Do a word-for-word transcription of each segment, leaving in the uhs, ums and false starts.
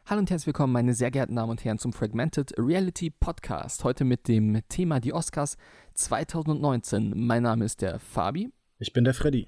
Hallo und herzlich willkommen, meine sehr geehrten Damen und Herren, zum Fragmented Reality Podcast. Heute mit dem Thema die Oscars zwanzig neunzehn. Mein Name ist der Fabi. Ich bin der Freddy.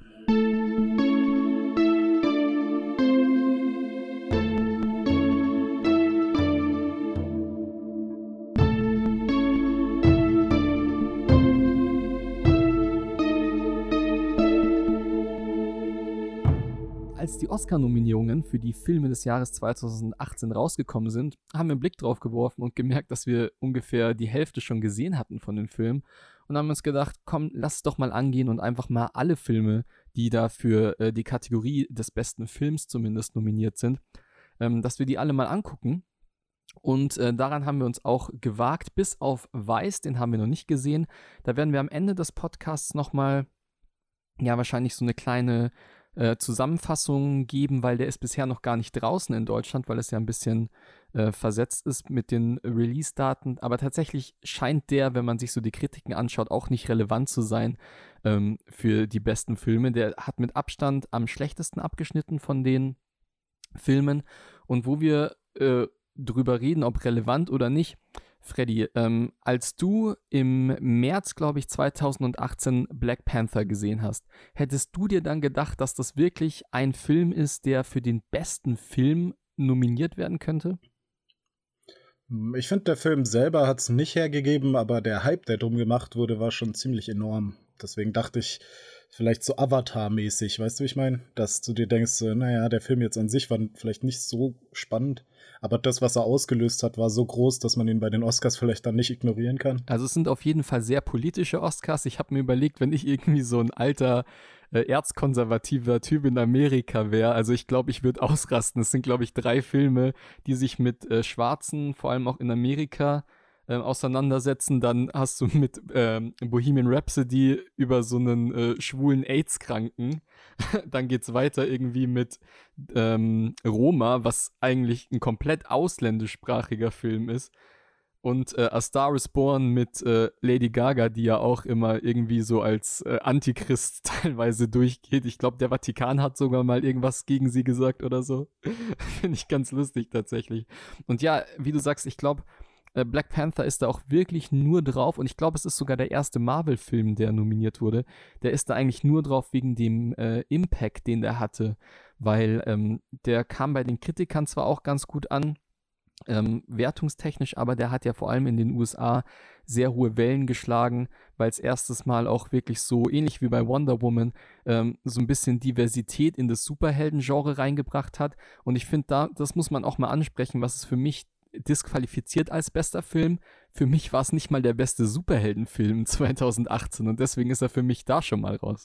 Als die Oscar-Nominierungen für die Filme des Jahres zwanzig achtzehn rausgekommen sind, haben wir einen Blick drauf geworfen und gemerkt, dass wir ungefähr die Hälfte schon gesehen hatten von den Filmen und haben uns gedacht, komm, lass es doch mal angehen und einfach mal alle Filme, die da für äh, die Kategorie des besten Films zumindest nominiert sind, ähm, dass wir die alle mal angucken. Und äh, daran haben wir uns auch gewagt, bis auf Vice, den haben wir noch nicht gesehen. Da werden wir am Ende des Podcasts nochmal, ja, wahrscheinlich so eine kleine Äh, Zusammenfassung geben, weil der ist bisher noch gar nicht draußen in Deutschland, weil es ja ein bisschen äh, versetzt ist mit den Release-Daten. Aber tatsächlich scheint der, wenn man sich so die Kritiken anschaut, auch nicht relevant zu sein ähm, für die besten Filme. Der hat mit Abstand am schlechtesten abgeschnitten von den Filmen. Und wo wir äh, drüber reden, ob relevant oder nicht, Freddy, ähm, als du im März, glaube ich, zwanzig achtzehn Black Panther gesehen hast, hättest du dir dann gedacht, dass das wirklich ein Film ist, der für den besten Film nominiert werden könnte? Ich finde, der Film selber hat es nicht hergegeben, aber der Hype, der drum gemacht wurde, war schon ziemlich enorm. Deswegen dachte ich, vielleicht so Avatar-mäßig, weißt du, wie ich meine? Dass du dir denkst, naja, der Film jetzt an sich war vielleicht nicht so spannend, aber das, was er ausgelöst hat, war so groß, dass man ihn bei den Oscars vielleicht dann nicht ignorieren kann. Also es sind auf jeden Fall sehr politische Oscars. Ich habe mir überlegt, wenn ich irgendwie so ein alter äh, erzkonservativer Typ in Amerika wäre, also ich glaube, ich würde ausrasten. Es sind, glaube ich, drei Filme, die sich mit äh, Schwarzen, vor allem auch in Amerika, äh, auseinandersetzen. Dann hast du mit ähm, Bohemian Rhapsody über so einen äh, schwulen AIDS-Kranken. Dann geht's weiter irgendwie mit ähm, Roma, was eigentlich ein komplett ausländischsprachiger Film ist. Und äh, A Star is Born mit äh, Lady Gaga, die ja auch immer irgendwie so als äh, Antichrist teilweise durchgeht. Ich glaube, der Vatikan hat sogar mal irgendwas gegen sie gesagt oder so. Finde ich ganz lustig tatsächlich. Und ja, wie du sagst, ich glaube, äh, Black Panther ist da auch wirklich nur drauf. Und ich glaube, es ist sogar der erste Marvel-Film, der nominiert wurde. Der ist da eigentlich nur drauf wegen dem äh, Impact, den der hatte. Weil ähm, der kam bei den Kritikern zwar auch ganz gut an, Ähm, wertungstechnisch, aber der hat ja vor allem in den U S A sehr hohe Wellen geschlagen, weil es erstes Mal auch wirklich so, ähnlich wie bei Wonder Woman, ähm, so ein bisschen Diversität in das Superhelden-Genre reingebracht hat. Und ich finde, da, das muss man auch mal ansprechen, was es für mich disqualifiziert als bester Film. Für mich war es nicht mal der beste Superheldenfilm zwanzig achtzehn und deswegen ist er für mich da schon mal raus.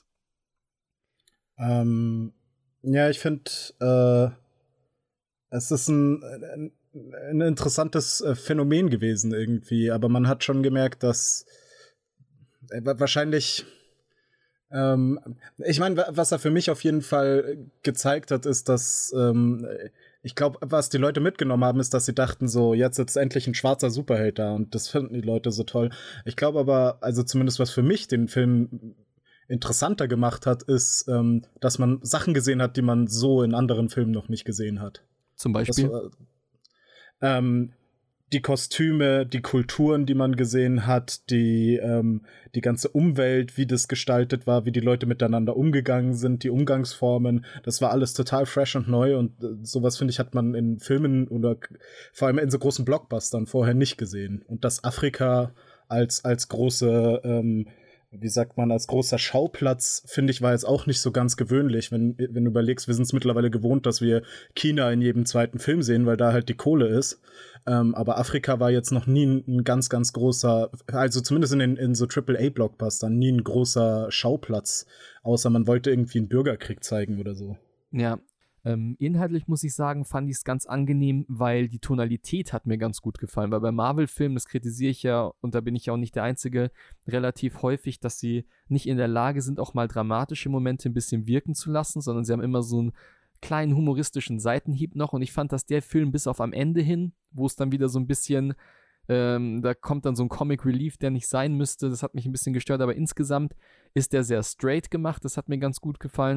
Ähm, ja, ich finde, äh, es ist ein, ein ein interessantes äh, Phänomen gewesen irgendwie, aber man hat schon gemerkt, dass äh, wahrscheinlich ähm, ich meine, was er für mich auf jeden Fall gezeigt hat, ist, dass ähm, ich glaube, was die Leute mitgenommen haben, ist, dass sie dachten so, jetzt ist endlich ein schwarzer Superheld da und das finden die Leute so toll. Ich glaube aber, also zumindest was für mich den Film interessanter gemacht hat, ist, ähm, dass man Sachen gesehen hat, die man so in anderen Filmen noch nicht gesehen hat. Zum Beispiel? Das, Ähm, die Kostüme, die Kulturen, die man gesehen hat, die, ähm, die ganze Umwelt, wie das gestaltet war, wie die Leute miteinander umgegangen sind, die Umgangsformen, das war alles total fresh und neu und äh, sowas, finde ich, hat man in Filmen oder k- vor allem in so großen Blockbustern vorher nicht gesehen. Und dass Afrika als, als große ähm, wie sagt man, als großer Schauplatz, finde ich, war jetzt auch nicht so ganz gewöhnlich, wenn, wenn du überlegst, wir sind es mittlerweile gewohnt, dass wir China in jedem zweiten Film sehen, weil da halt die Kohle ist. Ähm, aber Afrika war jetzt noch nie ein, ein ganz, ganz großer, also zumindest in, den, in so Triple A Blockbustern, nie ein großer Schauplatz, außer man wollte irgendwie einen Bürgerkrieg zeigen oder so. Ja, ähm, inhaltlich muss ich sagen, fand ich es ganz angenehm, weil die Tonalität hat mir ganz gut gefallen. Weil bei Marvel-Filmen, das kritisiere ich ja, und da bin ich ja auch nicht der Einzige, relativ häufig, dass sie nicht in der Lage sind, auch mal dramatische Momente ein bisschen wirken zu lassen, sondern sie haben immer so einen kleinen humoristischen Seitenhieb noch. Und ich fand, dass der Film bis auf am Ende hin, wo es dann wieder so ein bisschen, ähm, da kommt dann so ein Comic Relief, der nicht sein müsste, das hat mich ein bisschen gestört, aber insgesamt ist der sehr straight gemacht, das hat mir ganz gut gefallen.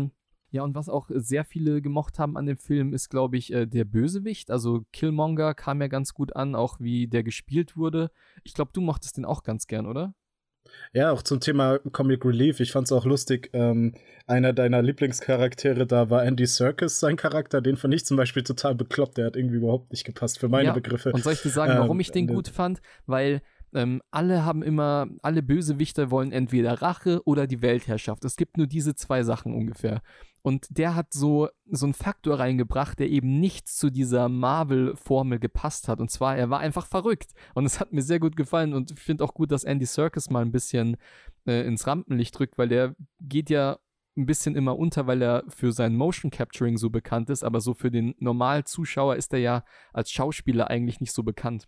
Ja, und was auch sehr viele gemocht haben an dem Film, ist, glaube ich, äh, der Bösewicht. Also Killmonger kam ja ganz gut an, auch wie der gespielt wurde. Ich glaube, du mochtest den auch ganz gern, oder? Ja, auch zum Thema Comic Relief. Ich fand's auch lustig. Ähm, einer deiner Lieblingscharaktere da war Andy Serkis, sein Charakter. Den fand ich zum Beispiel total bekloppt. Der hat irgendwie überhaupt nicht gepasst für meine ja, Begriffe. Und soll ich dir sagen, warum ähm, ich den gut fand? Weil ähm, alle haben immer, alle Bösewichter wollen entweder Rache oder die Weltherrschaft. Es gibt nur diese zwei Sachen ungefähr. Und der hat so, so einen Faktor reingebracht, der eben nicht zu dieser Marvel-Formel gepasst hat. Und zwar, er war einfach verrückt. Und es hat mir sehr gut gefallen. Und ich finde auch gut, dass Andy Serkis mal ein bisschen äh, ins Rampenlicht drückt, weil der geht ja ein bisschen immer unter, weil er für sein Motion Capturing so bekannt ist. Aber so für den normalen Zuschauer ist er ja als Schauspieler eigentlich nicht so bekannt.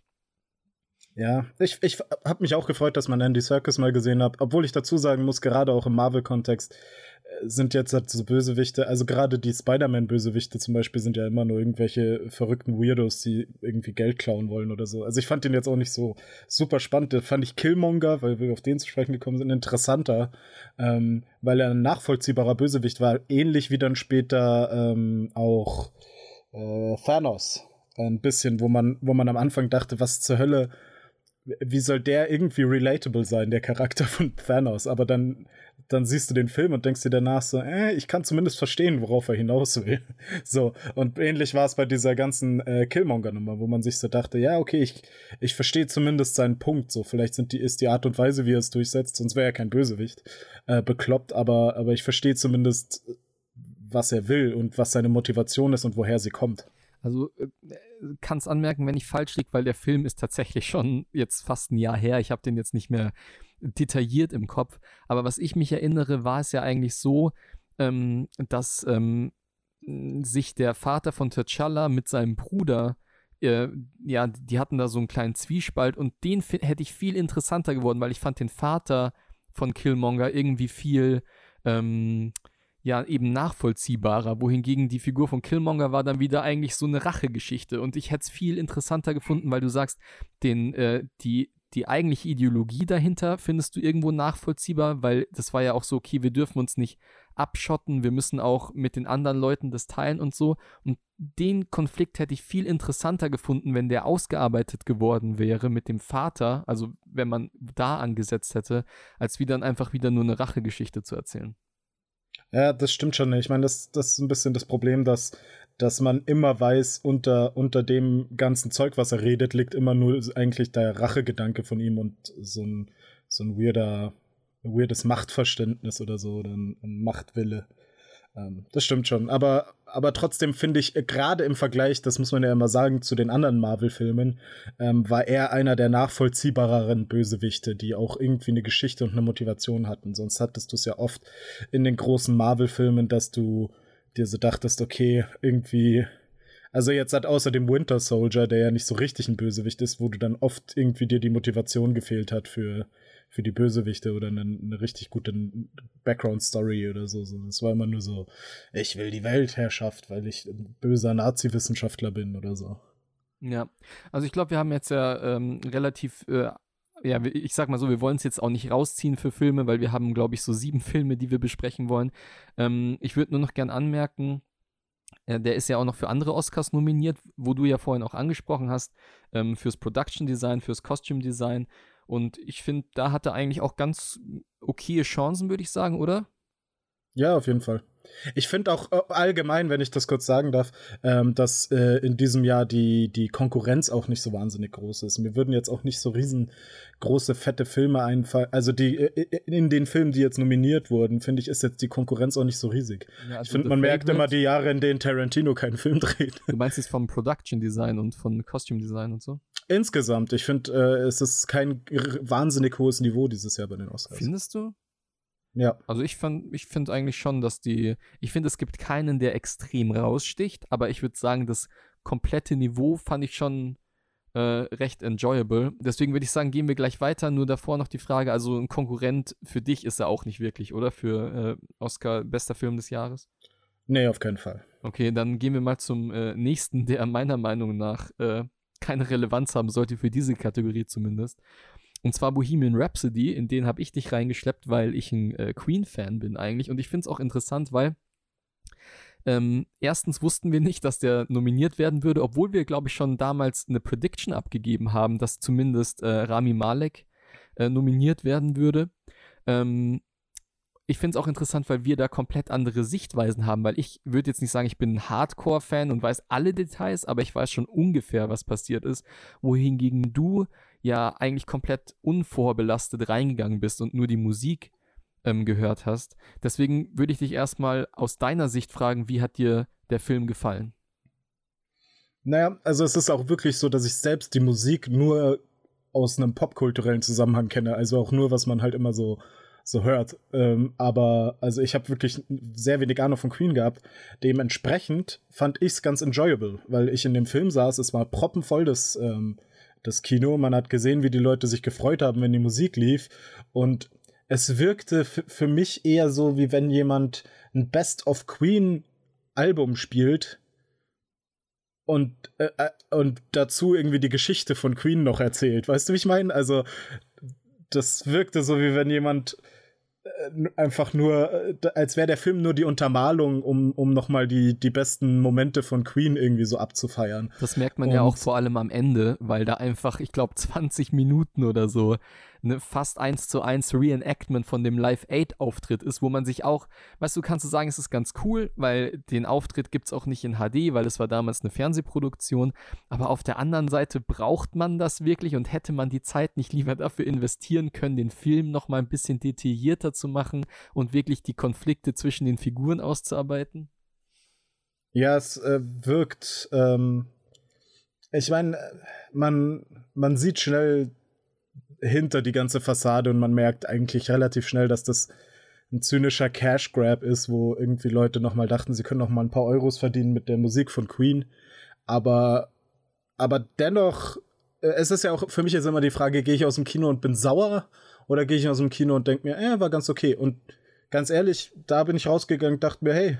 Ja, ich, ich habe mich auch gefreut, dass man Andy Serkis mal gesehen hat, obwohl ich dazu sagen muss, gerade auch im Marvel-Kontext äh, sind jetzt halt so Bösewichte, also gerade die Spider-Man-Bösewichte zum Beispiel sind ja immer nur irgendwelche verrückten Weirdos, die irgendwie Geld klauen wollen oder so. Also ich fand den jetzt auch nicht so super spannend. Da fand ich Killmonger, weil wir auf den zu sprechen gekommen sind, interessanter, ähm, weil er ein nachvollziehbarer Bösewicht war, ähnlich wie dann später ähm, auch äh, Thanos. Ein bisschen, wo man, wo man am Anfang dachte, was zur Hölle, wie soll der irgendwie relatable sein, der Charakter von Thanos? Aber dann, dann siehst du den Film und denkst dir danach so, äh, ich kann zumindest verstehen, worauf er hinaus will. So, und ähnlich war es bei dieser ganzen äh, Killmonger-Nummer, wo man sich so dachte, ja, okay, ich, ich verstehe zumindest seinen Punkt. So, vielleicht sind die, ist die Art und Weise, wie er es durchsetzt, sonst wäre er kein Bösewicht, äh, bekloppt, aber, aber ich verstehe zumindest, was er will und was seine Motivation ist und woher sie kommt. Also äh, kann es anmerken, wenn ich falsch liege, weil der Film ist tatsächlich schon jetzt fast ein Jahr her. Ich habe den jetzt nicht mehr detailliert im Kopf. Aber was ich mich erinnere, war es ja eigentlich so, ähm, dass ähm, sich der Vater von T'Challa mit seinem Bruder, äh, ja, die hatten da so einen kleinen Zwiespalt und den f- hätte ich viel interessanter geworden, weil ich fand den Vater von Killmonger irgendwie viel ähm, ja, eben nachvollziehbarer, wohingegen die Figur von Killmonger war dann wieder eigentlich so eine Rachegeschichte und ich hätte es viel interessanter gefunden, weil du sagst, den, äh, die, die eigentliche Ideologie dahinter findest du irgendwo nachvollziehbar, weil das war ja auch so, okay, wir dürfen uns nicht abschotten, wir müssen auch mit den anderen Leuten das teilen und so und den Konflikt hätte ich viel interessanter gefunden, wenn der ausgearbeitet geworden wäre mit dem Vater, also wenn man da angesetzt hätte, als wie dann einfach wieder nur eine Rachegeschichte zu erzählen. Ja, das stimmt schon. Ich meine, das, das ist ein bisschen das Problem, dass, dass man immer weiß, unter, unter dem ganzen Zeug, was er redet, liegt immer nur eigentlich der Rachegedanke von ihm und so ein, so ein weirder, ein weirdes Machtverständnis oder so, oder ein, ein Machtwille. Ähm, das stimmt schon. Aber, aber trotzdem finde ich, äh, gerade im Vergleich, das muss man ja immer sagen, zu den anderen Marvel-Filmen, ähm, war er einer der nachvollziehbareren Bösewichte, die auch irgendwie eine Geschichte und eine Motivation hatten. Sonst hattest du es ja oft in den großen Marvel-Filmen, dass du dir so dachtest, okay, irgendwie. Also jetzt hat außer dem Winter Soldier, der ja nicht so richtig ein Bösewicht ist, wo du dann oft irgendwie dir die Motivation gefehlt hat für, für die Bösewichte oder eine, eine richtig gute Background-Story oder so. Es war immer nur so, ich will die Weltherrschaft, weil ich ein böser Nazi-Wissenschaftler bin oder so. Ja, also ich glaube, wir haben jetzt ja ähm, relativ, äh, ja, ich sag mal so, wir wollen es jetzt auch nicht rausziehen für Filme, weil wir haben, glaube ich, so sieben Filme, die wir besprechen wollen. Ähm, ich würde nur noch gern anmerken, äh, der ist ja auch noch für andere Oscars nominiert, wo du ja vorhin auch angesprochen hast, ähm, fürs Production Design, fürs Costume Design. Und ich finde, da hat er eigentlich auch ganz okaye Chancen, würde ich sagen, oder? Ja, auf jeden Fall. Ich finde auch äh, allgemein, wenn ich das kurz sagen darf, ähm, dass äh, in diesem Jahr die, die Konkurrenz auch nicht so wahnsinnig groß ist. Mir würden jetzt auch nicht so riesengroße, fette Filme einfallen. Also die äh, in den Filmen, die jetzt nominiert wurden, finde ich, ist jetzt die Konkurrenz auch nicht so riesig. Ja, also ich finde, man merkt immer die Jahre, in denen Tarantino keinen Film dreht. Du meinst jetzt vom Production Design und von Costume Design und so? Insgesamt. Ich finde, äh, es ist kein wahnsinnig hohes Niveau dieses Jahr bei den Oscars. Findest du? Ja. Also ich, ich finde eigentlich schon, dass die, ich finde, es gibt keinen, der extrem raussticht, aber ich würde sagen, das komplette Niveau fand ich schon äh, recht enjoyable. Deswegen würde ich sagen, gehen wir gleich weiter. Nur davor noch die Frage, also ein Konkurrent für dich ist er auch nicht wirklich, oder? Für äh, Oscar bester Film des Jahres? Nee, auf keinen Fall. Okay, dann gehen wir mal zum äh, nächsten, der meiner Meinung nach äh, keine Relevanz haben sollte, für diese Kategorie zumindest. Und zwar Bohemian Rhapsody, in den habe ich dich reingeschleppt, weil ich ein äh, Queen-Fan bin eigentlich. Und ich finde es auch interessant, weil Ähm, erstens wussten wir nicht, dass der nominiert werden würde, obwohl wir, glaube ich, schon damals eine Prediction abgegeben haben, dass zumindest äh, Rami Malek äh, nominiert werden würde. Ähm, ich finde es auch interessant, weil wir da komplett andere Sichtweisen haben, weil ich würde jetzt nicht sagen, ich bin ein Hardcore-Fan und weiß alle Details, aber ich weiß schon ungefähr, was passiert ist, wohingegen du ja eigentlich komplett unvorbelastet reingegangen bist und nur die Musik ähm, gehört hast. Deswegen würde ich dich erstmal aus deiner Sicht fragen, wie hat dir der Film gefallen? Naja, also es ist auch wirklich so, dass ich selbst die Musik nur aus einem popkulturellen Zusammenhang kenne, also auch nur, was man halt immer so so hört. Ähm, aber also ich habe wirklich sehr wenig Ahnung von Queen gehabt. Dementsprechend fand ich es ganz enjoyable, weil ich in dem Film saß, es war proppenvoll, das, ähm, das Kino. Man hat gesehen, wie die Leute sich gefreut haben, wenn die Musik lief. Und es wirkte f- für mich eher so, wie wenn jemand ein Best-of-Queen-Album spielt und, äh, äh, und dazu irgendwie die Geschichte von Queen noch erzählt. Weißt du, wie ich meine? Also das wirkte so, wie wenn jemand äh, einfach nur, äh, als wäre der Film nur die Untermalung, um, um nochmal die, die besten Momente von Queen irgendwie so abzufeiern. Das merkt man Und ja auch vor allem am Ende, weil da einfach, ich glaube, zwanzig Minuten oder so eine fast eins zu eins Reenactment von dem Live-Aid-Auftritt ist, wo man sich auch, weißt du, kannst du sagen, es ist ganz cool, weil den Auftritt gibt es auch nicht in H D, weil es war damals eine Fernsehproduktion, aber auf der anderen Seite braucht man das wirklich und hätte man die Zeit nicht lieber dafür investieren können, den Film nochmal ein bisschen detaillierter zu machen und wirklich die Konflikte zwischen den Figuren auszuarbeiten? Ja, es äh, wirkt, ähm, ich meine, man, man sieht schnell hinter die ganze Fassade und man merkt eigentlich relativ schnell, dass das ein zynischer Cash-Grab ist, wo irgendwie Leute nochmal dachten, sie können noch mal ein paar Euros verdienen mit der Musik von Queen. Aber, aber dennoch, äh, es ist ja auch für mich jetzt immer die Frage, gehe ich aus dem Kino und bin sauer oder gehe ich aus dem Kino und denke mir, äh, war ganz okay. Und ganz ehrlich, da bin ich rausgegangen und dachte mir, hey,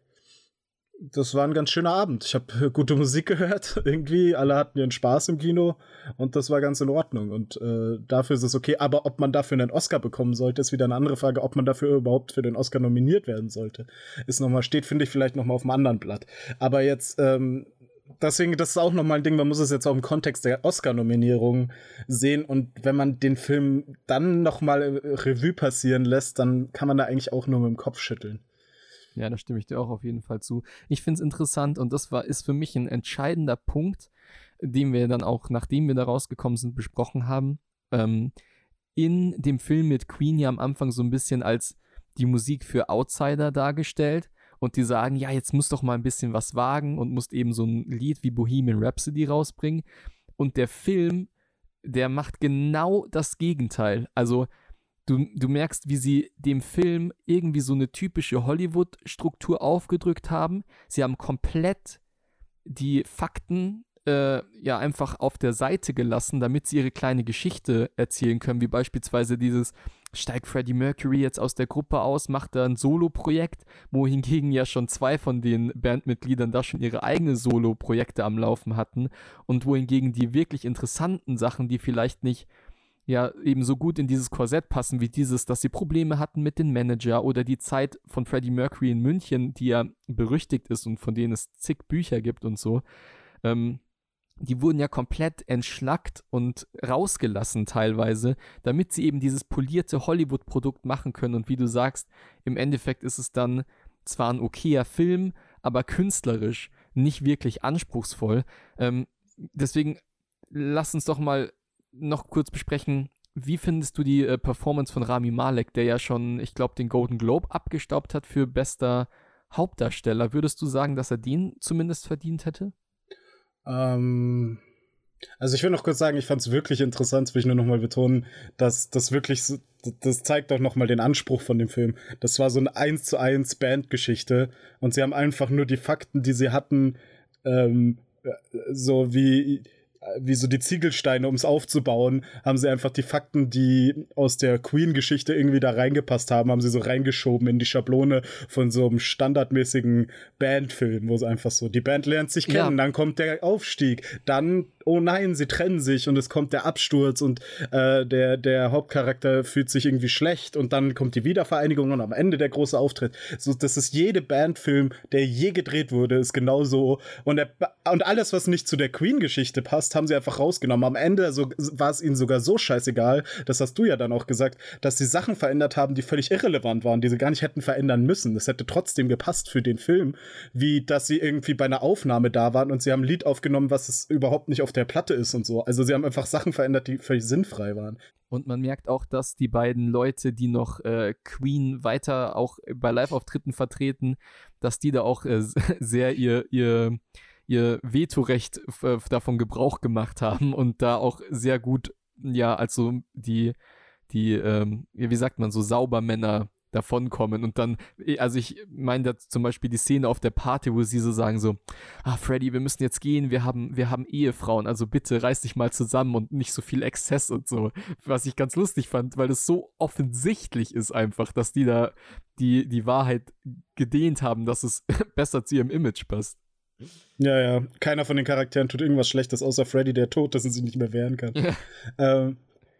das war ein ganz schöner Abend. Ich habe gute Musik gehört, irgendwie. Alle hatten ihren Spaß im Kino und das war ganz in Ordnung. Und äh, dafür ist es okay. Aber ob man dafür einen Oscar bekommen sollte, ist wieder eine andere Frage. Ob man dafür überhaupt für den Oscar nominiert werden sollte, ist noch mal, steht, finde ich, vielleicht noch mal auf einem anderen Blatt. Aber jetzt, ähm, deswegen, das ist auch noch mal ein Ding, man muss es jetzt auch im Kontext der Oscar-Nominierung sehen. Und wenn man den Film dann noch mal Revue passieren lässt, dann kann man da eigentlich auch nur mit dem Kopf schütteln. Ja, da stimme ich dir auch auf jeden Fall zu. Ich finde es interessant und das war, ist für mich ein entscheidender Punkt, den wir dann auch, nachdem wir da rausgekommen sind, besprochen haben. Ähm, in dem Film wird Queen ja am Anfang so ein bisschen als die Musik für Outsider dargestellt und die sagen, ja, jetzt musst doch mal ein bisschen was wagen und musst eben so ein Lied wie Bohemian Rhapsody rausbringen. Und der Film, der macht genau das Gegenteil. Also Du, du merkst, wie sie dem Film irgendwie so eine typische Hollywood-Struktur aufgedrückt haben. Sie haben komplett die Fakten äh, ja einfach auf der Seite gelassen, damit sie ihre kleine Geschichte erzählen können, wie beispielsweise dieses, steigt Freddie Mercury jetzt aus der Gruppe aus, macht da ein Solo-Projekt, wohingegen ja schon zwei von den Bandmitgliedern da schon ihre eigenen Solo-Projekte am Laufen hatten und wohingegen die wirklich interessanten Sachen, die vielleicht nicht ja eben so gut in dieses Korsett passen wie dieses, dass sie Probleme hatten mit dem Manager oder die Zeit von Freddie Mercury in München, die ja berüchtigt ist und von denen es zig Bücher gibt und so, ähm, die wurden ja komplett entschlackt und rausgelassen teilweise, damit sie eben dieses polierte Hollywood-Produkt machen können und wie du sagst, im Endeffekt ist es dann zwar ein okayer Film, aber künstlerisch nicht wirklich anspruchsvoll. Ähm, deswegen lass uns doch mal noch kurz besprechen, wie findest du die äh, Performance von Rami Malek, der ja schon, ich glaube, den Golden Globe abgestaubt hat für bester Hauptdarsteller. Würdest du sagen, dass er den zumindest verdient hätte? Ähm, also ich will noch kurz sagen, ich fand es wirklich interessant, will ich nur noch mal betonen, dass das wirklich, so, das zeigt auch noch mal den Anspruch von dem Film. Das war so eine eins zu eins Bandgeschichte und sie haben einfach nur die Fakten, die sie hatten, ähm, so wie wie so die Ziegelsteine, um es aufzubauen, haben sie einfach die Fakten, die aus der Queen-Geschichte irgendwie da reingepasst haben, haben sie so reingeschoben in die Schablone von so einem standardmäßigen Bandfilm, wo es einfach so, die Band lernt sich kennen, ja. Dann kommt der Aufstieg, dann oh nein, sie trennen sich und es kommt der Absturz und äh, der, der Hauptcharakter fühlt sich irgendwie schlecht und dann kommt die Wiedervereinigung und am Ende der große Auftritt. So, das ist jede Bandfilm, der je gedreht wurde, ist genauso. Und, der, und alles, was nicht zu der Queen-Geschichte passt, haben sie einfach rausgenommen. Am Ende so, war es ihnen sogar so scheißegal, das hast du ja dann auch gesagt, dass sie Sachen verändert haben, die völlig irrelevant waren, die sie gar nicht hätten verändern müssen. Das hätte trotzdem gepasst für den Film, wie dass sie irgendwie bei einer Aufnahme da waren und sie haben ein Lied aufgenommen, was es überhaupt nicht auf der Platte ist und so. Also sie haben einfach Sachen verändert, die völlig sinnfrei waren. Und man merkt auch, dass die beiden Leute, die noch äh, Queen weiter auch bei Live-Auftritten vertreten, dass die da auch äh, sehr ihr, ihr, ihr Vetorecht äh, davon Gebrauch gemacht haben und da auch sehr gut, ja, also die, die, ähm, wie sagt man, so Saubermänner davonkommen und dann, also ich meine da zum Beispiel die Szene auf der Party, wo sie so sagen so, ah Freddy, wir müssen jetzt gehen, wir haben, wir haben Ehefrauen, also bitte reiß dich mal zusammen und nicht so viel Exzess und so, was ich ganz lustig fand, weil es so offensichtlich ist einfach, dass die da die, die Wahrheit gedehnt haben, dass es besser zu ihrem Image passt. Ja, ja, keiner von den Charakteren tut irgendwas Schlechtes, außer Freddy, der tot ist und sich nicht mehr wehren kann. Ja. Ähm,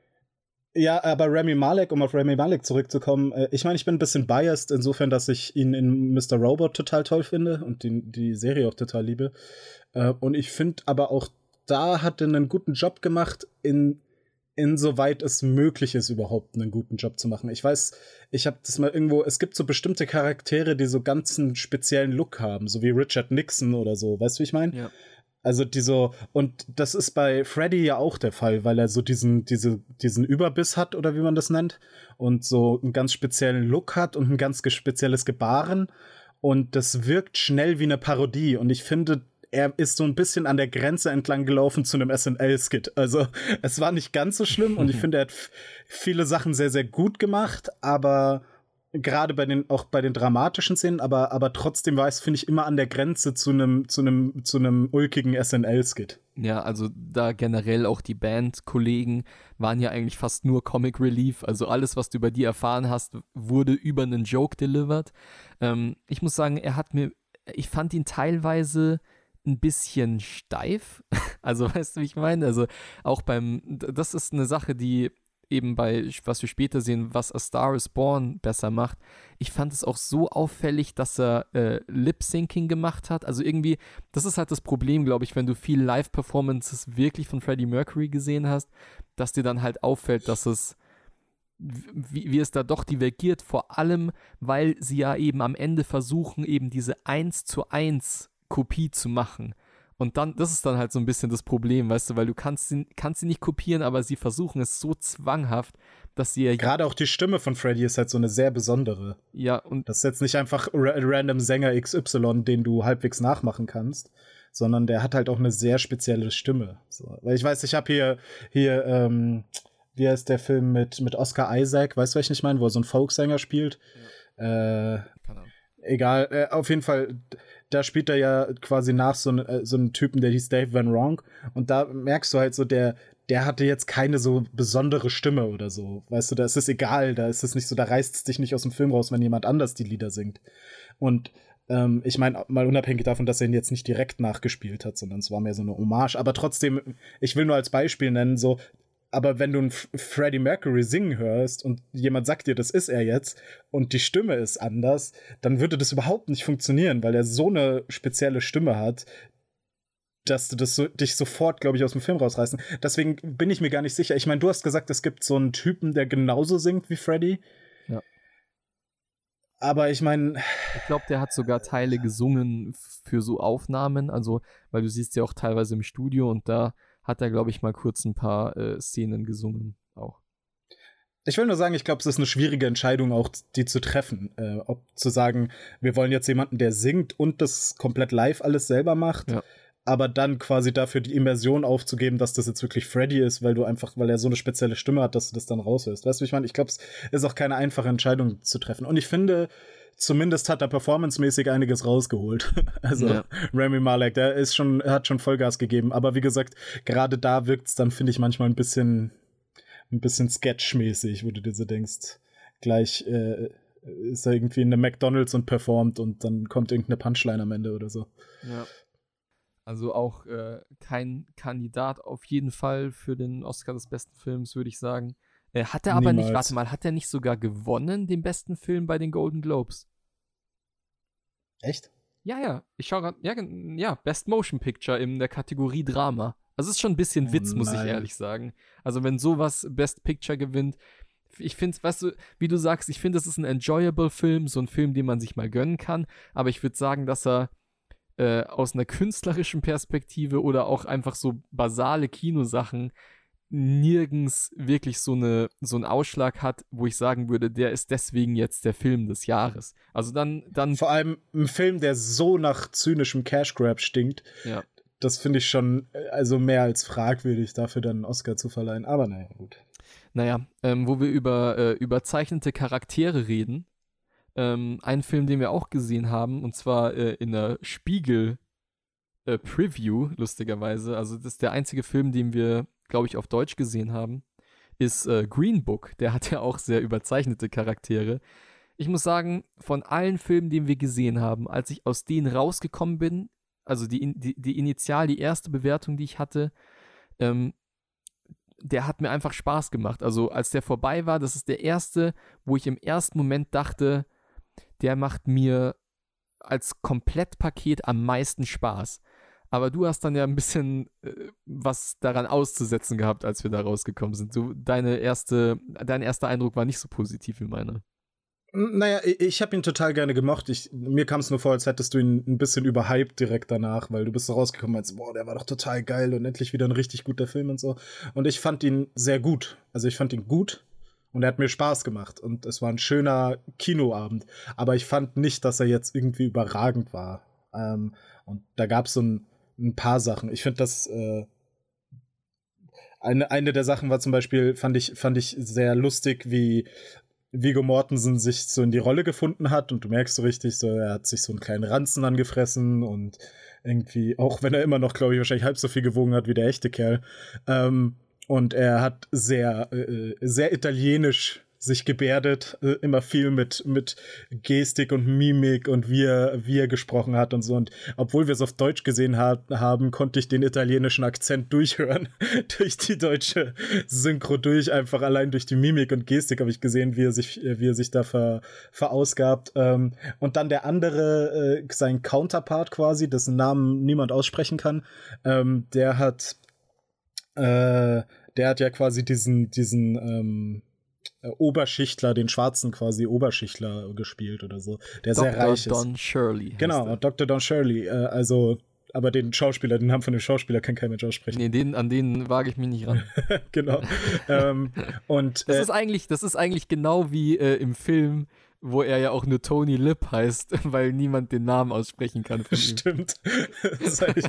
Ja, aber Rami Malek, um auf Rami Malek zurückzukommen, äh, ich meine, ich bin ein bisschen biased insofern, dass ich ihn in Mister Robot total toll finde und die, die Serie auch total liebe. Äh, und ich finde aber auch da hat er einen guten Job gemacht, in, insoweit es möglich ist, überhaupt einen guten Job zu machen. Ich weiß, ich habe das mal irgendwo, es gibt so bestimmte Charaktere, die so ganz einen speziellen Look haben, so wie Richard Nixon oder so, weißt du, wie ich meine? Ja. Also die so, und das ist bei Freddy ja auch der Fall, weil er so diesen, diese, diesen Überbiss hat, oder wie man das nennt, und so einen ganz speziellen Look hat und ein ganz spezielles Gebaren. Und das wirkt schnell wie eine Parodie. Und ich finde, er ist so ein bisschen an der Grenze entlang gelaufen zu einem S N L-Skit. Also es war nicht ganz so schlimm und ich finde, er hat f- viele Sachen sehr, sehr gut gemacht, aber gerade bei den, auch bei den dramatischen Szenen, aber, aber trotzdem war es, finde ich, immer an der Grenze zu einem, zu einem, zu einem ulkigen S N L-Skit. Ja, also da generell auch die Bandkollegen waren ja eigentlich fast nur Comic Relief. Also alles, was du über die erfahren hast, wurde über einen Joke delivered. Ähm, ich muss sagen, er hat mir, ich fand ihn teilweise ein bisschen steif. Also weißt du, wie ich meine? Also auch beim, das ist eine Sache, die eben bei, was wir später sehen, was A Star is Born besser macht. Ich fand es auch so auffällig, dass er äh, Lip-Syncing gemacht hat. Also irgendwie, das ist halt das Problem, glaube ich, wenn du viel Live-Performances wirklich von Freddie Mercury gesehen hast, dass dir dann halt auffällt, dass es, wie, wie es da doch divergiert, vor allem, weil sie ja eben am Ende versuchen, eben diese eins zu eins Kopie zu machen. Und dann, das ist dann halt so ein bisschen das Problem, weißt du, weil du kannst sie, kannst sie nicht kopieren, aber sie versuchen es so zwanghaft, dass sie ja... Gerade auch die Stimme von Freddy ist halt so eine sehr besondere. Ja, und... Das ist jetzt nicht einfach ra- random Sänger X Y, den du halbwegs nachmachen kannst, sondern der hat halt auch eine sehr spezielle Stimme. So, weil ich weiß, ich habe hier, hier, ähm, wie heißt der Film mit, mit Oscar Isaac, weißt du, was ich nicht meine, wo er so einen Folksänger spielt? Ja. Äh, Keine Ahnung. Egal, äh, auf jeden Fall, da spielt er ja quasi nach so, äh, so einem Typen, der hieß Dave Van Ronk. Und da merkst du halt so, der, der hatte jetzt keine so besondere Stimme oder so. Weißt du, da ist es egal, da ist es nicht so, da reißt es dich nicht aus dem Film raus, wenn jemand anders die Lieder singt. Und ähm, ich meine, mal unabhängig davon, dass er ihn jetzt nicht direkt nachgespielt hat, sondern es war mehr so eine Hommage. Aber trotzdem, ich will nur als Beispiel nennen, so, aber wenn du einen F- Freddie Mercury singen hörst und jemand sagt dir, das ist er jetzt und die Stimme ist anders, dann würde das überhaupt nicht funktionieren, weil er so eine spezielle Stimme hat, dass du das so, dich sofort, glaube ich, aus dem Film rausreißen. Deswegen bin ich mir gar nicht sicher. Ich meine, du hast gesagt, es gibt so einen Typen, der genauso singt wie Freddie. Ja. Aber ich meine... Ich glaube, der hat sogar Teile gesungen für so Aufnahmen, also, weil du siehst ja auch teilweise im Studio und da hat er, glaube ich, mal kurz ein paar äh, Szenen gesungen auch. Ich will nur sagen, ich glaube, es ist eine schwierige Entscheidung, auch die zu treffen. Äh, ob zu sagen, wir wollen jetzt jemanden, der singt und das komplett live alles selber macht, ja. Aber dann quasi dafür die Immersion aufzugeben, dass das jetzt wirklich Freddy ist, weil du einfach, weil er so eine spezielle Stimme hat, dass du das dann raushörst. Weißt du, wie ich meine? Ich glaube, es ist auch keine einfache Entscheidung zu treffen. Und ich finde, zumindest hat er performancemäßig einiges rausgeholt. Also ja. Rami Malek, der ist schon, hat schon Vollgas gegeben. Aber wie gesagt, gerade da wirkt's dann, finde ich, manchmal ein bisschen, ein bisschen sketchmäßig, wo du dir so denkst, gleich äh, ist er irgendwie in einem McDonald's und performt und dann kommt irgendeine Punchline am Ende oder so. Ja. Also auch äh, kein Kandidat auf jeden Fall für den Oscar des besten Films, würde ich sagen. Äh, hat er aber Niemals. nicht, warte mal, hat er nicht sogar gewonnen, den besten Film bei den Golden Globes? Echt? Ja, ja. Ich schaue gerade, ja, gen- ja, Best Motion Picture in der Kategorie Drama. Also es ist schon ein bisschen Oh Witz, muss ich nein. ehrlich sagen. Also wenn sowas Best Picture gewinnt, ich finde, weißt du, wie du sagst, ich finde, es ist ein enjoyable Film, so ein Film, den man sich mal gönnen kann, aber ich würde sagen, dass er äh, aus einer künstlerischen Perspektive oder auch einfach so basale Kinosachen nirgends wirklich so, eine, so einen Ausschlag hat, wo ich sagen würde, der ist deswegen jetzt der Film des Jahres. Also dann, dann Vor allem ein Film, der so nach zynischem Cash Grab stinkt, ja. das finde ich schon äh, also mehr als fragwürdig, dafür dann einen Oscar zu verleihen. Aber naja, gut. Naja, ähm, wo wir über äh, überzeichnete Charaktere reden, ähm, ein Film, den wir auch gesehen haben, und zwar äh, in der Spiegel äh, Preview, lustigerweise, also das ist der einzige Film, den wir, glaube ich, auf Deutsch gesehen haben, ist äh, Green Book. Der hat ja auch sehr überzeichnete Charaktere. Ich muss sagen, von allen Filmen, die wir gesehen haben, als ich aus denen rausgekommen bin, also die, die, die initial, die erste Bewertung, die ich hatte, ähm, der hat mir einfach Spaß gemacht. Also als der vorbei war, das ist der erste, wo ich im ersten Moment dachte, der macht mir als Komplettpaket am meisten Spaß. Aber du hast dann ja ein bisschen äh, was daran auszusetzen gehabt, als wir da rausgekommen sind. Du, deine erste, dein erster Eindruck war nicht so positiv wie meiner. Naja, ich, ich habe ihn total gerne gemocht. Ich, mir kam es nur vor, als hättest du ihn ein bisschen überhyped direkt danach, weil du bist so rausgekommen und meinst, boah, der war doch total geil und endlich wieder ein richtig guter Film und so. Und ich fand ihn sehr gut. Also ich fand ihn gut und er hat mir Spaß gemacht und es war ein schöner Kinoabend. Aber ich fand nicht, dass er jetzt irgendwie überragend war. Ähm, und da gab es so ein, ein paar Sachen. Ich finde, das äh, eine, eine der Sachen war zum Beispiel, fand ich, fand ich sehr lustig, wie Viggo Mortensen sich so in die Rolle gefunden hat und du merkst so richtig, so er hat sich so einen kleinen Ranzen angefressen und irgendwie, auch wenn er immer noch, glaube ich, wahrscheinlich halb so viel gewogen hat wie der echte Kerl. Ähm, und er hat sehr, äh, sehr italienisch sich gebärdet, äh, immer viel mit, mit Gestik und Mimik und wie er, wie er gesprochen hat und so. Und obwohl wir es auf Deutsch gesehen ha- haben, konnte ich den italienischen Akzent durchhören, durch die deutsche Synchro durch, einfach allein durch die Mimik und Gestik habe ich gesehen, wie er sich, wie er sich da ver, verausgabt. Ähm, und dann der andere, äh, sein Counterpart quasi, dessen Namen niemand aussprechen kann, ähm, der hat, äh, der hat ja quasi diesen, diesen, ähm, Oberschichtler, den schwarzen quasi Oberschichtler gespielt oder so, der Doktor sehr reich ist. Don Shirley. heißt Genau, er. Doktor Don Shirley, äh, also, aber den Schauspieler, den Namen von dem Schauspieler kann kein Mensch aussprechen. Nee, den, an den wage ich mich nicht ran. Genau. ähm, und Das äh, ist eigentlich, das ist eigentlich genau wie äh, im Film, wo er ja auch nur Tony Lip heißt, weil niemand den Namen aussprechen kann von ihm. Stimmt. Das ist eigentlich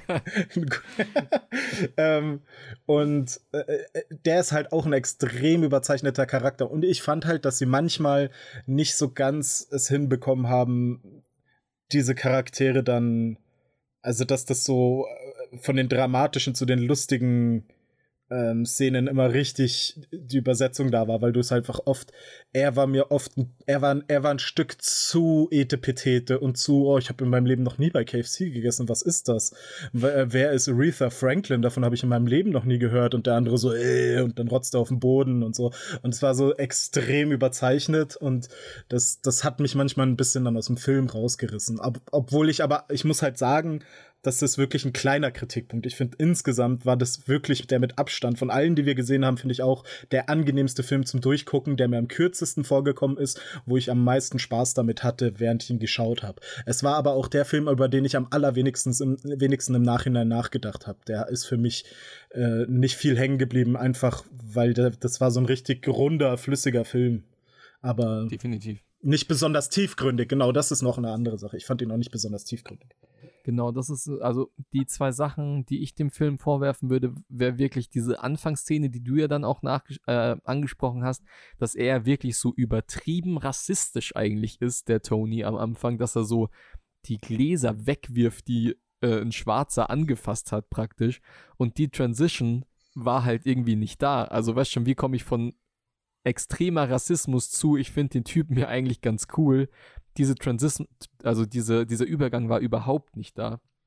ähm, und äh, der ist halt auch ein extrem überzeichneter Charakter. Und ich fand halt, dass sie manchmal nicht so ganz es hinbekommen haben, diese Charaktere dann, also dass das so äh, von den dramatischen zu den lustigen ähm, Szenen immer richtig die Übersetzung da war, weil du es einfach oft, er war mir oft, er war, er war ein Stück zu Etepetete und zu, oh, ich habe in meinem Leben noch nie bei K F C gegessen, was ist das? Wer, wer ist Aretha Franklin? Davon habe ich in meinem Leben noch nie gehört und der andere so, äh, und dann rotzt er auf den Boden und so. Und es war so extrem überzeichnet und das, das hat mich manchmal ein bisschen dann aus dem Film rausgerissen. Ob, obwohl ich aber, ich muss halt sagen, das ist wirklich ein kleiner Kritikpunkt. Ich finde, insgesamt war das wirklich der mit Abstand von allen, die wir gesehen haben, finde ich auch der angenehmste Film zum Durchgucken, der mir am kürzesten vorgekommen ist, wo ich am meisten Spaß damit hatte, während ich ihn geschaut habe. Es war aber auch der Film, über den ich am allerwenigsten im, wenigsten im Nachhinein nachgedacht habe. Der ist für mich äh, nicht viel hängen geblieben, einfach weil der, das war so ein richtig runder, flüssiger Film. Aber Definitiv. nicht besonders tiefgründig. Genau, das ist noch eine andere Sache. Ich fand ihn auch nicht besonders tiefgründig. Genau, das ist also die zwei Sachen, die ich dem Film vorwerfen würde, wäre wirklich diese Anfangsszene, die du ja dann auch nach, äh, angesprochen hast, dass er wirklich so übertrieben rassistisch eigentlich ist, der Tony am Anfang, dass er so die Gläser wegwirft, die äh, ein Schwarzer angefasst hat praktisch, und die Transition war halt irgendwie nicht da. Also weißt schon, wie komme ich von extremer Rassismus zu, ich finde den Typen ja eigentlich ganz cool. Diese Transition, also diese, dieser Übergang war überhaupt nicht da.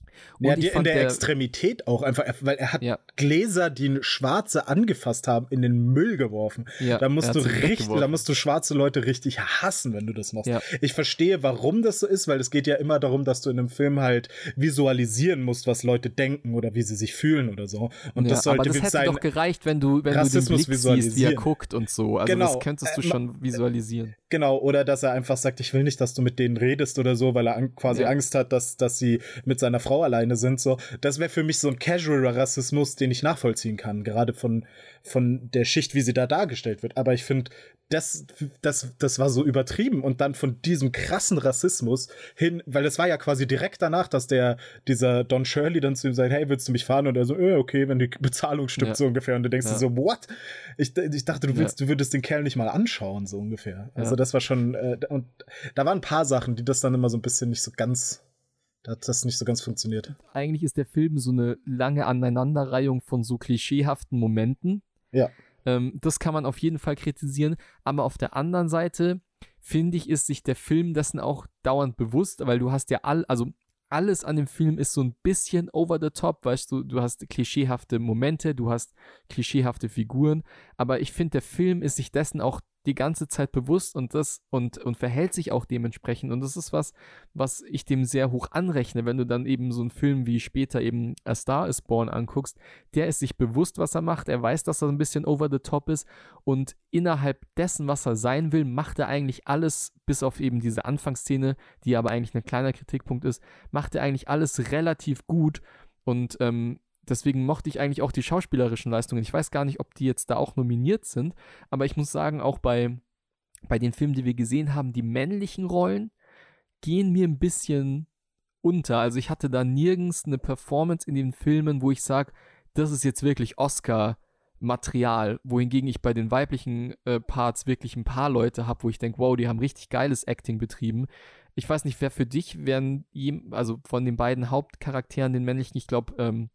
Und ja, die, in der, der Extremität auch einfach, weil er hat ja. Gläser, die Schwarze angefasst haben, in den Müll geworfen. Ja, da musst du richtig, da musst du schwarze Leute richtig hassen, wenn du das machst. Ja. Ich verstehe, warum das so ist, weil es geht ja immer darum, dass du in einem Film halt visualisieren musst, was Leute denken oder wie sie sich fühlen oder so. Und ja, das sollte aber das hätte doch gereicht, wenn du, wenn du den Blick siehst, wie er guckt und so. Also genau. das könntest du schon visualisieren. Genau, oder dass er einfach sagt, ich will nicht, dass du mit denen redest oder so, weil er an, quasi ja. Angst hat, dass, dass sie mit seiner Frau alleine sind. So, das wäre für mich so ein Casual-Rassismus, den ich nachvollziehen kann, gerade von, von der Schicht, wie sie da dargestellt wird. Aber ich finde, das, das, das war so übertrieben. Und dann von diesem krassen Rassismus hin, weil es war ja quasi direkt danach, dass der, dieser Don Shirley dann zu ihm sagt, hey, willst du mich fahren? Und er so, äh, okay, wenn die Bezahlung stimmt, ja. so ungefähr. Und du denkst ja. dir so, what? Ich, ich dachte, du willst, ja. du würdest den Kerl nicht mal anschauen, so ungefähr. Also ja. das war schon, äh, und da waren ein paar Sachen, die das dann immer so ein bisschen nicht so ganz, da hat das nicht so ganz funktioniert. Eigentlich ist der Film so eine lange Aneinanderreihung von so klischeehaften Momenten. Ja. Ähm, das kann man auf jeden Fall kritisieren, aber auf der anderen Seite, finde ich, ist sich der Film dessen auch dauernd bewusst, weil du hast ja all, also alles an dem Film ist so ein bisschen over the top, weißt du, du hast klischeehafte Momente, du hast klischeehafte Figuren, aber ich finde, der Film ist sich dessen auch die ganze Zeit bewusst und das und, und verhält sich auch dementsprechend und das ist was, was ich dem sehr hoch anrechne, wenn du dann eben so einen Film wie später eben A Star is Born anguckst, der ist sich bewusst, was er macht, er weiß, dass er ein bisschen over the top ist und innerhalb dessen, was er sein will, macht er eigentlich alles, bis auf eben diese Anfangsszene, die aber eigentlich ein kleiner Kritikpunkt ist, macht er eigentlich alles relativ gut und ähm, deswegen mochte ich eigentlich auch die schauspielerischen Leistungen. Ich weiß gar nicht, ob die jetzt da auch nominiert sind, aber ich muss sagen, auch bei, bei den Filmen, die wir gesehen haben, die männlichen Rollen gehen mir ein bisschen unter. Also ich hatte da nirgends eine Performance in den Filmen, wo ich sage, das ist jetzt wirklich Oscar-Material, wohingegen ich bei den weiblichen äh, Parts wirklich ein paar Leute habe, wo ich denke, wow, die haben richtig geiles Acting betrieben. Ich weiß nicht, wer für dich wären, also von den beiden Hauptcharakteren, den männlichen, ich glaube, ähm,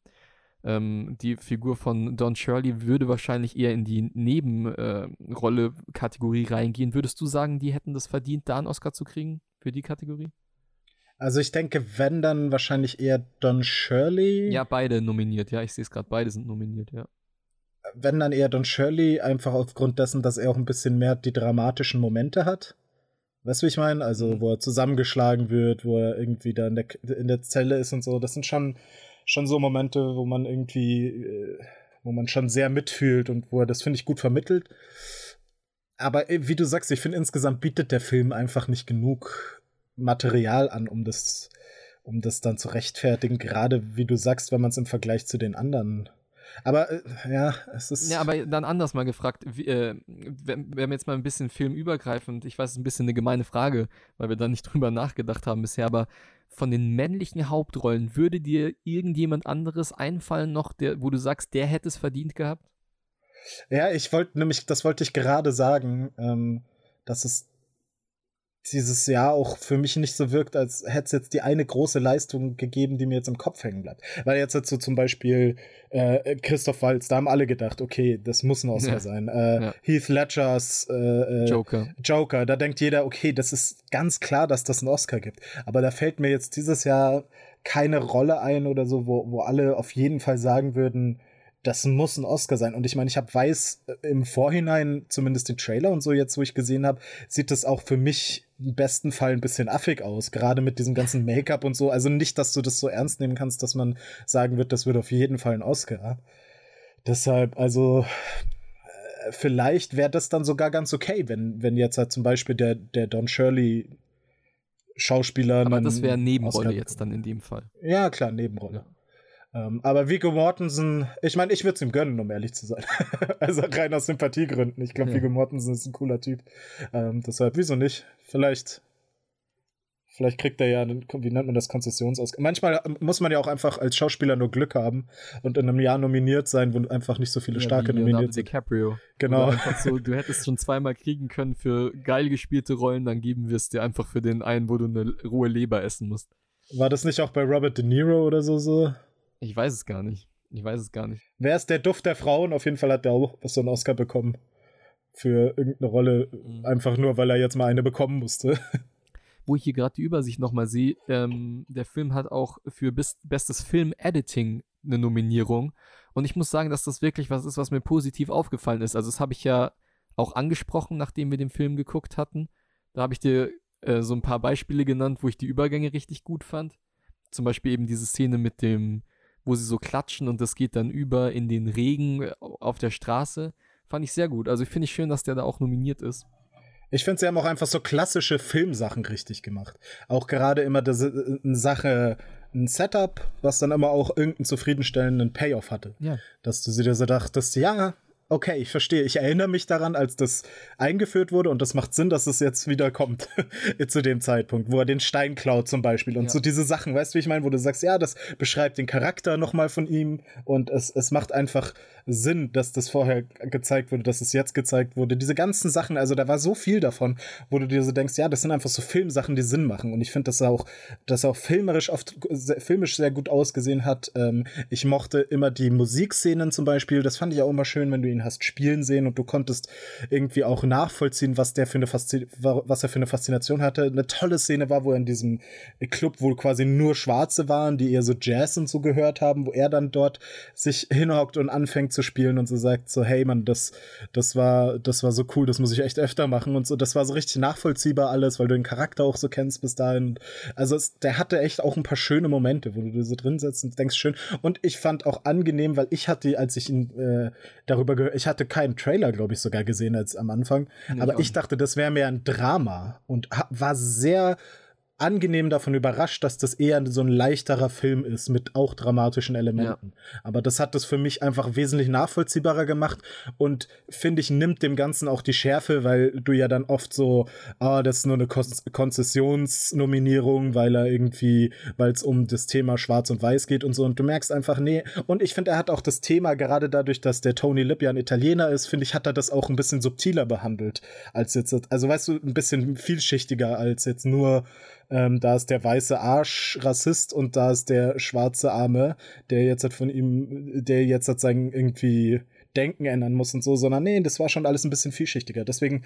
Ähm, die Figur von Don Shirley würde wahrscheinlich eher in die Nebenrolle-Kategorie äh, reingehen. Würdest du sagen, die hätten das verdient, da einen Oscar zu kriegen für die Kategorie? Also ich denke, wenn, dann wahrscheinlich eher Don Shirley. Ja, beide nominiert, ja, ich sehe es gerade, beide sind nominiert, ja. Wenn, dann eher Don Shirley, einfach aufgrund dessen, dass er auch ein bisschen mehr die dramatischen Momente hat. Weißt du, wie ich meine? Also, mhm. wo er zusammengeschlagen wird, wo er irgendwie da in der, in der Zelle ist und so. Das sind schon schon so Momente, wo man irgendwie, äh, wo man schon sehr mitfühlt und wo er das, finde ich, gut vermittelt. Aber äh, wie du sagst, ich finde, insgesamt bietet der Film einfach nicht genug Material an, um das, um das dann zu rechtfertigen. Gerade, wie du sagst, wenn man es im Vergleich zu den anderen. Aber äh, ja, es ist. Ja, aber dann anders mal gefragt, wie, äh, wir, wir haben jetzt mal ein bisschen filmübergreifend, ich weiß, es ist ein bisschen eine gemeine Frage, weil wir da nicht drüber nachgedacht haben bisher, aber von den männlichen Hauptrollen, würde dir irgendjemand anderes einfallen noch, der, wo du sagst, der hätte es verdient gehabt? Ja, ich wollte nämlich, das wollte ich gerade sagen, ähm, dass es dieses Jahr auch für mich nicht so wirkt, als hätte es jetzt die eine große Leistung gegeben, die mir jetzt im Kopf hängen bleibt. Weil jetzt hat so zum Beispiel äh, Christoph Waltz, da haben alle gedacht, okay, das muss ein Oscar ja. sein. Äh, ja. Heath Ledgers äh, Joker. Joker, da denkt jeder, okay, das ist ganz klar, dass das einen Oscar gibt. Aber da fällt mir jetzt dieses Jahr keine Rolle ein oder so, wo, wo alle auf jeden Fall sagen würden, das muss ein Oscar sein. Und ich meine, ich habe weiß im Vorhinein, zumindest den Trailer und so jetzt, wo ich gesehen habe, sieht das auch für mich im besten Fall ein bisschen affig aus. Gerade mit diesem ganzen Make-up und so. Also nicht, dass du das so ernst nehmen kannst, dass man sagen wird, das wird auf jeden Fall ein Oscar. Deshalb, also äh, vielleicht wäre das dann sogar ganz okay, wenn, wenn jetzt halt zum Beispiel der, der Don Shirley Schauspieler. Aber das wäre Nebenrolle Oscar jetzt dann in dem Fall. Ja, klar, Nebenrolle. Ja. Um, aber Viggo Mortensen, ich meine, ich würde es ihm gönnen, um ehrlich zu sein. Also rein aus Sympathiegründen. Ich glaube, ja. Viggo Mortensen ist ein cooler Typ. Um, deshalb, wieso nicht? Vielleicht, vielleicht kriegt er ja, wie nennt man das, Konzessionsausgabe. Manchmal muss man ja auch einfach als Schauspieler nur Glück haben und in einem Jahr nominiert sein, wo einfach nicht so viele ja, starke nominiert sind. DiCaprio. Genau. Einfach so, du hättest schon zweimal kriegen können für geil gespielte Rollen, dann geben wir es dir einfach für den einen, wo du eine rohe Leber essen musst. War das nicht auch bei Robert De Niro oder so so? Ich weiß es gar nicht. Ich weiß es gar nicht. Wer ist der Duft der Frauen? Auf jeden Fall hat der auch so einen Oscar bekommen. Für irgendeine Rolle. Mhm. Einfach nur, weil er jetzt mal eine bekommen musste. wo ich hier gerade die Übersicht nochmal sehe, ähm, der Film hat auch für bis, bestes Film-Editing eine Nominierung. Und ich muss sagen, dass das wirklich was ist, was mir positiv aufgefallen ist. Also das habe ich ja auch angesprochen, nachdem wir den Film geguckt hatten. Da habe ich dir äh, so ein paar Beispiele genannt, wo ich die Übergänge richtig gut fand. Zum Beispiel eben diese Szene mit dem, wo sie so klatschen und das geht dann über in den Regen auf der Straße. Fand ich sehr gut. Also ich finde es schön, dass der da auch nominiert ist. Ich finde, sie haben auch einfach so klassische Filmsachen richtig gemacht. Auch gerade immer das, eine Sache, ein Setup, was dann immer auch irgendeinen zufriedenstellenden Payoff hatte. Ja. Dass du dir so dachtest, ja, okay, ich verstehe. Ich erinnere mich daran, als das eingeführt wurde und das macht Sinn, dass es jetzt wieder kommt zu dem Zeitpunkt, wo er den Stein klaut zum Beispiel und ja. so diese Sachen, weißt du, wie ich meine, wo du sagst, ja, das beschreibt den Charakter nochmal von ihm und es, es macht einfach Sinn, dass das vorher gezeigt wurde, dass es jetzt gezeigt wurde. Diese ganzen Sachen, also da war so viel davon, wo du dir so denkst, ja, das sind einfach so Filmsachen, die Sinn machen und ich finde, dass er auch, dass er auch filmerisch oft sehr, filmisch sehr gut ausgesehen hat. Ähm, ich mochte immer die Musikszenen zum Beispiel, das fand ich auch immer schön, wenn du ihn hast spielen sehen und du konntest irgendwie auch nachvollziehen, was der für eine Faszi- was er für eine Faszination hatte. Eine tolle Szene war, wo er in diesem Club, wo quasi nur Schwarze waren, die eher so Jazz und so gehört haben, wo er dann dort sich hinhockt und anfängt zu spielen und so sagt so, hey Mann, das, das war, das war so cool, das muss ich echt öfter machen und so. Das war so richtig nachvollziehbar alles, weil du den Charakter auch so kennst bis dahin. Also es, der hatte echt auch ein paar schöne Momente, wo du so drin sitzt und denkst, schön. Und ich fand auch angenehm, weil ich hatte, als ich ihn äh, darüber gehört, ich hatte keinen Trailer, glaube ich, sogar gesehen als am Anfang. Nee, aber ich, ich dachte, das wäre mehr ein Drama und ha- war sehr angenehm davon überrascht, dass das eher so ein leichterer Film ist mit auch dramatischen Elementen. Ja. Aber das hat das für mich einfach wesentlich nachvollziehbarer gemacht und finde ich, nimmt dem Ganzen auch die Schärfe, weil du ja dann oft so, ah, das ist nur eine Kon- Konzessionsnominierung, weil er irgendwie, weil es um das Thema Schwarz und Weiß geht und so und du merkst einfach, nee, und ich finde, er hat auch das Thema, gerade dadurch, dass der Tony Lip ja ein Italiener ist, finde ich, hat er das auch ein bisschen subtiler behandelt als jetzt, also weißt du, ein bisschen vielschichtiger als jetzt nur Ähm, da ist der weiße Arsch Rassist und da ist der schwarze Arme, der jetzt halt von ihm, der jetzt halt sein irgendwie Denken ändern muss und so, sondern nee, das war schon alles ein bisschen vielschichtiger. Deswegen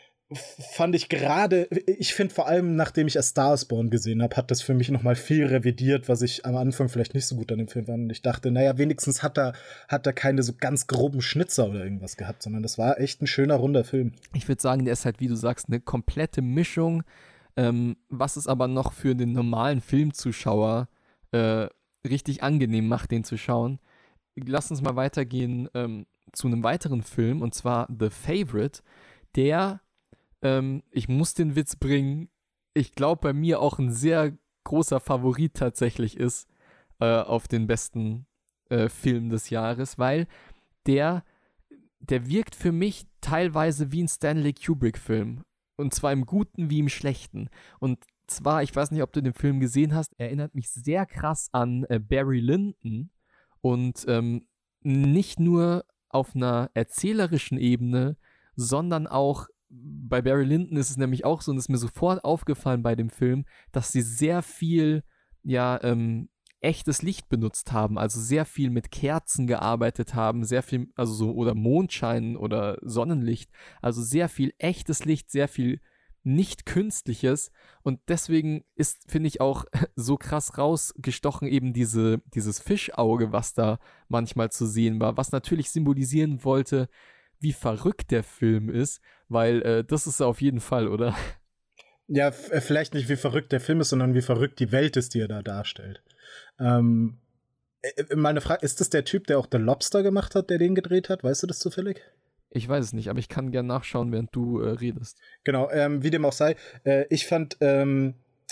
fand ich gerade, ich finde vor allem, nachdem ich A Star is Born gesehen habe, hat das für mich nochmal viel revidiert, was ich am Anfang vielleicht nicht so gut an dem Film fand. Und ich dachte, naja, wenigstens hat er, hat er keine so ganz groben Schnitzer oder irgendwas gehabt, sondern das war echt ein schöner, runder Film. Ich würde sagen, der ist halt, wie du sagst, eine komplette Mischung. Ähm, was es aber noch für den normalen Filmzuschauer äh, richtig angenehm macht, den zu schauen. Lass uns mal weitergehen ähm, zu einem weiteren Film, und zwar The Favorite, der, ähm, ich muss den Witz bringen, ich glaube bei mir auch ein sehr großer Favorit tatsächlich ist äh, auf den besten äh, Film des Jahres, weil der, der wirkt für mich teilweise wie ein Stanley Kubrick-Film. Und zwar im Guten wie im Schlechten. Und zwar, ich weiß nicht, ob du den Film gesehen hast, erinnert mich sehr krass an äh, Barry Lyndon. Und ähm, nicht nur auf einer erzählerischen Ebene, sondern auch bei Barry Lyndon ist es nämlich auch so, und es ist mir sofort aufgefallen bei dem Film, dass sie sehr viel, ja, ähm, echtes Licht benutzt haben, also sehr viel mit Kerzen gearbeitet haben, sehr viel, also so, oder Mondschein oder Sonnenlicht, also sehr viel echtes Licht, sehr viel nicht künstliches und deswegen ist, finde ich, auch so krass rausgestochen eben diese, dieses Fischauge, was da manchmal zu sehen war, was natürlich symbolisieren wollte, wie verrückt der Film ist, weil äh, das ist er auf jeden Fall, oder? Ja, f- vielleicht nicht wie verrückt der Film ist, sondern wie verrückt die Welt ist, die er da darstellt. Ähm, meine Frage, ist das der Typ, der auch The Lobster gemacht hat, der den gedreht hat? Weißt du das zufällig? Ich weiß es nicht, aber ich kann gern nachschauen, während du äh, redest. Genau, ähm, wie dem auch sei. Äh, ich fand, ähm,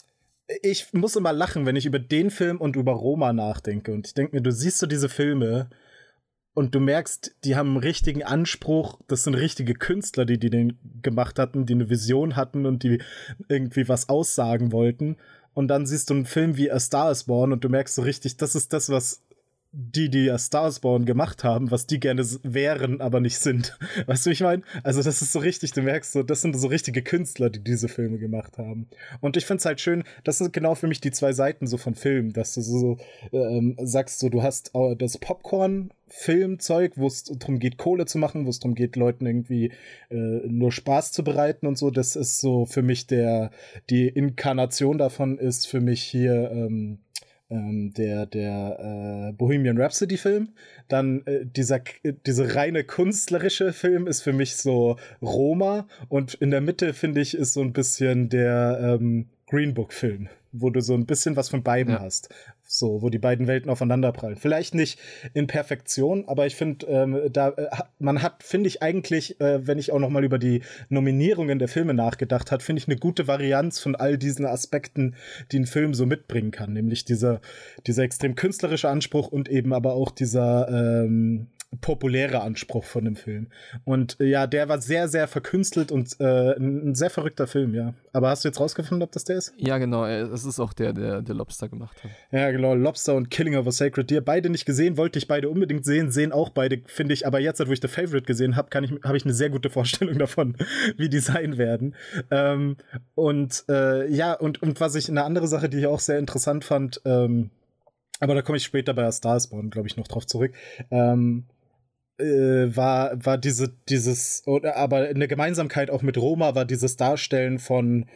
ich muss immer lachen, wenn ich über den Film und über Roma nachdenke. Und ich denke mir, du siehst so diese Filme und du merkst, die haben einen richtigen Anspruch. Das sind richtige Künstler, die, die den gemacht hatten, die eine Vision hatten und die irgendwie was aussagen wollten. Und dann siehst du einen Film wie A Star is Born und du merkst so richtig, das ist das, was die, die A Star is Born gemacht haben, was die gerne wären, aber nicht sind. Weißt du, wie ich meine? Also das ist so richtig, du merkst so, das sind so richtige Künstler, die diese Filme gemacht haben. Und ich finde es halt schön, das sind genau für mich die zwei Seiten so von Filmen, dass du so ähm, sagst, so du hast das Popcorn-Filmzeug, wo es darum geht, Kohle zu machen, wo es darum geht, Leuten irgendwie äh, nur Spaß zu bereiten und so. Das ist so für mich der, die Inkarnation davon ist für mich hier ähm, Ähm, der der äh, Bohemian Rhapsody Film. Dann äh, dieser äh, diese reine künstlerische Film ist für mich so Roma, und in der Mitte, finde ich, ist so ein bisschen der ähm, Green Book Film, wo du so ein bisschen was von beiden ja. hast. So, wo die beiden Welten aufeinanderprallen. Vielleicht nicht in Perfektion, aber ich finde, ähm, da äh, man hat, finde ich eigentlich, äh, wenn ich auch noch mal über die Nominierungen der Filme nachgedacht habe, finde ich eine gute Varianz von all diesen Aspekten, die ein Film so mitbringen kann. Nämlich dieser, dieser extrem künstlerische Anspruch und eben aber auch dieser ähm, populäre Anspruch von dem Film. Und äh, ja, der war sehr, sehr verkünstelt und äh, ein, ein sehr verrückter Film, ja. Aber hast du jetzt rausgefunden, ob das der ist? Ja, genau. Es ist auch der, der, der Lobster gemacht hat. Ja, genau. Lobster und Killing of a Sacred Deer. Beide nicht gesehen, wollte ich beide unbedingt sehen. Sehen auch beide, finde ich. Aber jetzt, wo ich The Favorite gesehen habe, ich, habe ich eine sehr gute Vorstellung davon, wie die sein werden. Ähm, und äh, ja, und, und was ich, eine andere Sache, die ich auch sehr interessant fand, ähm, aber da komme ich später bei A Star is Born, glaube ich, noch drauf zurück, ähm, Äh, war, war diese, dieses, aber eine Gemeinsamkeit auch mit Roma war dieses Darstellen von,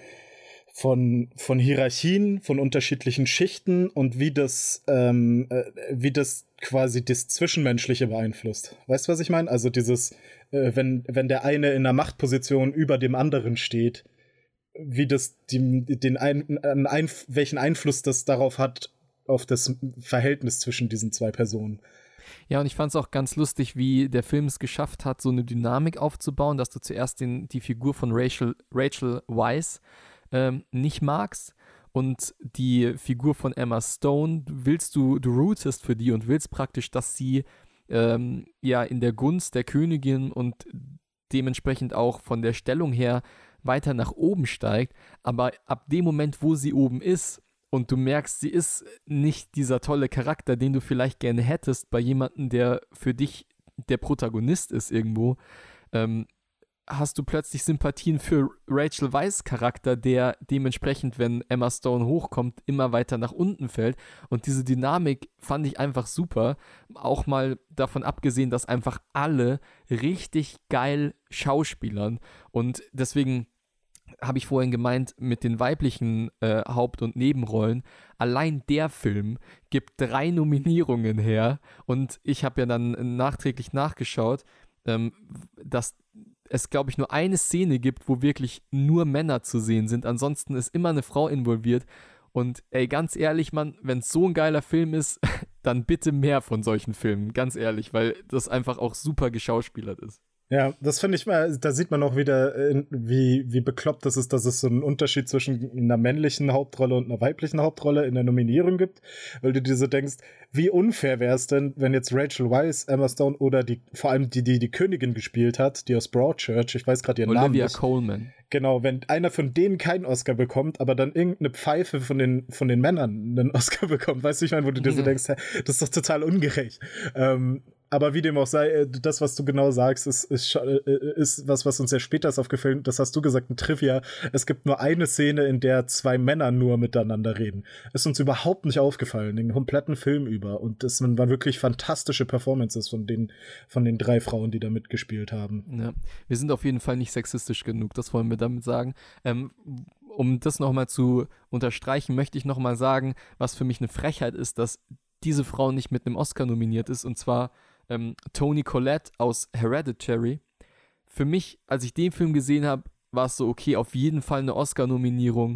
von, von Hierarchien, von unterschiedlichen Schichten und wie das, ähm, äh, wie das quasi das Zwischenmenschliche beeinflusst. Weißt du, was ich meine? Also dieses, äh, wenn, wenn der eine in einer Machtposition über dem anderen steht, wie das, die, den ein, ein, welchen Einfluss das darauf hat, auf das Verhältnis zwischen diesen zwei Personen. Ja, und ich fand es auch ganz lustig, wie der Film es geschafft hat, so eine Dynamik aufzubauen, dass du zuerst den, die Figur von Rachel, Rachel Weisz ähm, nicht magst und die Figur von Emma Stone willst du, du rootest für die und willst praktisch, dass sie ähm, ja in der Gunst der Königin und dementsprechend auch von der Stellung her weiter nach oben steigt, aber ab dem Moment, wo sie oben ist, und du merkst, sie ist nicht dieser tolle Charakter, den du vielleicht gerne hättest bei jemandem, der für dich der Protagonist ist irgendwo, ähm, hast du plötzlich Sympathien für Rachel Weisz Charakter, der dementsprechend, wenn Emma Stone hochkommt, immer weiter nach unten fällt. Und diese Dynamik fand ich einfach super. Auch mal davon abgesehen, dass einfach alle richtig geil schauspielern. Und deswegen habe ich vorhin gemeint, mit den weiblichen äh, Haupt- und Nebenrollen, allein der Film gibt drei Nominierungen her und ich habe ja dann nachträglich nachgeschaut, ähm, dass es, glaube ich, nur eine Szene gibt, wo wirklich nur Männer zu sehen sind, ansonsten ist immer eine Frau involviert und ey, ganz ehrlich, Mann, wenn es so ein geiler Film ist, dann bitte mehr von solchen Filmen, ganz ehrlich, weil das einfach auch super geschauspielert ist. Ja, das finde ich mal, da sieht man auch wieder, wie, wie bekloppt das ist, dass es so einen Unterschied zwischen einer männlichen Hauptrolle und einer weiblichen Hauptrolle in der Nominierung gibt, weil du dir so denkst, wie unfair wäre es denn, wenn jetzt Rachel Weisz, Emma Stone oder die, vor allem die, die die Königin gespielt hat, die aus Broadchurch, ich weiß gerade ihren Olivia Namen nicht. Olivia Colman. Genau, wenn einer von denen keinen Oscar bekommt, aber dann irgendeine Pfeife von den, von den Männern einen Oscar bekommt, weißt du, ich meine, wo du dir so denkst, das ist doch total ungerecht. Ähm, aber wie dem auch sei, das, was du genau sagst, ist, ist, ist was, was uns ja später ist aufgefallen, das hast du gesagt, ein Trivia. Es gibt nur eine Szene, in der zwei Männer nur miteinander reden. Ist uns überhaupt nicht aufgefallen, den kompletten Film über. Und das waren wirklich fantastische Performances von den, von den drei Frauen, die da mitgespielt haben. Ja, wir sind auf jeden Fall nicht sexistisch genug, das wollen wir damit sagen. Ähm, um das nochmal zu unterstreichen, möchte ich nochmal sagen, was für mich eine Frechheit ist, dass diese Frau nicht mit einem Oscar nominiert ist, und zwar ähm, Toni Collette aus Hereditary. Für mich, als ich den Film gesehen habe, war es so, okay, auf jeden Fall eine Oscar-Nominierung,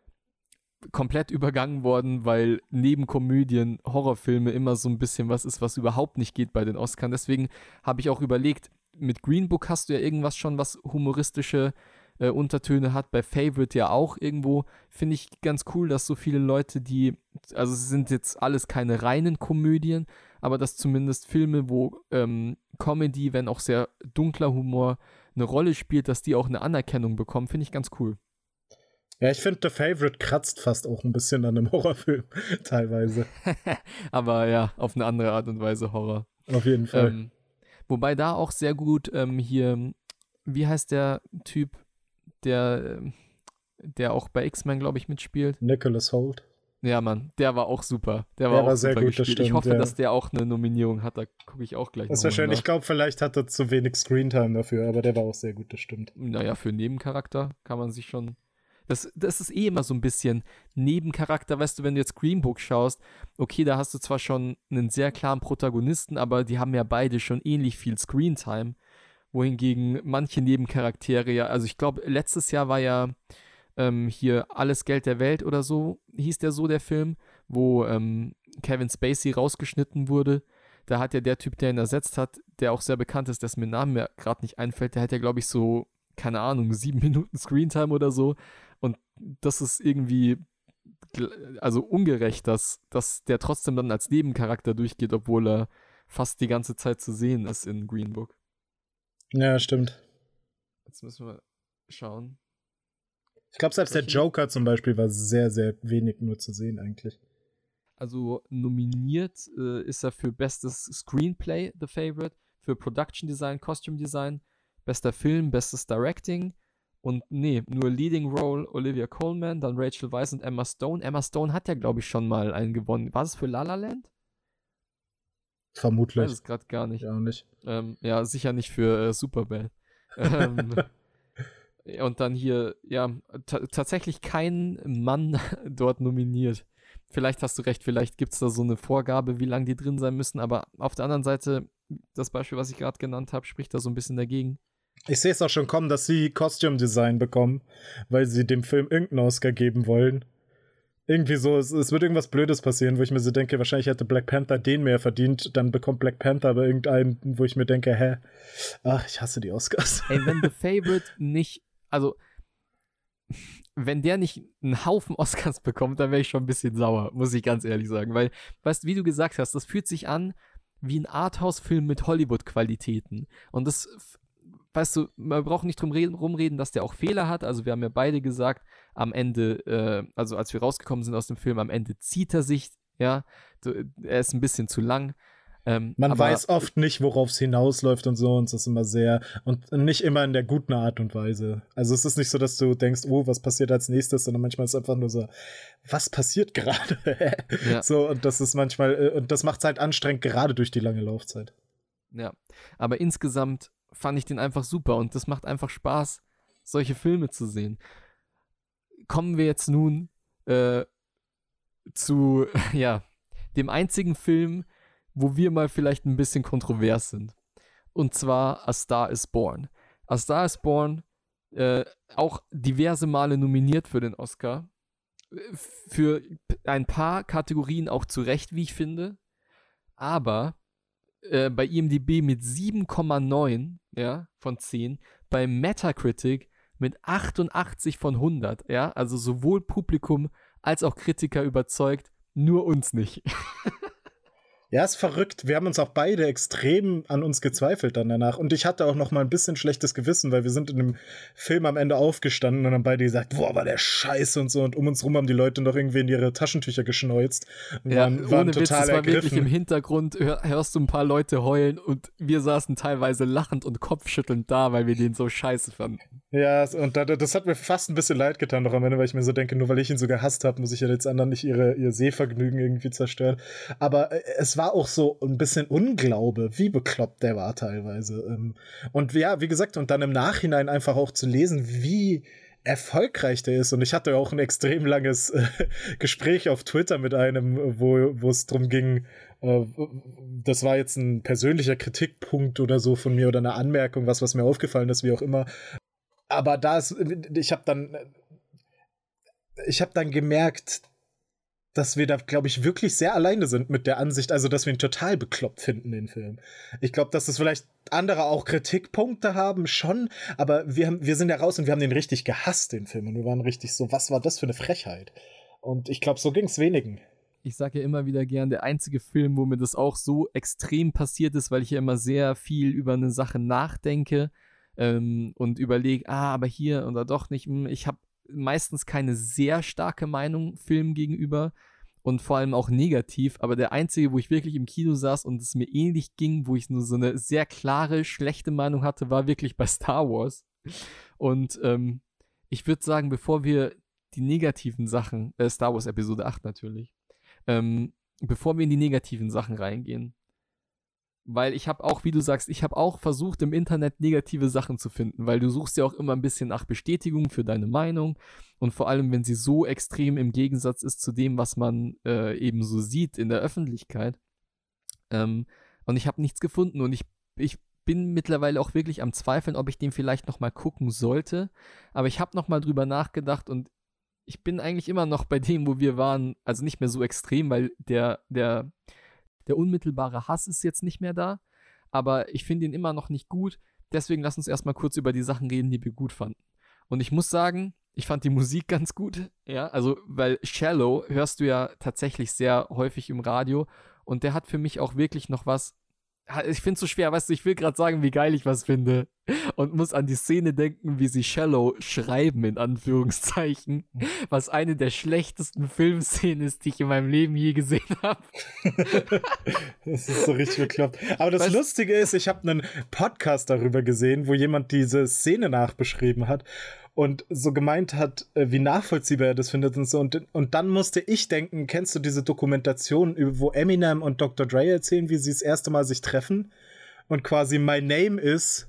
komplett übergangen worden, weil neben Komödien Horrorfilme immer so ein bisschen was ist, was überhaupt nicht geht bei den Oscars. Deswegen habe ich auch überlegt, mit Green Book hast du ja irgendwas schon, was humoristische äh, Untertöne hat, bei Favorite ja auch irgendwo. Finde ich ganz cool, dass so viele Leute, die, also es sind jetzt alles keine reinen Komödien, aber dass zumindest Filme, wo ähm, Comedy, wenn auch sehr dunkler Humor eine Rolle spielt, dass die auch eine Anerkennung bekommen, finde ich ganz cool. Ja, ich finde, The Favorite kratzt fast auch ein bisschen an einem Horrorfilm, teilweise. Aber ja, auf eine andere Art und Weise Horror. Auf jeden Fall. Ähm, wobei da auch sehr gut ähm, hier, wie heißt der Typ, der, ähm, der auch bei X-Men, glaube ich, mitspielt? Nicholas Hoult. Ja, Mann, der war auch super. Der war Der auch war super sehr gut, das gespielt. stimmt, Ich hoffe, ja. dass der auch eine Nominierung hat. Da gucke ich auch gleich Das noch wäre mal schön. nach. Ich glaube, vielleicht hat er zu wenig Screentime dafür, aber der war auch sehr gut, das stimmt. Naja, für Nebencharakter kann man sich schon. Das, das ist eh immer so ein bisschen Nebencharakter, weißt du, wenn du jetzt Green Book schaust, okay, da hast du zwar schon einen sehr klaren Protagonisten, aber die haben ja beide schon ähnlich viel Screentime, wohingegen manche Nebencharaktere ja, also ich glaube, letztes Jahr war ja ähm, hier Alles Geld der Welt oder so, hieß der so, der Film, wo ähm, Kevin Spacey rausgeschnitten wurde. Da hat ja der Typ, der ihn ersetzt hat, der auch sehr bekannt ist, dessen mir Namen mir gerade nicht einfällt, der hat ja, glaube ich, so, keine Ahnung, sieben Minuten Screentime oder so. Und das ist irgendwie, also ungerecht, dass, dass der trotzdem dann als Nebencharakter durchgeht, obwohl er fast die ganze Zeit zu sehen ist in Green Book. Ja, stimmt. Jetzt müssen wir schauen. Ich glaube, selbst der Joker zum Beispiel war sehr, sehr wenig nur zu sehen eigentlich. Also nominiert äh, ist er für bestes Screenplay, The Favorite, für Production Design, Costume Design, bester Film, bestes Directing und nee, nur Leading Role Olivia Colman, dann Rachel Weisz und Emma Stone. Emma Stone hat ja, glaube ich, schon mal einen gewonnen. War es für La La Land? Vermutlich. Ich weiß es gerade gar nicht. Ja, auch nicht. Ähm, ja, sicher nicht für äh, Superbad. ähm, und dann hier, ja, t- tatsächlich kein Mann dort nominiert. Vielleicht hast du recht, vielleicht gibt es da so eine Vorgabe, wie lange die drin sein müssen, aber auf der anderen Seite, das Beispiel, was ich gerade genannt habe, spricht da so ein bisschen dagegen. Ich sehe es auch schon kommen, dass sie Costume Design bekommen, weil sie dem Film irgendeinen Oscar geben wollen. Irgendwie so, es, es wird irgendwas Blödes passieren, wo ich mir so denke, wahrscheinlich hätte Black Panther den mehr verdient, dann bekommt Black Panther aber irgendeinen, wo ich mir denke, hä, ach, ich hasse die Oscars. Ey, wenn The Favorite nicht, also wenn der nicht einen Haufen Oscars bekommt, dann wäre ich schon ein bisschen sauer, muss ich ganz ehrlich sagen. Weil, weißt du, wie du gesagt hast, das fühlt sich an wie ein Arthouse-Film mit Hollywood-Qualitäten. Und das, weißt du, man braucht nicht drum reden, rumreden, dass der auch Fehler hat. Also wir haben ja beide gesagt, am Ende, äh, also als wir rausgekommen sind aus dem Film, am Ende zieht er sich, ja, er ist ein bisschen zu lang. Ähm, Man aber, weiß oft nicht, worauf es hinausläuft und so, und es ist immer sehr, und nicht immer in der guten Art und Weise. Also es ist nicht so, dass du denkst, oh, was passiert als nächstes, sondern manchmal ist es einfach nur so, was passiert gerade? Ja. So, und das ist manchmal, und das macht es halt anstrengend, gerade durch die lange Laufzeit. Ja, aber insgesamt fand ich den einfach super und das macht einfach Spaß, solche Filme zu sehen. Kommen wir jetzt nun äh, zu, ja, dem einzigen Film, wo wir mal vielleicht ein bisschen kontrovers sind. Und zwar A Star is Born. A Star is Born, äh, auch diverse Male nominiert für den Oscar. Für ein paar Kategorien auch zu Recht, wie ich finde. Aber äh, bei I M D B mit sieben Komma neun, ja, von zehn. Bei Metacritic mit achtundachtzig von hundert, ja. Also sowohl Publikum als auch Kritiker überzeugt, nur uns nicht. Ja, ist verrückt. Wir haben uns auch beide extrem an uns gezweifelt dann danach. Und ich hatte auch noch mal ein bisschen schlechtes Gewissen, weil wir sind in dem Film am Ende aufgestanden und haben beide gesagt, boah, war der scheiße und so. Und um uns rum haben die Leute noch irgendwie in ihre Taschentücher geschneuzt. Und ja, waren, waren ohne total Witz, es war ergriffen. wirklich im Hintergrund, hör, hörst du ein paar Leute heulen und wir saßen teilweise lachend und kopfschüttelnd da, weil wir den so scheiße fanden. Ja, und das hat mir fast ein bisschen leid getan noch am Ende, weil ich mir so denke, nur weil ich ihn so gehasst habe, muss ich ja jetzt anderen nicht ihre, ihr Sehvergnügen irgendwie zerstören. Aber es war auch so ein bisschen Unglaube, wie bekloppt der war teilweise. Und ja, wie gesagt, und dann im Nachhinein einfach auch zu lesen, wie erfolgreich der ist. Und ich hatte auch ein extrem langes äh, Gespräch auf Twitter mit einem, wo wo es drum ging, äh, das war jetzt ein persönlicher Kritikpunkt oder so von mir oder eine Anmerkung, was, was mir aufgefallen ist, wie auch immer. Aber da ist, ich habe dann, ich habe dann gemerkt, dass wir da, glaube ich, wirklich sehr alleine sind mit der Ansicht, also dass wir ihn total bekloppt finden, den Film. Ich glaube, dass es vielleicht andere auch Kritikpunkte haben, schon, aber wir, haben, wir sind ja raus und wir haben den richtig gehasst, den Film. Und wir waren richtig so, was war das für eine Frechheit? Und ich glaube, so ging es wenigen. Ich sage ja immer wieder gern, der einzige Film, wo mir das auch so extrem passiert ist, weil ich ja immer sehr viel über eine Sache nachdenke, Ähm, und überlege, ah, aber hier oder doch nicht, ich habe meistens keine sehr starke Meinung Filmen gegenüber und vor allem auch negativ, aber der einzige, wo ich wirklich im Kino saß und es mir ähnlich ging, wo ich nur so eine sehr klare, schlechte Meinung hatte, war wirklich bei Star Wars. Und ähm, ich würde sagen, bevor wir die negativen Sachen, äh, Star Wars Episode acht natürlich, ähm, bevor wir in die negativen Sachen reingehen, weil ich habe auch, wie du sagst, ich habe auch versucht, im Internet negative Sachen zu finden, weil du suchst ja auch immer ein bisschen nach Bestätigung für deine Meinung und vor allem, wenn sie so extrem im Gegensatz ist zu dem, was man äh, eben so sieht in der Öffentlichkeit. Ähm, und ich habe nichts gefunden und ich, ich bin mittlerweile auch wirklich am Zweifeln, ob ich den vielleicht nochmal gucken sollte, aber ich habe nochmal drüber nachgedacht und ich bin eigentlich immer noch bei dem, wo wir waren, also nicht mehr so extrem, weil der, der Der unmittelbare Hass ist jetzt nicht mehr da, aber ich finde ihn immer noch nicht gut. Deswegen lass uns erstmal kurz über die Sachen reden, die wir gut fanden. Und ich muss sagen, ich fand die Musik ganz gut, ja, also, weil Shallow hörst du ja tatsächlich sehr häufig im Radio und der hat für mich auch wirklich noch was. Ich finde es so schwer, weißt du, ich will gerade sagen, wie geil ich was finde und muss an die Szene denken, wie sie Shallow schreiben, in Anführungszeichen, was eine der schlechtesten Filmszenen ist, die ich in meinem Leben je gesehen habe. Das ist so richtig bekloppt. Aber das weißt, Lustige ist, ich habe einen Podcast darüber gesehen, wo jemand diese Szene nachbeschrieben hat und so gemeint hat, wie nachvollziehbar er das findet und so. Und, und dann musste ich denken, kennst du diese Dokumentation, wo Eminem und Doktor Dre erzählen, wie sie das erste Mal sich treffen und quasi My Name is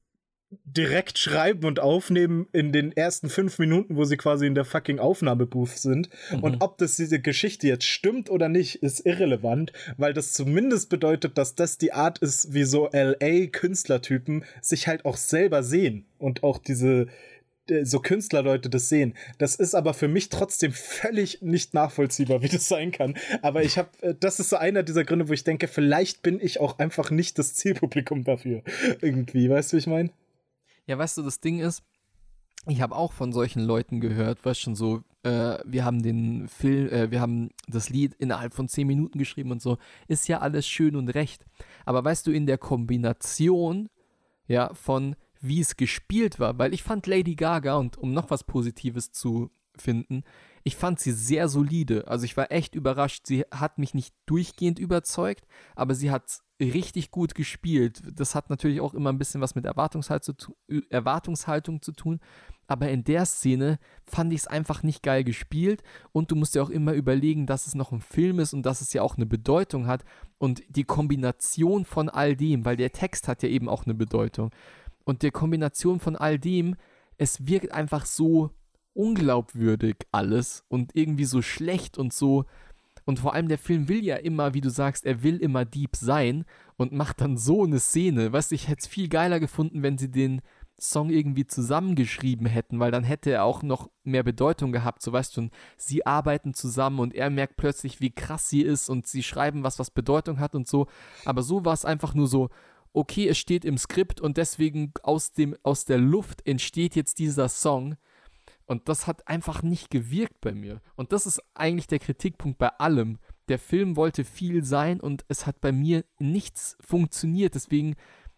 direkt schreiben und aufnehmen in den ersten fünf Minuten, wo sie quasi in der fucking Aufnahmebooth sind. Mhm. Und ob das diese Geschichte jetzt stimmt oder nicht, ist irrelevant, weil das zumindest bedeutet, dass das die Art ist, wie so L A-Künstlertypen sich halt auch selber sehen und auch diese so Künstlerleute das sehen. Das ist aber für mich trotzdem völlig nicht nachvollziehbar, wie das sein kann. Aber ich habe, das ist so einer dieser Gründe, wo ich denke, vielleicht bin ich auch einfach nicht das Zielpublikum dafür. Irgendwie, weißt du, wie ich meine? Ja, weißt du, das Ding ist, ich habe auch von solchen Leuten gehört, weißt schon so, äh, wir haben den Film, äh, wir haben das Lied innerhalb von zehn Minuten geschrieben und so, ist ja alles schön und recht. Aber weißt du, in der Kombination, ja, von wie es gespielt war, weil ich fand Lady Gaga, und um noch was Positives zu finden, ich fand sie sehr solide, also ich war echt überrascht, sie hat mich nicht durchgehend überzeugt, aber sie hat richtig gut gespielt, das hat natürlich auch immer ein bisschen was mit Erwartungshalt zu, Erwartungshaltung zu tun, aber in der Szene fand ich es einfach nicht geil gespielt und du musst ja auch immer überlegen, dass es noch ein Film ist und dass es ja auch eine Bedeutung hat und die Kombination von all dem, weil der Text hat ja eben auch eine Bedeutung, und der Kombination von all dem, es wirkt einfach so unglaubwürdig alles und irgendwie so schlecht und so. Und vor allem der Film will ja immer, wie du sagst, er will immer deep sein und macht dann so eine Szene. Weißt du, ich hätte es viel geiler gefunden, wenn sie den Song irgendwie zusammengeschrieben hätten, weil dann hätte er auch noch mehr Bedeutung gehabt. So, weißt du, und sie arbeiten zusammen und er merkt plötzlich, wie krass sie ist und sie schreiben was, was Bedeutung hat und so. Aber so war es einfach nur so, okay, es steht im Skript und deswegen aus dem, aus der Luft entsteht jetzt dieser Song und das hat einfach nicht gewirkt bei mir. Und das ist eigentlich der Kritikpunkt bei allem. Der Film wollte viel sein und es hat bei mir nichts funktioniert. Deswegen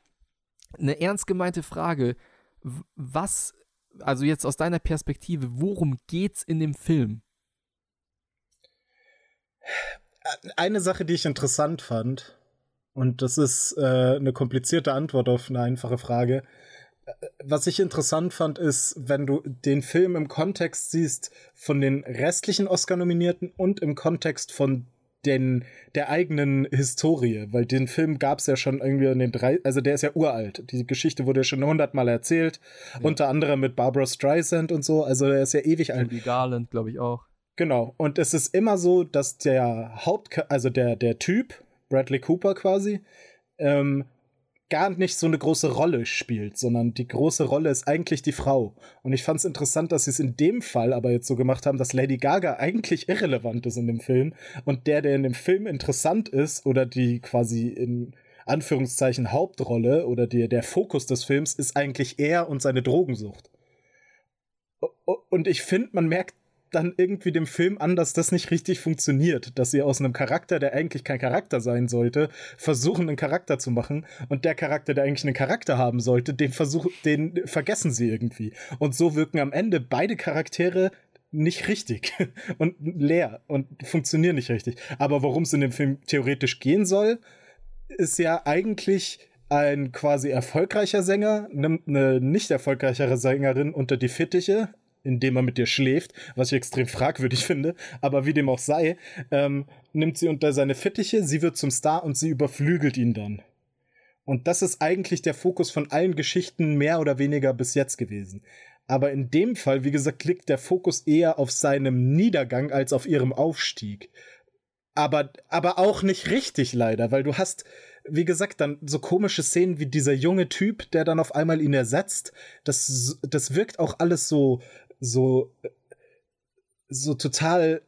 eine ernst gemeinte Frage, was, also jetzt aus deiner Perspektive, worum geht's in dem Film? Eine Sache, die ich interessant fand, und das ist äh, eine komplizierte Antwort auf eine einfache Frage. Was ich interessant fand, ist, wenn du den Film im Kontext siehst von den restlichen Oscar-Nominierten und im Kontext von den, der eigenen Historie, weil den Film gab es ja schon irgendwie in den drei, also der ist ja uralt. Die Geschichte wurde ja schon hundertmal erzählt, ja. Unter anderem mit Barbra Streisand und so, also der ist ja ewig alt. Judy Garland, glaube ich auch. Genau, und es ist immer so, dass der Haupt, also der, der Typ, Bradley Cooper quasi, ähm, gar nicht so eine große Rolle spielt, sondern die große Rolle ist eigentlich die Frau. Und ich fand es interessant, dass sie es in dem Fall aber jetzt so gemacht haben, dass Lady Gaga eigentlich irrelevant ist in dem Film und der, der in dem Film interessant ist oder die quasi in Anführungszeichen Hauptrolle oder die, der Fokus des Films ist eigentlich er und seine Drogensucht. Und ich finde, man merkt dann irgendwie dem Film an, dass das nicht richtig funktioniert, dass sie aus einem Charakter, der eigentlich kein Charakter sein sollte, versuchen, einen Charakter zu machen und der Charakter, der eigentlich einen Charakter haben sollte, den Versuch, den vergessen sie irgendwie. Und so wirken am Ende beide Charaktere nicht richtig und leer und funktionieren nicht richtig. Aber worum es in dem Film theoretisch gehen soll, ist ja eigentlich ein quasi erfolgreicher Sänger nimmt eine nicht erfolgreichere Sängerin unter die Fittiche, indem er mit dir schläft, was ich extrem fragwürdig finde, aber wie dem auch sei, ähm, nimmt sie unter seine Fittiche, sie wird zum Star und sie überflügelt ihn dann. Und das ist eigentlich der Fokus von allen Geschichten mehr oder weniger bis jetzt gewesen. Aber in dem Fall, wie gesagt, liegt der Fokus eher auf seinem Niedergang als auf ihrem Aufstieg. Aber, aber auch nicht richtig leider, weil du hast, wie gesagt, dann so komische Szenen wie dieser junge Typ, der dann auf einmal ihn ersetzt. Das, das wirkt auch alles so so so total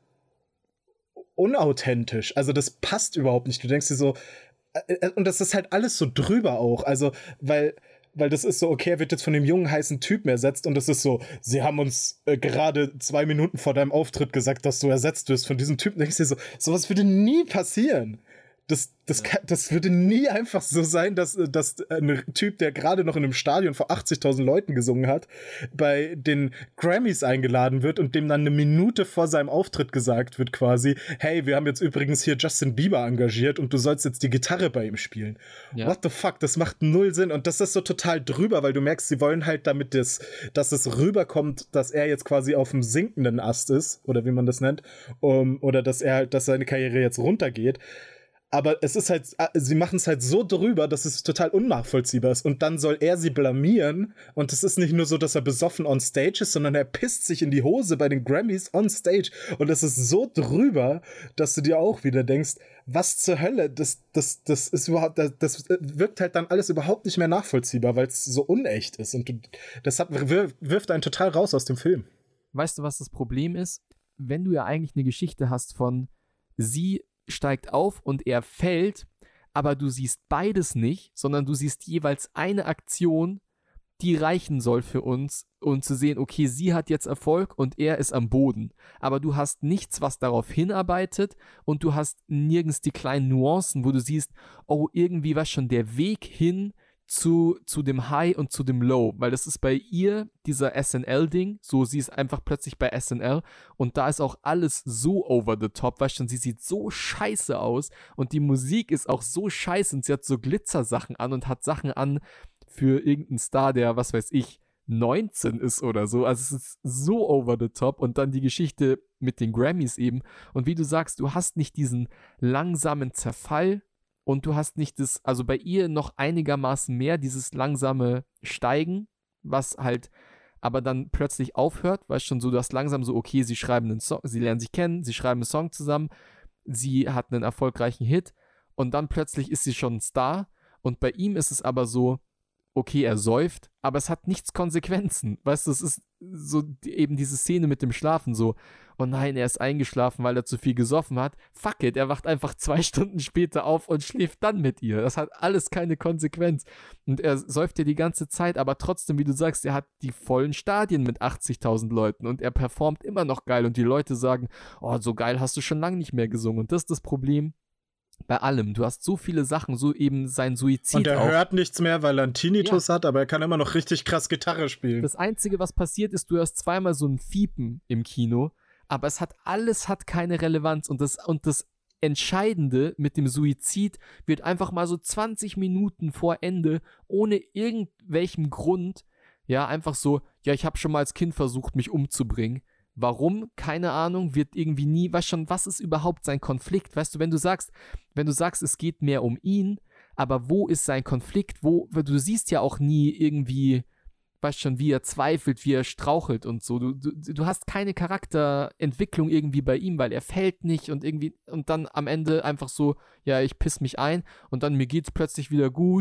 unauthentisch. Also das passt überhaupt nicht. Du denkst dir so, äh, und das ist halt alles so drüber auch. Also, weil weil das ist so, okay, er wird jetzt von dem jungen, heißen Typen ersetzt und das ist so, sie haben uns äh, gerade zwei Minuten vor deinem Auftritt gesagt, dass du ersetzt wirst von diesem Typen. Da denkst du dir so, sowas würde nie passieren. Das, das, kann, das würde nie einfach so sein, dass, dass ein Typ, der gerade noch in einem Stadion vor achtzigtausend Leuten gesungen hat, bei den Grammys eingeladen wird und dem dann eine Minute vor seinem Auftritt gesagt wird quasi, hey, wir haben jetzt übrigens hier Justin Bieber engagiert und du sollst jetzt die Gitarre bei ihm spielen. Ja. What the fuck, das macht null Sinn und das ist so total drüber, weil du merkst, sie wollen halt damit, das, dass es rüberkommt, dass er jetzt quasi auf dem sinkenden Ast ist, oder wie man das nennt, um, oder dass er halt, dass seine Karriere jetzt runtergeht. Aber es ist halt, sie machen es halt so drüber, dass es total unnachvollziehbar ist. Und dann soll er sie blamieren. Und es ist nicht nur so, dass er besoffen on stage ist, sondern er pisst sich in die Hose bei den Grammys on stage. Und es ist so drüber, dass du dir auch wieder denkst, was zur Hölle, das, das, das ist überhaupt, das, das wirkt halt dann alles überhaupt nicht mehr nachvollziehbar, weil es so unecht ist. Und du, das hat, wirft einen total raus aus dem Film. Weißt du, was das Problem ist? Wenn du ja eigentlich eine Geschichte hast von sie steigt auf und er fällt, aber du siehst beides nicht, sondern du siehst jeweils eine Aktion, die reichen soll für uns, um zu sehen, okay, sie hat jetzt Erfolg und er ist am Boden. Aber du hast nichts, was darauf hinarbeitet und du hast nirgends die kleinen Nuancen, wo du siehst, oh, irgendwie war schon der Weg hin zu, zu dem High und zu dem Low, weil das ist bei ihr dieser S N L-Ding, so sie ist einfach plötzlich bei S N L und da ist auch alles so over the top, weißt du, sie sieht so scheiße aus und die Musik ist auch so scheiße und sie hat so Glitzersachen an und hat Sachen an für irgendeinen Star, der, was weiß ich, neunzehn ist oder so, also es ist so over the top und dann die Geschichte mit den Grammys eben und wie du sagst, du hast nicht diesen langsamen Zerfall und du hast nicht das, also bei ihr noch einigermaßen mehr dieses langsame Steigen, was halt aber dann plötzlich aufhört, weißt schon so, du hast langsam so, okay, sie schreiben einen Song, sie lernen sich kennen, sie schreiben einen Song zusammen, sie hat einen erfolgreichen Hit und dann plötzlich ist sie schon ein Star und bei ihm ist es aber so, okay, er säuft, aber es hat nichts Konsequenzen, weißt du, es ist so die, eben diese Szene mit dem Schlafen so, oh nein, er ist eingeschlafen, weil er zu viel gesoffen hat, fuck it, er wacht einfach zwei Stunden später auf und schläft dann mit ihr, das hat alles keine Konsequenz und er säuft ja die ganze Zeit, aber trotzdem, wie du sagst, er hat die vollen Stadien mit achtzigtausend Leuten und er performt immer noch geil und die Leute sagen, oh, so geil hast du schon lange nicht mehr gesungen und das ist das Problem bei allem. Du hast so viele Sachen, so eben sein Suizid. Und er auch. hört nichts mehr, weil er einen Tinnitus ja. hat, aber er kann immer noch richtig krass Gitarre spielen. Das Einzige, was passiert ist, du hörst zweimal so ein Fiepen im Kino, aber es hat alles hat keine Relevanz und das, und das Entscheidende mit dem Suizid wird einfach mal so zwanzig Minuten vor Ende, ohne irgendwelchen Grund, ja, einfach so, ja, ich habe schon mal als Kind versucht, mich umzubringen. Warum? Keine Ahnung, wird irgendwie nie, weißt schon, was ist überhaupt sein Konflikt? Weißt du, wenn du sagst, wenn du sagst, es geht mehr um ihn, aber wo ist sein Konflikt? Wo, du siehst ja auch nie irgendwie, weißt schon, wie er zweifelt, wie er strauchelt und so. Du, du, du hast keine Charakterentwicklung irgendwie bei ihm, weil er fällt nicht und irgendwie, und dann am Ende einfach so, ja, ich piss mich ein und dann mir geht's plötzlich wieder gut,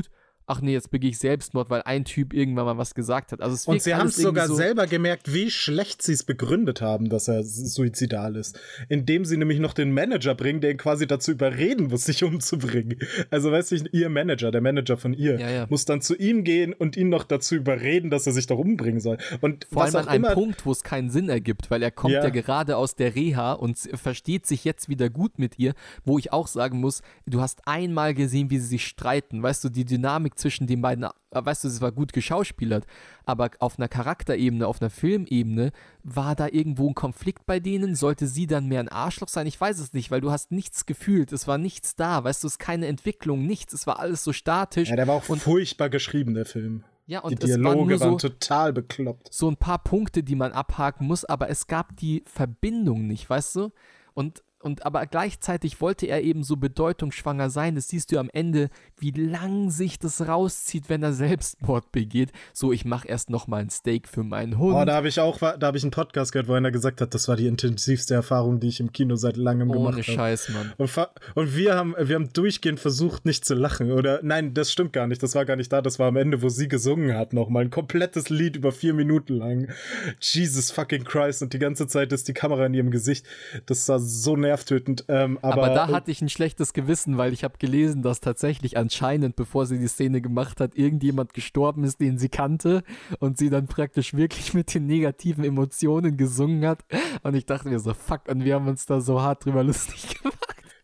ach nee, jetzt begehe ich Selbstmord, weil ein Typ irgendwann mal was gesagt hat. Also es Und sie haben es sogar so selber gemerkt, wie schlecht sie es begründet haben, dass er suizidal ist. Indem sie nämlich noch den Manager bringen, der ihn quasi dazu überreden muss, sich umzubringen. Also weißt du, ihr Manager, der Manager von ihr, ja, ja. muss dann zu ihm gehen und ihn noch dazu überreden, dass er sich doch umbringen soll. Und vor was allem auch an einem immer, Punkt, wo es keinen Sinn ergibt, weil er kommt ja, Ja. ja gerade aus der Reha und versteht sich jetzt wieder gut mit ihr, wo ich auch sagen muss, du hast einmal gesehen, wie sie sich streiten, weißt du, die Dynamik zwischen den beiden, weißt du, es war gut geschauspielert, aber auf einer Charakterebene, auf einer Filmebene, war da irgendwo ein Konflikt bei denen? Sollte sie dann mehr ein Arschloch sein? Ich weiß es nicht, weil du hast nichts gefühlt, es war nichts da, weißt du, es ist keine Entwicklung, nichts, es war alles so statisch. Ja, der war auch und, furchtbar geschrieben, der Film. Ja, und die Dialoge es waren, waren so, total bekloppt. So ein paar Punkte, die man abhaken muss, aber es gab die Verbindung nicht, weißt du? Und Und aber gleichzeitig wollte er eben so bedeutungsschwanger sein. Das siehst du am Ende, wie lang sich das rauszieht, wenn er Selbstmord begeht. So, ich mache erst noch mal ein Steak für meinen Hund. Oh, da habe ich auch, da habe ich einen Podcast gehört, wo einer gesagt hat, das war die intensivste Erfahrung, die ich im Kino seit langem Ohne gemacht habe. Ohne Scheiß, Mann. Und, und wir haben, wir haben durchgehend versucht, nicht zu lachen. Oder nein, das stimmt gar nicht. Das war gar nicht da. Das war am Ende, wo sie gesungen hat, nochmal ein komplettes Lied über vier Minuten lang. Jesus fucking Christ. Und die ganze Zeit ist die Kamera in ihrem Gesicht. Das war so nervtötend. Ähm, aber, aber da hatte ich ein schlechtes Gewissen, weil ich habe gelesen, dass tatsächlich anscheinend, bevor sie die Szene gemacht hat, irgendjemand gestorben ist, den sie kannte und sie dann praktisch wirklich mit den negativen Emotionen gesungen hat. Und ich dachte mir so, fuck, und wir haben uns da so hart drüber lustig gemacht.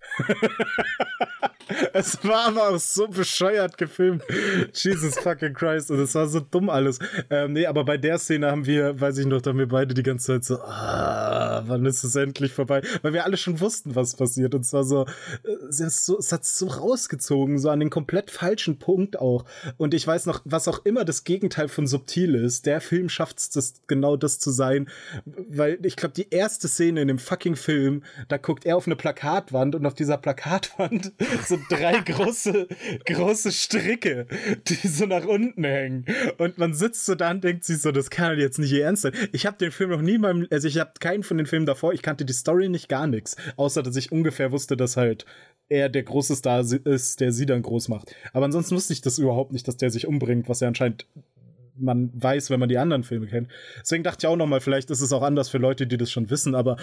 Es war aber auch so bescheuert gefilmt. Jesus fucking Christ. Und es war so dumm alles. Ähm, nee, aber bei der Szene haben wir, weiß ich noch, da haben wir beide die ganze Zeit so, ah, wann ist es endlich vorbei? Weil wir alle schon wussten, was passiert. Und zwar so, es, ist so, es hat es so rausgezogen, so an den komplett falschen Punkt auch. Und ich weiß noch, was auch immer das Gegenteil von subtil ist, der Film schafft es, das, genau das zu sein. Weil ich glaube, die erste Szene in dem fucking Film, da guckt er auf eine Plakatwand und auf dieser Plakatwand so drei große, große Stricke, die so nach unten hängen. Und man sitzt so da und denkt sich so, das kann jetzt nicht ihr Ernst sein. Ich habe den Film noch nie mal, also ich habe keinen von den Filmen davor, ich kannte die Story nicht, gar nichts. Außer, dass ich ungefähr wusste, dass halt er der große Star ist, der sie dann groß macht. Aber ansonsten wusste ich das überhaupt nicht, dass der sich umbringt, was ja anscheinend man weiß, wenn man die anderen Filme kennt. Deswegen dachte ich auch noch mal, vielleicht ist es auch anders für Leute, die das schon wissen, aber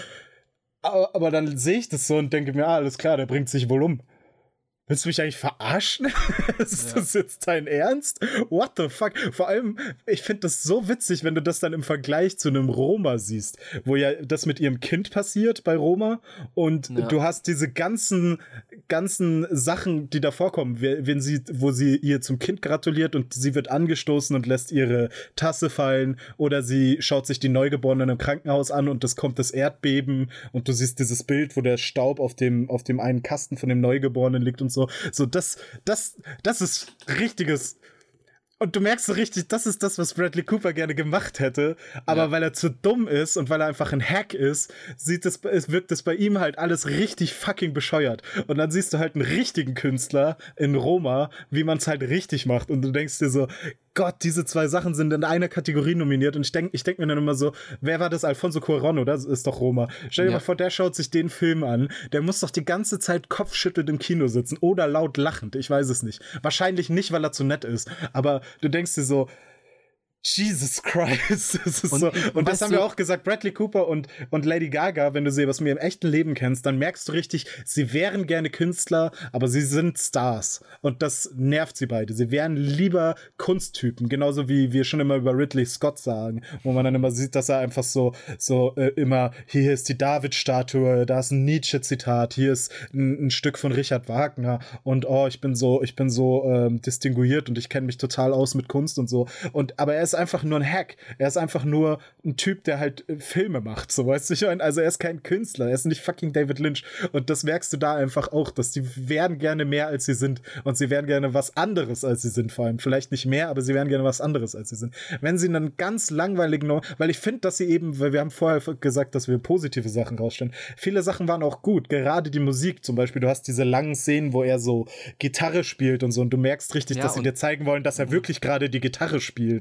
Aber, aber dann sehe ich das so und denke mir, ah, alles klar, der bringt sich wohl um. Willst du mich eigentlich verarschen? Ist ja. das jetzt dein Ernst? What the fuck? Vor allem, ich finde das so witzig, wenn du das dann im Vergleich zu einem Roma siehst, wo ja das mit ihrem Kind passiert bei Roma und ja. du hast diese ganzen, ganzen Sachen, die da vorkommen, wenn sie, wo sie ihr zum Kind gratuliert und sie wird angestoßen und lässt ihre Tasse fallen oder sie schaut sich die Neugeborenen im Krankenhaus an und es kommt das Erdbeben und du siehst dieses Bild, wo der Staub auf dem, auf dem einen Kasten von dem Neugeborenen liegt und so, so das, das, das ist richtiges. Und du merkst so richtig, das ist das, was Bradley Cooper gerne gemacht hätte, aber ja. weil er zu dumm ist und weil er einfach ein Hack ist, sieht es, es wirkt es bei ihm halt alles richtig fucking bescheuert. Und dann siehst du halt einen richtigen Künstler in Roma, wie man es halt richtig macht. Und du denkst dir so, Gott, diese zwei Sachen sind in einer Kategorie nominiert. Und ich denke ich denk mir dann immer so, wer war das? Alfonso Cuarón, oder? Das ist doch Roma. Stell dir ja. mal vor, der schaut sich den Film an. Der muss doch die ganze Zeit kopfschüttelnd im Kino sitzen oder laut lachend. Ich weiß es nicht. Wahrscheinlich nicht, weil er zu nett ist. Aber du denkst dir so, Jesus Christ. Das ist und, so. und das haben wir auch gesagt, Bradley Cooper und, und Lady Gaga, wenn du sie was mir im echten Leben kennst, dann merkst du richtig, sie wären gerne Künstler, aber sie sind Stars. Und das nervt sie beide. Sie wären lieber Kunsttypen, genauso wie wir schon immer über Ridley Scott sagen, wo man dann immer sieht, dass er einfach so, so äh, immer, hier ist die David-Statue, da ist ein Nietzsche-Zitat, hier ist ein, ein Stück von Richard Wagner und oh, ich bin so, ich bin so ähm, distinguiert und ich kenne mich total aus mit Kunst und so. Und aber er ist einfach nur ein Hack. Er ist einfach nur ein Typ, der halt äh, Filme macht, so, weißt du schon? Also er ist kein Künstler, er ist nicht fucking David Lynch. Und das merkst du da einfach auch, dass die wären gerne mehr, als sie sind. Und sie wären gerne was anderes, als sie sind, vor allem. Vielleicht nicht mehr, aber sie wären gerne was anderes, als sie sind. Wenn sie einen ganz langweiligen, weil ich finde, dass sie eben, weil wir haben vorher gesagt, dass wir positive Sachen rausstellen. Viele Sachen waren auch gut, gerade die Musik zum Beispiel. Du hast diese langen Szenen, wo er so Gitarre spielt und so und du merkst richtig, ja, dass sie dir zeigen wollen, dass er wirklich gerade die Gitarre spielt, weißt du? Und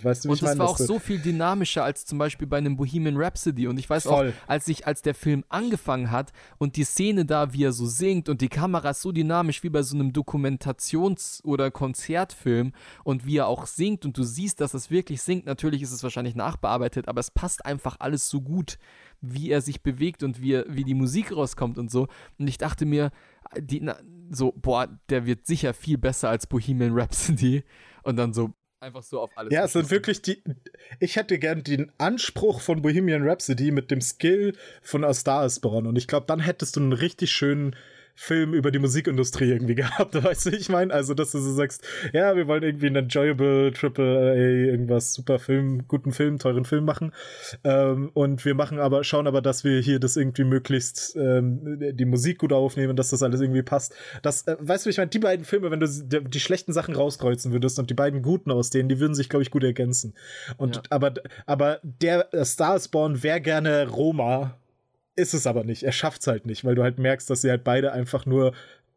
das meine? war auch so viel dynamischer als zum Beispiel bei einem Bohemian Rhapsody. Und ich weiß Voll. auch, als ich, als der Film angefangen hat und die Szene da, wie er so singt und die Kamera ist so dynamisch wie bei so einem Dokumentations- oder Konzertfilm und wie er auch singt und du siehst, dass es wirklich singt. Natürlich ist es wahrscheinlich nachbearbeitet, aber es passt einfach alles so gut, wie er sich bewegt und wie, er, wie die Musik rauskommt und so. Und ich dachte mir, die, na, so, boah, der wird sicher viel besser als Bohemian Rhapsody. Und dann so einfach so auf alles. Ja, es sind wirklich die. Ich hätte gern den Anspruch von Bohemian Rhapsody mit dem Skill von A Star Is Born. Und ich glaube, dann hättest du einen richtig schönen Film über die Musikindustrie irgendwie gehabt, weißt du, ich meine, also, dass du so sagst, ja, wir wollen irgendwie einen enjoyable, Triple A, irgendwas, super Film, guten Film, teuren Film machen, ähm, und wir machen aber, schauen aber, dass wir hier das irgendwie möglichst, ähm, die Musik gut aufnehmen, dass das alles irgendwie passt. Das, äh, weißt du, ich meine, die beiden Filme, wenn du die, die schlechten Sachen rauskreuzen würdest und die beiden guten aus denen, die würden sich, glaube ich, gut ergänzen. Und, ja. aber, aber der A Star Is Born wäre gerne Roma, ist es aber nicht. Er schafft's halt nicht, weil du halt merkst, dass sie halt beide einfach nur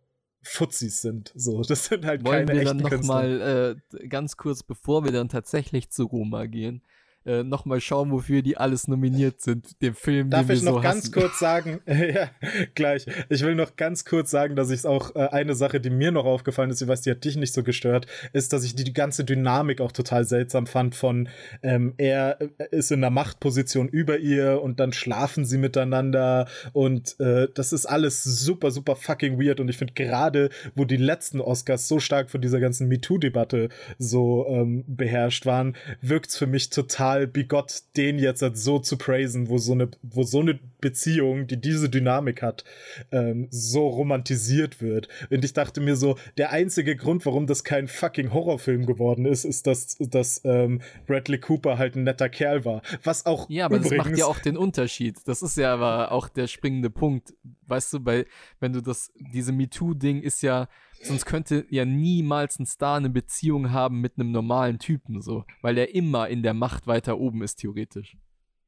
Fuzis sind. So, das sind halt Wollen keine wir dann echten noch Künstler. mal äh, ganz kurz, bevor wir dann tatsächlich zu Roma gehen, äh, nochmal schauen, wofür die alles nominiert sind, dem Film, Darf den ich wir noch so ganz hassen. kurz sagen, ja, gleich. Ich will noch ganz kurz sagen, dass ich es auch, äh, eine Sache, die mir noch aufgefallen ist, ich weiß, die hat dich nicht so gestört, ist, dass ich die, die ganze Dynamik auch total seltsam fand von, ähm, er ist in einer Machtposition über ihr und dann schlafen sie miteinander und äh, das ist alles super, super fucking weird und ich finde gerade, wo die letzten Oscars so stark von dieser ganzen MeToo-Debatte so ähm, beherrscht waren, wirkt's für mich total bigott, den jetzt halt so zu praisen, wo so eine, wo so eine Beziehung, die diese Dynamik hat, ähm, so romantisiert wird. Und ich dachte mir so, der einzige Grund, warum das kein fucking Horrorfilm geworden ist, ist, dass, dass ähm, Bradley Cooper halt ein netter Kerl war. Was auch Ja, aber übrigens, das macht ja auch den Unterschied. Das ist ja aber auch der springende Punkt. Weißt du, bei, wenn du das, diese MeToo-Ding ist ja, sonst könnte ja niemals ein Star eine Beziehung haben mit einem normalen Typen, so, weil er immer in der Macht weiter oben ist, theoretisch.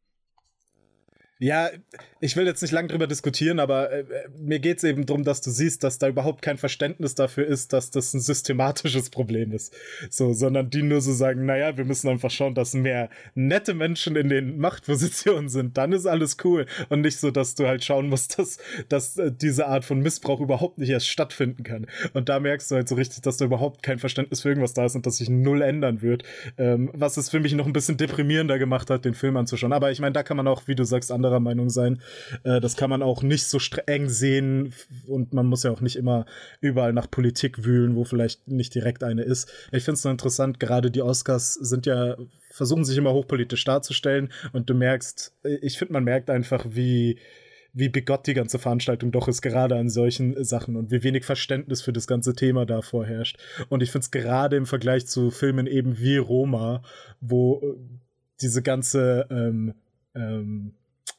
Ja, ich will jetzt nicht lang drüber diskutieren, aber äh, mir geht's eben drum, dass du siehst, dass da überhaupt kein Verständnis dafür ist, dass das ein systematisches Problem ist. So, sondern die nur so sagen, naja, wir müssen einfach schauen, dass mehr nette Menschen in den Machtpositionen sind, dann ist alles cool. Und nicht so, dass du halt schauen musst, dass, dass äh, diese Art von Missbrauch überhaupt nicht erst stattfinden kann. Und da merkst du halt so richtig, dass da überhaupt kein Verständnis für irgendwas da ist und dass sich null ändern wird. Ähm, was es für mich noch ein bisschen deprimierender gemacht hat, den Film anzuschauen. Aber ich meine, da kann man auch, wie du sagst, andere Meinung sein. Äh, das kann man auch nicht so streng sehen und man muss ja auch nicht immer überall nach Politik wühlen, wo vielleicht nicht direkt eine ist. Ich finde es nur interessant, gerade die Oscars sind ja, versuchen sich immer hochpolitisch darzustellen und du merkst, ich finde, man merkt einfach, wie wie bigott die ganze Veranstaltung doch ist, gerade an solchen Sachen und wie wenig Verständnis für das ganze Thema da vorherrscht. Und ich finde es gerade im Vergleich zu Filmen eben wie Roma, wo diese ganze ähm, ähm,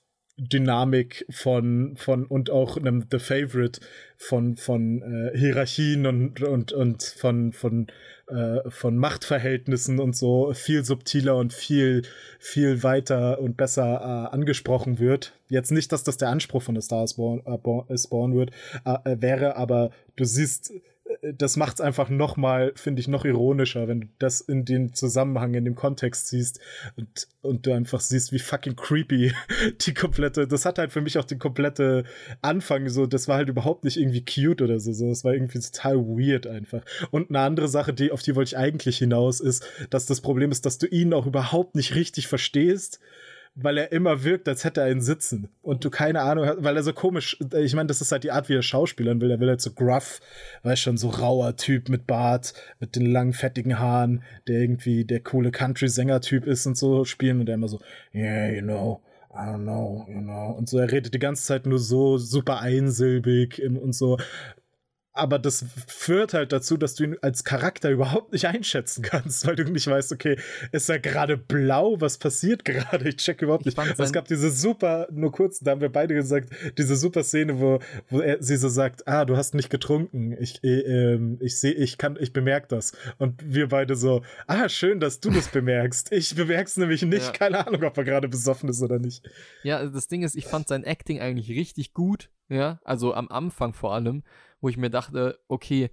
Dynamik von, von und auch einem The Favorite von, von äh, Hierarchien und, und, und von, von, äh, von Machtverhältnissen und so viel subtiler und viel, viel weiter und besser äh, angesprochen wird. Jetzt nicht, dass das der Anspruch von The Star Is Born, äh, born, is born wird, äh, wäre, aber du siehst, das macht's einfach noch mal, finde ich, noch ironischer, wenn du das in den Zusammenhang, in dem Kontext siehst und, und du einfach siehst, wie fucking creepy die komplette, das hat halt für mich auch die komplette Anfang so, das war halt überhaupt nicht irgendwie cute oder so, so, das war irgendwie total weird einfach. Und eine andere Sache, die, auf die wollte ich eigentlich hinaus, ist, dass das Problem ist, dass du ihn auch überhaupt nicht richtig verstehst, weil er immer wirkt, als hätte er einen sitzen und du keine Ahnung hast, weil er so komisch, ich meine, das ist halt die Art, wie er schauspielern will, er will halt so gruff, weißt schon, so rauer Typ mit Bart, mit den langen, fettigen Haaren, der irgendwie der coole Country-Sänger-Typ ist und so spielen und der immer so, yeah, you know, I don't know, you know, und so, er redet die ganze Zeit nur so super einsilbig und so. Aber das führt halt dazu, dass du ihn als Charakter überhaupt nicht einschätzen kannst, weil du nicht weißt, okay, ist er gerade blau? Was passiert gerade? Ich check überhaupt nicht. Es gab diese super, nur kurz, da haben wir beide gesagt, diese super Szene, wo, wo er, sie so sagt, ah, du hast nicht getrunken. Ich, äh, ich sehe, ich kann, ich bemerke das. Und wir beide so, ah, schön, dass du das bemerkst. Ich bemerk's nämlich nicht. Ja. Keine Ahnung, ob er gerade besoffen ist oder nicht. Ja, das Ding ist, ich fand sein Acting eigentlich richtig gut. Ja, also am Anfang vor allem, wo ich mir dachte, okay,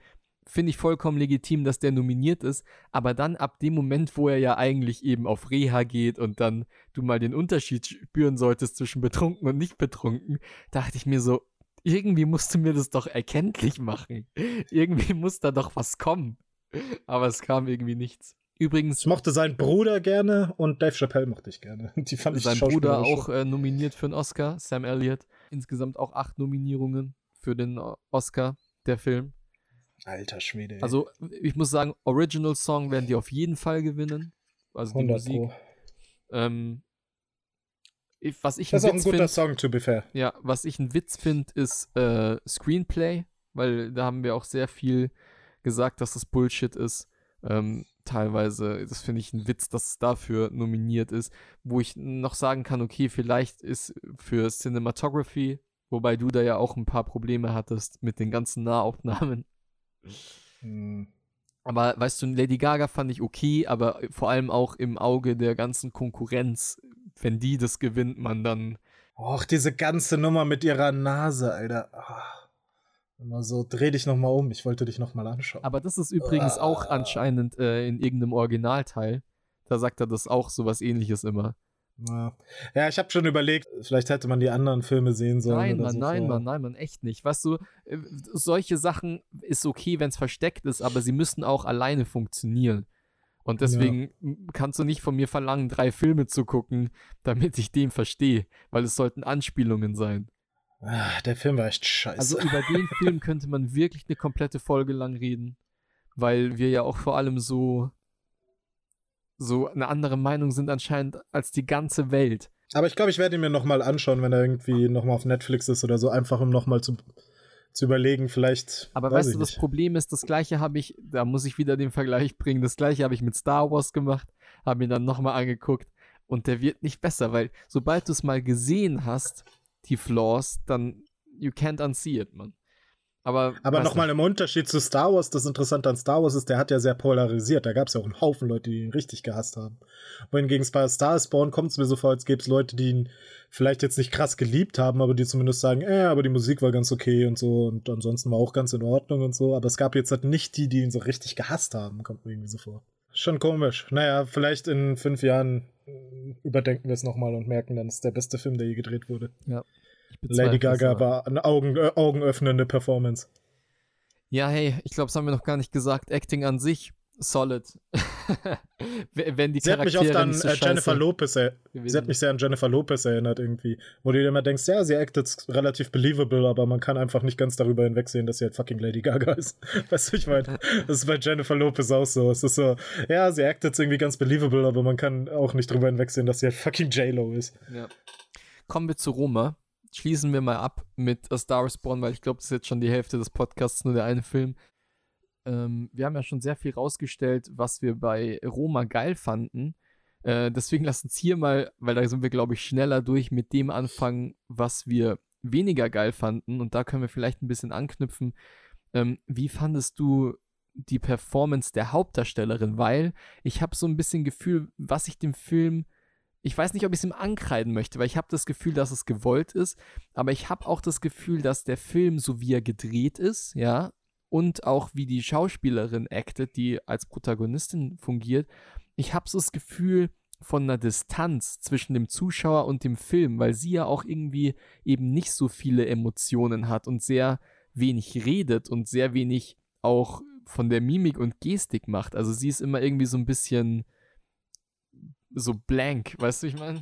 finde ich vollkommen legitim, dass der nominiert ist, aber dann ab dem Moment, wo er ja eigentlich eben auf Reha geht und dann du mal den Unterschied spüren solltest zwischen betrunken und nicht betrunken, dachte ich mir so, irgendwie musst du mir das doch erkenntlich machen. Irgendwie muss da doch was kommen. Aber es kam irgendwie nichts. Übrigens. Ich mochte seinen Bruder gerne und Dave Chappelle mochte ich gerne. Die fand ich sein Bruder auch äh, nominiert für einen Oscar, Sam Elliott. Insgesamt auch acht Nominierungen für den Oscar, der Film. Alter Schwede. Ey. Also, ich muss sagen, Original Song werden die auf jeden Fall gewinnen. Also die Musik. Pro. Ähm, ich, was ich das ist auch ein guter find, Song, to be fair. Ja, was ich einen Witz finde, ist äh, Screenplay, weil da haben wir auch sehr viel gesagt, dass das Bullshit ist. Ähm, teilweise, das finde ich ein Witz, dass es dafür nominiert ist, wo ich noch sagen kann, okay, vielleicht ist für Cinematography, wobei du da ja auch ein paar Probleme hattest mit den ganzen Nahaufnahmen. Hm. Aber weißt du, Lady Gaga fand ich okay, aber vor allem auch im Auge der ganzen Konkurrenz, wenn die das gewinnt, man dann... Och, diese ganze Nummer mit ihrer Nase, Alter. Ach. Immer so, dreh dich nochmal um, ich wollte dich nochmal anschauen. Aber das ist übrigens ah. auch anscheinend äh, in irgendeinem Originalteil. Da sagt er das auch, sowas Ähnliches immer. Ja, ja, ich habe schon überlegt, vielleicht hätte man die anderen Filme sehen sollen. Nein, oder Mann, so nein, vor. Mann, nein, Mann, echt nicht. Weißt du, äh, solche Sachen ist okay, wenn es versteckt ist, aber sie müssen auch alleine funktionieren. Und deswegen ja. kannst du nicht von mir verlangen, drei Filme zu gucken, damit ich den verstehe, weil es sollten Anspielungen sein. Ah, der Film war echt scheiße. Also über den Film könnte man wirklich eine komplette Folge lang reden, weil wir ja auch vor allem so so eine andere Meinung sind anscheinend als die ganze Welt. Aber ich glaube, ich werde ihn mir nochmal anschauen, wenn er irgendwie nochmal auf Netflix ist oder so, einfach um nochmal zu, zu überlegen, vielleicht. Aber weißt du, das Problem ist, das Gleiche habe ich, da muss ich wieder den Vergleich bringen, das Gleiche habe ich mit Star Wars gemacht, habe ihn dann nochmal angeguckt und der wird nicht besser, weil sobald du es mal gesehen hast, die Flaws, dann you can't unsee it, man. Aber, Aber nochmal im Unterschied zu Star Wars, das Interessante an Star Wars ist, der hat ja sehr polarisiert. Da gab es ja auch einen Haufen Leute, die ihn richtig gehasst haben. Wohingegen bei Star is Born kommt es mir so vor, als gäbe es Leute, die ihn vielleicht jetzt nicht krass geliebt haben, aber die zumindest sagen, äh, aber die Musik war ganz okay und so und ansonsten war auch ganz in Ordnung und so. Aber es gab jetzt halt nicht die, die ihn so richtig gehasst haben, kommt mir irgendwie so vor. Schon komisch. Naja, vielleicht in fünf Jahren überdenken wir es nochmal und merken dann, es ist der beste Film, der je gedreht wurde. Ja. Lady Gaga war eine Augen, äh, augenöffnende Performance. Ja, hey, ich glaube, das haben wir noch gar nicht gesagt. Acting an sich, solid. Wenn die Sie hat mich oft an so äh, Jennifer Lopez er- Sie hat mich sehr an Jennifer Lopez erinnert irgendwie. Wo du dir immer denkst, ja, sie actet relativ believable, aber man kann einfach nicht ganz darüber hinwegsehen, dass sie halt fucking Lady Gaga ist. Weißt du, ich meine, das ist bei Jennifer Lopez auch so. Es ist so, ja, sie actet irgendwie ganz believable, aber man kann auch nicht darüber hinwegsehen, dass sie halt fucking J-Lo ist. Ja. Kommen wir zu Roma. Schließen wir mal ab mit A Star is Born, weil ich glaube, das ist jetzt schon die Hälfte des Podcasts, nur der eine Film. Ähm, wir haben ja schon sehr viel rausgestellt, was wir bei Roma geil fanden. Äh, deswegen lasst uns hier mal, weil da sind wir, glaube ich, schneller durch, mit dem anfangen, was wir weniger geil fanden. Und da können wir vielleicht ein bisschen anknüpfen. Ähm, wie fandest du die Performance der Hauptdarstellerin? Weil ich habe so ein bisschen Gefühl, was ich dem Film... Ich weiß nicht, ob ich es ihm ankreiden möchte, weil ich habe das Gefühl, dass es gewollt ist, aber ich habe auch das Gefühl, dass der Film, so wie er gedreht ist, ja, und auch wie die Schauspielerin actet, die als Protagonistin fungiert, ich habe so das Gefühl von einer Distanz zwischen dem Zuschauer und dem Film, weil sie ja auch irgendwie eben nicht so viele Emotionen hat und sehr wenig redet und sehr wenig auch von der Mimik und Gestik macht. Also sie ist immer irgendwie so ein bisschen... so blank, weißt du, ich meine?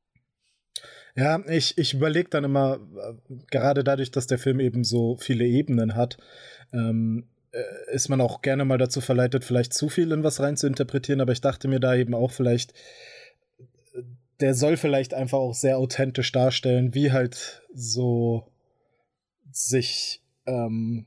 Ja, ich, ich überlege dann immer, äh, gerade dadurch, dass der Film eben so viele Ebenen hat, ähm, äh, ist man auch gerne mal dazu verleitet, vielleicht zu viel in was rein zu interpretieren, aber ich dachte mir da eben auch vielleicht, der soll vielleicht einfach auch sehr authentisch darstellen, wie halt so sich ähm,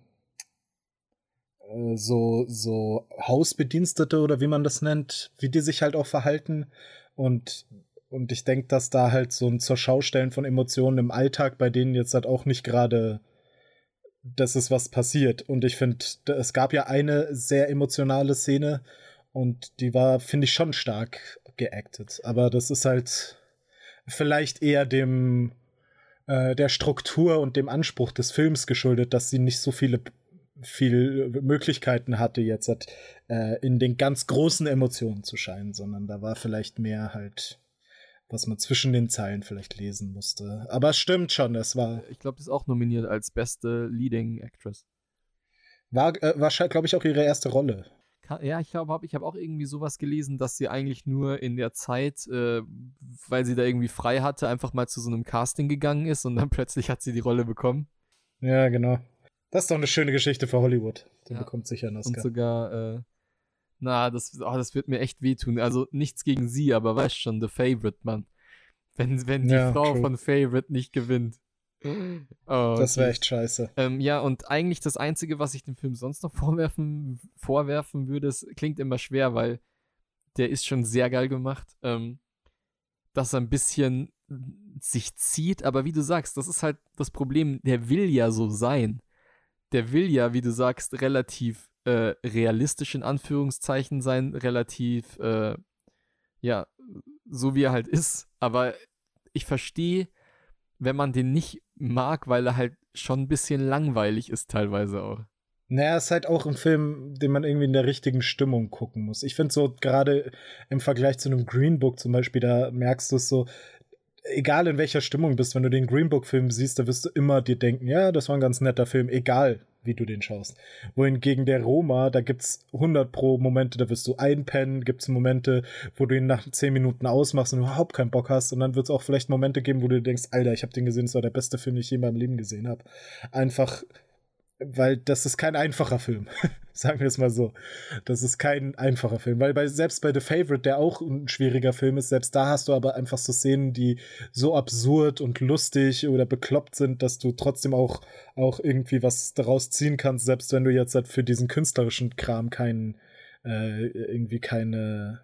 so, so Hausbedienstete oder wie man das nennt, wie die sich halt auch verhalten. Und, und ich denke, dass da halt so ein Zurschaustellen von Emotionen im Alltag bei denen jetzt halt auch nicht gerade das ist, was passiert. Und ich finde, es gab ja eine sehr emotionale Szene und die war, finde ich, schon stark geactet. Aber das ist halt vielleicht eher dem äh, der Struktur und dem Anspruch des Films geschuldet, dass sie nicht so viele viel Möglichkeiten hatte, jetzt äh, in den ganz großen Emotionen zu scheinen, sondern da war vielleicht mehr halt, was man zwischen den Zeilen vielleicht lesen musste. Aber es stimmt schon, es war. Ich glaube, die ist auch nominiert als beste Leading Actress. War äh, wahrscheinlich, glaube ich, auch ihre erste Rolle. Ja, ich glaube, ich habe auch irgendwie sowas gelesen, dass sie eigentlich nur in der Zeit, äh, weil sie da irgendwie frei hatte, einfach mal zu so einem Casting gegangen ist und dann plötzlich hat sie die Rolle bekommen. Ja, genau. Das ist doch eine schöne Geschichte für Hollywood. Der ja. bekommt sicher einen Oscar. Und sogar, äh, na, das, oh, das wird mir echt wehtun. Also nichts gegen sie, aber weißt schon, The Favorite, Mann. Wenn, wenn die ja, Frau true. von Favorite nicht gewinnt. Oh, das wäre okay. echt scheiße. Ähm, ja, und eigentlich das Einzige, was ich dem Film sonst noch vorwerfen, vorwerfen würde, es klingt immer schwer, weil der ist schon sehr geil gemacht, ähm, dass er ein bisschen sich zieht, aber wie du sagst, das ist halt das Problem, der will ja so sein. Der will ja, wie du sagst, relativ äh, realistisch in Anführungszeichen sein, relativ, äh, ja, so wie er halt ist, aber ich verstehe, wenn man den nicht mag, weil er halt schon ein bisschen langweilig ist teilweise auch. Naja, es ist halt auch ein Film, den man irgendwie in der richtigen Stimmung gucken muss. Ich finde so, gerade im Vergleich zu einem Green Book zum Beispiel, da merkst du es so, egal in welcher Stimmung du bist, wenn du den Green Book-Film siehst, da wirst du immer dir denken, ja, das war ein ganz netter Film, egal wie du den schaust. Wohingegen der Roma, da gibt's hundert pro Momente, da wirst du einpennen, gibt's Momente, wo du ihn nach zehn Minuten ausmachst und überhaupt keinen Bock hast, und dann wird's auch vielleicht Momente geben, wo du denkst, Alter, ich habe den gesehen, das war der beste Film, den ich je in meinem Leben gesehen habe. Einfach, weil das ist kein einfacher Film. Sagen wir es mal so. Das ist kein einfacher Film. Weil bei, selbst bei The Favorite, der auch ein schwieriger Film ist, selbst da hast du aber einfach so Szenen, die so absurd und lustig oder bekloppt sind, dass du trotzdem auch, auch irgendwie was daraus ziehen kannst, selbst wenn du jetzt halt für diesen künstlerischen Kram keinen äh, irgendwie keine,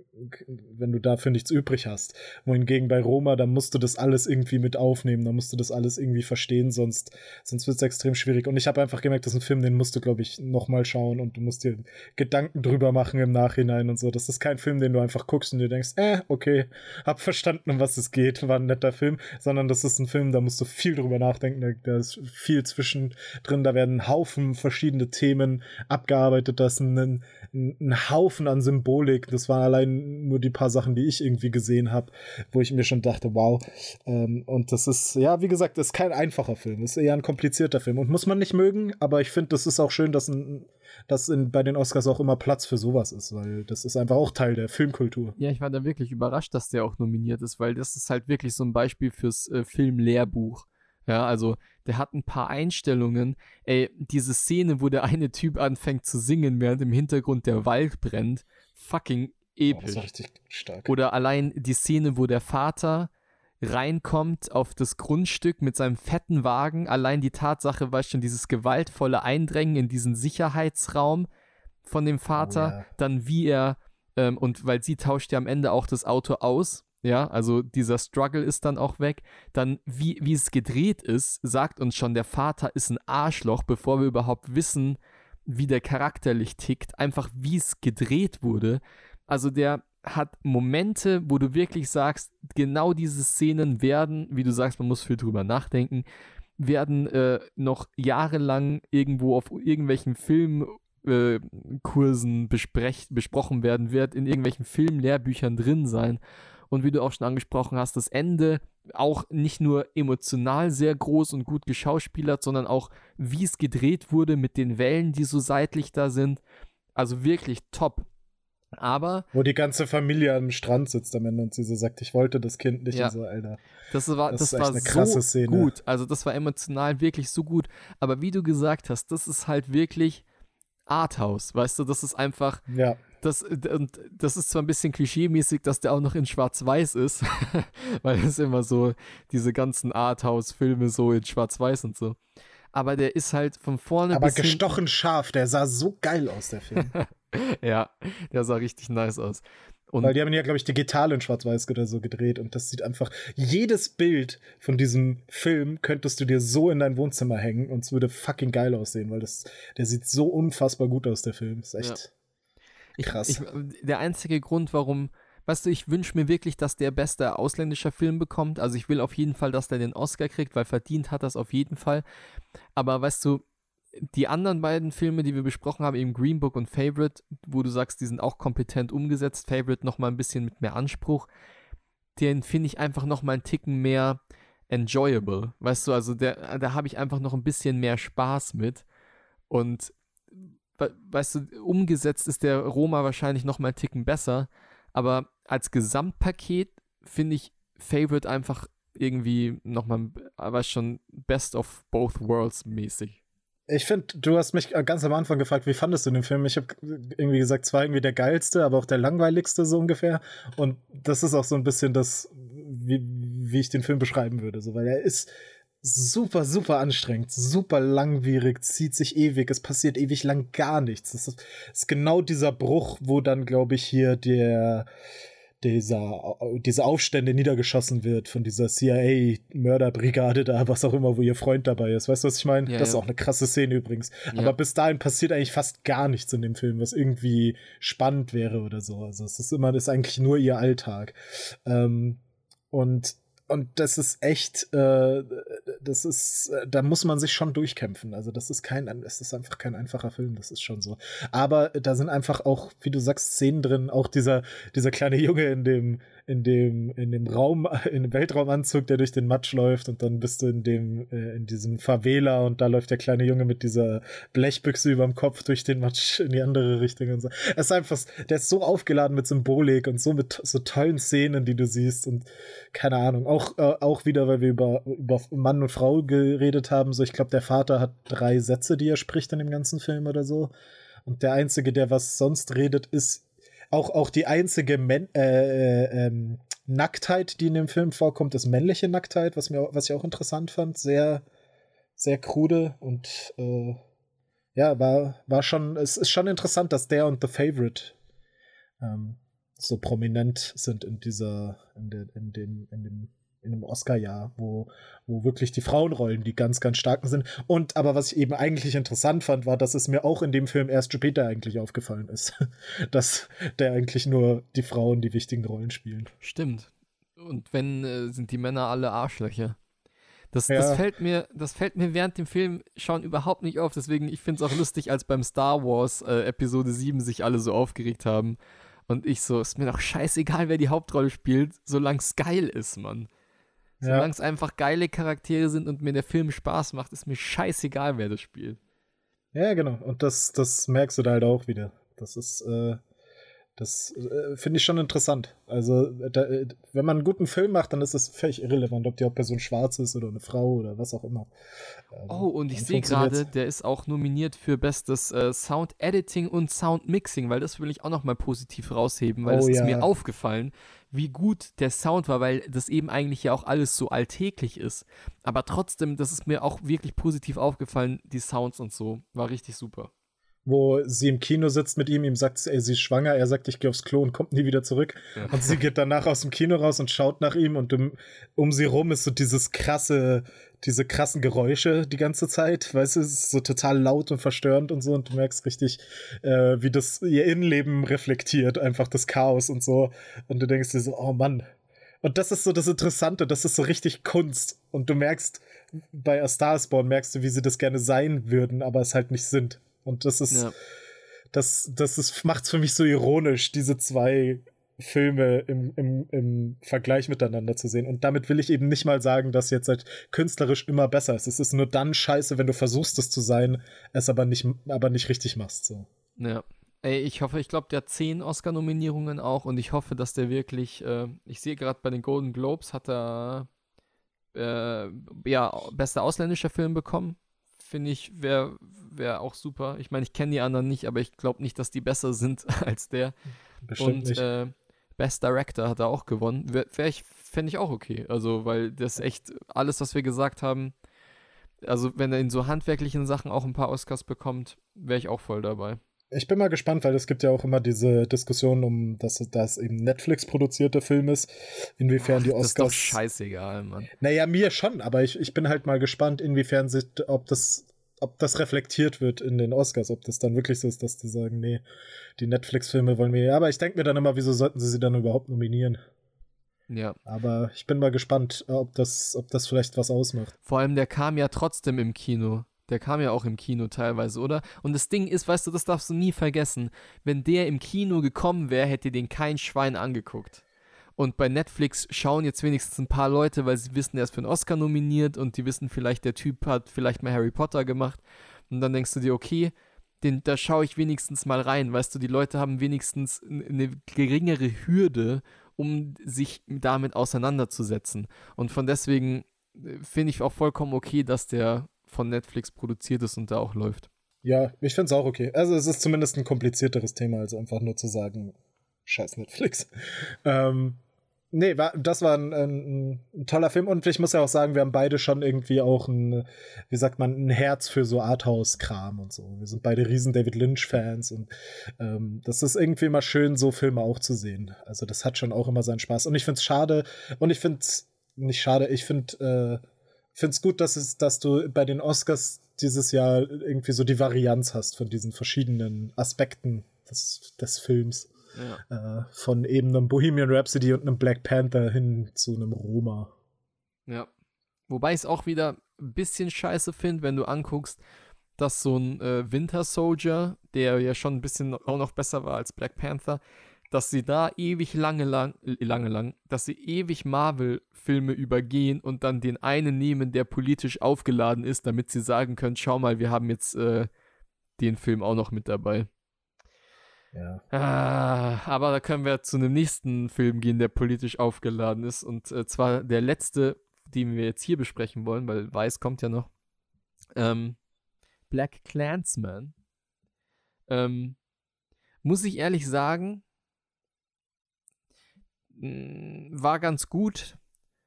wenn du dafür nichts übrig hast. Wohingegen bei Roma, da musst du das alles irgendwie mit aufnehmen, da musst du das alles irgendwie verstehen, sonst, sonst wird es extrem schwierig. Und ich habe einfach gemerkt, das ist ein Film, den musst du, glaube ich, nochmal schauen und du musst dir Gedanken drüber machen im Nachhinein und so. Das ist kein Film, den du einfach guckst und dir denkst, äh, okay, hab verstanden, um was es geht, war ein netter Film, sondern das ist ein Film, da musst du viel drüber nachdenken, da, da ist viel zwischendrin, da werden ein Haufen verschiedene Themen abgearbeitet, das ist ein, ein, ein Haufen an Symbolik, das waren allein nur die paar Sachen, die ich irgendwie gesehen habe, wo ich mir schon dachte, wow. Ähm, und das ist, ja, wie gesagt, das ist kein einfacher Film. Das ist eher ein komplizierter Film. Und muss man nicht mögen, aber ich finde, das ist auch schön, dass, ein, dass in, bei den Oscars auch immer Platz für sowas ist, weil das ist einfach auch Teil der Filmkultur. Ja, ich war da wirklich überrascht, dass der auch nominiert ist, weil das ist halt wirklich so ein Beispiel fürs äh, Filmlehrbuch. Ja, also der hat ein paar Einstellungen. Ey, diese Szene, wo der eine Typ anfängt zu singen, während im Hintergrund der Wald brennt, fucking episch. Oh, das war richtig stark. Oder allein die Szene, wo der Vater reinkommt auf das Grundstück mit seinem fetten Wagen. Allein die Tatsache, weißt schon, dieses gewaltvolle Eindrängen in diesen Sicherheitsraum von dem Vater. Oh, ja. Dann wie er, ähm, und weil sie tauscht ja am Ende auch das Auto aus. Ja, also dieser Struggle ist dann auch weg. Dann, wie, wie es gedreht ist, sagt uns schon, der Vater ist ein Arschloch, bevor wir überhaupt wissen, wie der charakterlich tickt. Einfach, wie es gedreht wurde. Also der hat Momente, wo du wirklich sagst, genau diese Szenen werden, wie du sagst, man muss viel drüber nachdenken, werden äh, noch jahrelang irgendwo auf irgendwelchen Filmkursen äh, besprech- besprochen werden, wird in irgendwelchen Filmlehrbüchern drin sein. Und wie du auch schon angesprochen hast, das Ende auch nicht nur emotional sehr groß und gut geschauspielert, sondern auch, wie es gedreht wurde mit den Wellen, die so seitlich da sind. Also wirklich top. Aber wo die ganze Familie am Strand sitzt am Ende und sie so sagt, ich wollte das Kind nicht, ja. Und so, Alter. Das war, das, das war eine krasse so Szene. Gut. Also das war emotional wirklich so gut. Aber wie du gesagt hast, das ist halt wirklich Arthouse, weißt du? Das ist einfach, ja. Das, und das ist zwar ein bisschen klischeemäßig, dass der auch noch in Schwarz-Weiß ist, weil es immer so diese ganzen Arthouse-Filme so in Schwarz-Weiß und so. Aber der ist halt von vorne Aber bis gestochen hin- scharf, der sah so geil aus, der Film. Ja, der sah richtig nice aus. Und weil die haben ihn ja, glaube ich, digital in Schwarz-Weiß oder so gedreht und das sieht einfach, jedes Bild von diesem Film könntest du dir so in dein Wohnzimmer hängen und es würde fucking geil aussehen, weil das, der sieht so unfassbar gut aus, der Film. Das ist echt ja. krass. Ich, ich, der einzige Grund, warum, weißt du, ich wünsche mir wirklich, dass der beste ausländischer Film bekommt. Also ich will auf jeden Fall, dass der den Oscar kriegt, weil verdient hat das auf jeden Fall. Aber weißt du, die anderen beiden Filme, die wir besprochen haben, eben Green Book und Favorite, wo du sagst, die sind auch kompetent umgesetzt, Favorite nochmal ein bisschen mit mehr Anspruch, den finde ich einfach nochmal einen Ticken mehr enjoyable, weißt du, also der, da habe ich einfach noch ein bisschen mehr Spaß mit und weißt du, umgesetzt ist der Roma wahrscheinlich nochmal einen Ticken besser, aber als Gesamtpaket finde ich Favorite einfach irgendwie nochmal, weißt schon, best of both worlds mäßig. Ich finde, du hast mich ganz am Anfang gefragt, wie fandest du den Film? Ich habe irgendwie gesagt, es war irgendwie der geilste, aber auch der langweiligste so ungefähr. Und das ist auch so ein bisschen das, wie, wie ich den Film beschreiben würde. So, weil er ist super, super anstrengend, super langwierig, zieht sich ewig, es passiert ewig lang gar nichts. Das ist, das ist genau dieser Bruch, wo dann, glaube ich, hier der dieser, diese Aufstände niedergeschossen wird von dieser C I A-Mörderbrigade da, was auch immer, wo ihr Freund dabei ist. Weißt du, was ich meine? Ja, das ja. ist auch eine krasse Szene übrigens. Ja. Aber bis dahin passiert eigentlich fast gar nichts in dem Film, was irgendwie spannend wäre oder so. Also es ist immer, das ist eigentlich nur ihr Alltag. Ähm, und Und das ist echt, äh, das ist, äh, da muss man sich schon durchkämpfen. Also das ist kein, es ist einfach kein einfacher Film, das ist schon so. Aber da sind einfach auch, wie du sagst, Szenen drin, auch dieser, dieser kleine Junge in dem, in dem, in dem Raum, in dem Weltraumanzug, der durch den Matsch läuft und dann bist du in dem, äh, in diesem Favela und da läuft der kleine Junge mit dieser Blechbüchse überm Kopf durch den Matsch in die andere Richtung und so. Es ist einfach, der ist so aufgeladen mit Symbolik und so mit so tollen Szenen, die du siehst und keine Ahnung, auch, äh, auch wieder, weil wir über, über Mann und Frau geredet haben, so ich glaube, der Vater hat drei Sätze, die er spricht in dem ganzen Film oder so und der Einzige, der was sonst redet, ist Auch, auch die einzige Men- äh, ähm, Nacktheit, die in dem Film vorkommt, ist männliche Nacktheit, was, mir, was ich auch interessant fand. Sehr, sehr krude und äh, ja, war, war schon, es ist schon interessant, dass der und The Favorite ähm, so prominent sind in dieser, in, de, in dem, in dem in einem Oscar-Jahr, wo, wo wirklich die Frauenrollen die ganz, ganz starken sind. Und aber was ich eben eigentlich interessant fand, war, dass es mir auch in dem Film erst später eigentlich aufgefallen ist, dass der eigentlich nur die Frauen die wichtigen Rollen spielen. Stimmt. Und wenn, äh, sind die Männer alle Arschlöcher. Das, Ja. das, fällt mir, das fällt mir während dem Film schauen überhaupt nicht auf. Deswegen, ich finde es auch lustig, als beim Star Wars äh, Episode sieben sich alle so aufgeregt haben. Und ich so, ist mir doch scheißegal, wer die Hauptrolle spielt, solange es geil ist, Mann. Solange es einfach geile Charaktere sind und mir der Film Spaß macht, ist mir scheißegal, wer das spielt. Ja, genau. Und das, das merkst du da halt auch wieder. Das ist, äh, das äh, finde ich schon interessant. Also, da, wenn man einen guten Film macht, dann ist es völlig irrelevant, ob die Hauptperson schwarz ist oder eine Frau oder was auch immer. Ähm, oh, und ich sehe gerade, der ist auch nominiert für bestes äh, Sound Editing und Sound Mixing, weil das will ich auch noch mal positiv rausheben, weil es oh, ist ja. mir aufgefallen, wie gut der Sound war, weil das eben eigentlich ja auch alles so alltäglich ist. Aber trotzdem, das ist mir auch wirklich positiv aufgefallen, die Sounds und so, war richtig super. Wo sie im Kino sitzt mit ihm, ihm sagt, ey, sie ist schwanger, er sagt, ich gehe aufs Klo und kommt nie wieder zurück. Ja. Und sie geht danach aus dem Kino raus und schaut nach ihm und um, um sie rum ist so dieses krasse, diese krassen Geräusche die ganze Zeit, weißt du, es ist so total laut und verstörend und so und du merkst richtig, äh, wie das ihr Innenleben reflektiert, einfach das Chaos und so und du denkst dir so, oh Mann. Und das ist so das Interessante, das ist so richtig Kunst und du merkst, bei A Star is Born merkst du, wie sie das gerne sein würden, aber es halt nicht sind. Und das ist, ja. das, das ist, macht's für mich so ironisch, diese zwei Filme im, im, im Vergleich miteinander zu sehen. Und damit will ich eben nicht mal sagen, dass jetzt halt künstlerisch immer besser ist. Es ist nur dann scheiße, wenn du versuchst, es zu sein, es aber nicht, aber nicht richtig machst. So. Ja. Ey, ich hoffe, ich glaube, der hat zehn Oscar-Nominierungen auch und ich hoffe, dass der wirklich, äh, ich sehe gerade bei den Golden Globes hat er äh, ja, bester ausländischer Film bekommen. Finde ich, wäre wär auch super. Ich meine, ich kenne die anderen nicht, aber ich glaube nicht, dass die besser sind als der. Bestimmt und nicht. Äh, Best Director hat er auch gewonnen. Wär, wär ich, fände ich auch okay. Also, weil das echt alles, was wir gesagt haben, also wenn er in so handwerklichen Sachen auch ein paar Oscars bekommt, wäre ich auch voll dabei. Ich bin mal gespannt, weil es gibt ja auch immer diese Diskussion um, dass das eben Netflix-produzierte Film ist, inwiefern Ach, die Oscars... Das ist doch scheißegal, Mann. Naja, mir schon, aber ich, ich bin halt mal gespannt, inwiefern sich, ob das, ob das reflektiert wird in den Oscars, ob das dann wirklich so ist, dass die sagen, nee, die Netflix-Filme wollen wir... Aber ich denke mir dann immer, wieso sollten sie sie dann überhaupt nominieren? Ja. Aber ich bin mal gespannt, ob das, ob das vielleicht was ausmacht. Vor allem, der kam ja trotzdem im Kino. Der kam ja auch im Kino teilweise, oder? Und das Ding ist, weißt du, das darfst du nie vergessen. Wenn der im Kino gekommen wäre, hätte den kein Schwein angeguckt. Und bei Netflix schauen jetzt wenigstens ein paar Leute, weil sie wissen, er ist für einen Oscar nominiert und die wissen vielleicht, der Typ hat vielleicht mal Harry Potter gemacht. Und dann denkst du dir, okay, den, da schaue ich wenigstens mal rein. Weißt du, die Leute haben wenigstens eine geringere Hürde, um sich damit auseinanderzusetzen. Und von deswegen finde ich auch vollkommen okay, dass der von Netflix produziert ist und da auch läuft. Ja, ich finde es auch okay. Also es ist zumindest ein komplizierteres Thema, als einfach nur zu sagen, scheiß Netflix. ähm, nee, war, das war ein, ein, ein toller Film und ich muss ja auch sagen, wir haben beide schon irgendwie auch ein, wie sagt man, ein Herz für so Arthouse-Kram und so. Wir sind beide riesen David Lynch-Fans und ähm, das ist irgendwie immer schön, so Filme auch zu sehen. Also das hat schon auch immer seinen Spaß und ich finde es schade und ich finde es nicht schade, ich finde äh, finde es gut, dass, es, dass du bei den Oscars dieses Jahr irgendwie so die Varianz hast von diesen verschiedenen Aspekten des, des Films. Ja. Äh, von eben einem Bohemian Rhapsody und einem Black Panther hin zu einem Roma. Ja. Wobei ich es auch wieder ein bisschen scheiße finde, wenn du anguckst, dass so ein äh, Winter Soldier, der ja schon ein bisschen auch noch besser war als Black Panther, dass sie da ewig lange lang, lange lang, dass sie ewig Marvel-Filme übergehen und dann den einen nehmen, der politisch aufgeladen ist, damit sie sagen können, schau mal, wir haben jetzt äh, den Film auch noch mit dabei. Ja. Ah, aber da können wir zu einem nächsten Film gehen, der politisch aufgeladen ist und äh, zwar der letzte, den wir jetzt hier besprechen wollen, weil Weiß kommt ja noch. Ähm, Black Klansman. Ähm, muss ich ehrlich sagen, war ganz gut,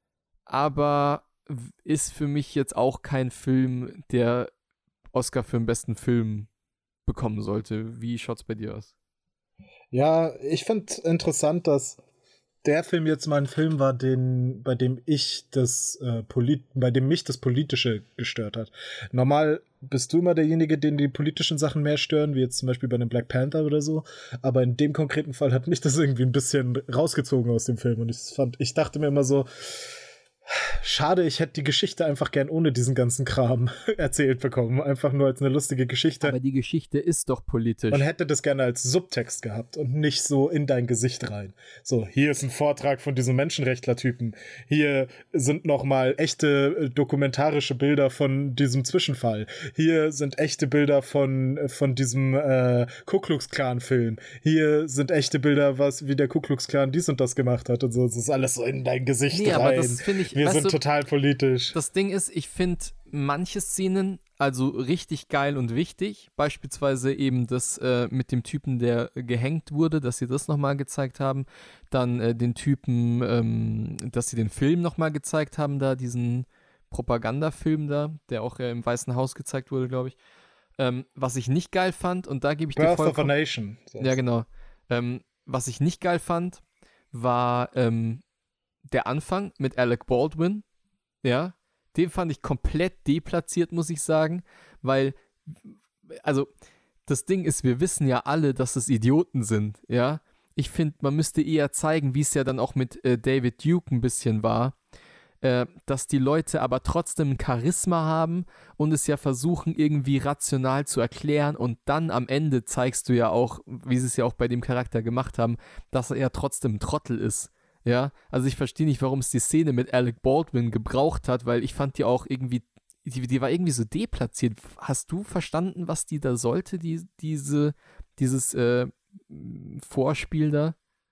aber ist für mich jetzt auch kein Film, der Oscar für den besten Film bekommen sollte. Wie schaut's bei dir aus? Ja, ich finde interessant, dass der Film jetzt mal ein Film war, den, bei dem ich das äh, Polit- bei dem mich das Politische gestört hat. Normal bist du immer derjenige, den die politischen Sachen mehr stören, wie jetzt zum Beispiel bei einem Black Panther oder so. Aber in dem konkreten Fall hat mich das irgendwie ein bisschen rausgezogen aus dem Film. Und ich fand, ich dachte mir immer so, schade, ich hätte die Geschichte einfach gern ohne diesen ganzen Kram erzählt bekommen. Einfach nur als eine lustige Geschichte. Aber die Geschichte ist doch politisch. Und hätte das gerne als Subtext gehabt und nicht so in dein Gesicht rein. So, hier ist ein Vortrag von diesem Menschenrechtler-Typen. Hier sind nochmal echte äh, dokumentarische Bilder von diesem Zwischenfall. Hier sind echte Bilder von, von diesem äh, Ku Klux Klan-Film. Hier sind echte Bilder, was wie der Ku Klux Klan dies und das gemacht hat und so. Das ist alles so in dein Gesicht nee, rein. Aber das finde ich, Wir sind du, total politisch. Das Ding ist, ich finde manche Szenen also richtig geil und wichtig. Beispielsweise eben das äh, mit dem Typen, der gehängt wurde, dass sie das nochmal gezeigt haben. Dann äh, den Typen, ähm, dass sie den Film nochmal gezeigt haben, da diesen Propagandafilm da, der auch äh, im Weißen Haus gezeigt wurde, glaube ich. Ähm, was ich nicht geil fand, und da gebe ich Birth dir vollkommen... of a Nation. Ja, genau. Ähm, was ich nicht geil fand, war ähm, der Anfang mit Alec Baldwin, ja, den fand ich komplett deplatziert, muss ich sagen, weil, also, das Ding ist, wir wissen ja alle, dass es Idioten sind, ja. Ich finde, man müsste eher zeigen, wie es ja dann auch mit äh, David Duke ein bisschen war, äh, dass die Leute aber trotzdem ein Charisma haben und es ja versuchen, irgendwie rational zu erklären und dann am Ende zeigst du ja auch, wie sie es ja auch bei dem Charakter gemacht haben, dass er ja trotzdem ein Trottel ist. Ja, also ich verstehe nicht, warum es die Szene mit Alec Baldwin gebraucht hat, weil ich fand die auch irgendwie, die, die war irgendwie so deplatziert. Hast du verstanden, was die da sollte, die, diese, dieses äh, Vorspiel da?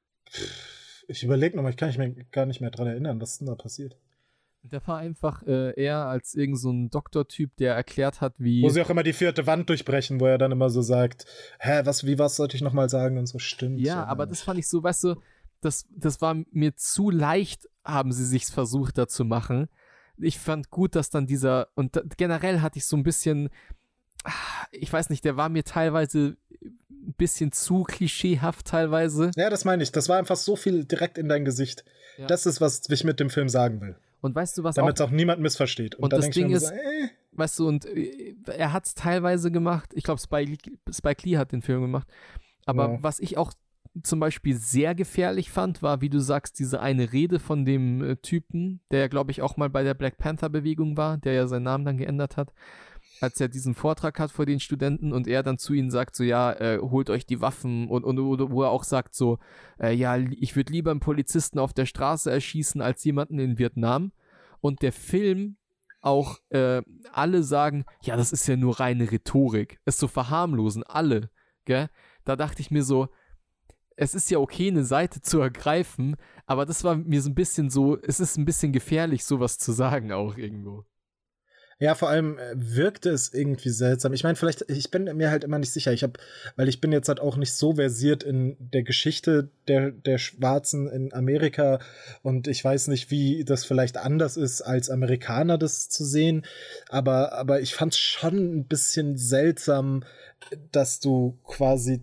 Ich überlege nochmal, ich kann mich gar nicht mehr dran erinnern, was ist denn da passiert? Der war einfach äh, eher als irgend so ein Doktortyp, der erklärt hat, wie... Wo sie auch immer die vierte Wand durchbrechen, wo er dann immer so sagt, hä, was, wie, was sollte ich nochmal sagen und so, stimmt. Ja, so, aber ja. das fand ich so, weißt du, Das, das war mir zu leicht, haben sie sich's versucht, da zu machen. Ich fand gut, dass dann dieser, und da, generell hatte ich so ein bisschen, ich weiß nicht, der war mir teilweise ein bisschen zu klischeehaft teilweise. Ja, das meine ich. Das war einfach so viel direkt in dein Gesicht. Ja. Das ist, was ich mit dem Film sagen will. Und weißt du, was Damit es auch, auch niemand missversteht. Und, und dann das Ding ist, so, äh. weißt du, und er hat es teilweise gemacht. Ich glaube, Spike, Spike Lee hat den Film gemacht. Aber ja. Was ich auch zum Beispiel sehr gefährlich fand, war, wie du sagst, diese eine Rede von dem äh, Typen, der, glaube ich, auch mal bei der Black Panther-Bewegung war, der ja seinen Namen dann geändert hat. als er diesen Vortrag hat vor den Studenten und er dann zu ihnen sagt, so ja, äh, holt euch die Waffen und, und wo er auch sagt so, äh, ja, ich würde lieber einen Polizisten auf der Straße erschießen als jemanden in Vietnam. Und der Film auch, äh, alle sagen, ja, das ist ja nur reine Rhetorik. Es so verharmlosen, alle, gell? Da dachte ich mir so, es ist ja okay, eine Seite zu ergreifen, aber das war mir so ein bisschen so, es ist ein bisschen gefährlich, sowas zu sagen auch irgendwo. Ja, vor allem äh, wirkte es irgendwie seltsam. Ich meine, vielleicht, ich bin mir halt immer nicht sicher. Ich habe, weil ich bin jetzt halt auch nicht so versiert in der Geschichte der, der Schwarzen in Amerika und ich weiß nicht, wie das vielleicht anders ist, als Amerikaner das zu sehen. Aber, aber ich fand es schon ein bisschen seltsam, dass du quasi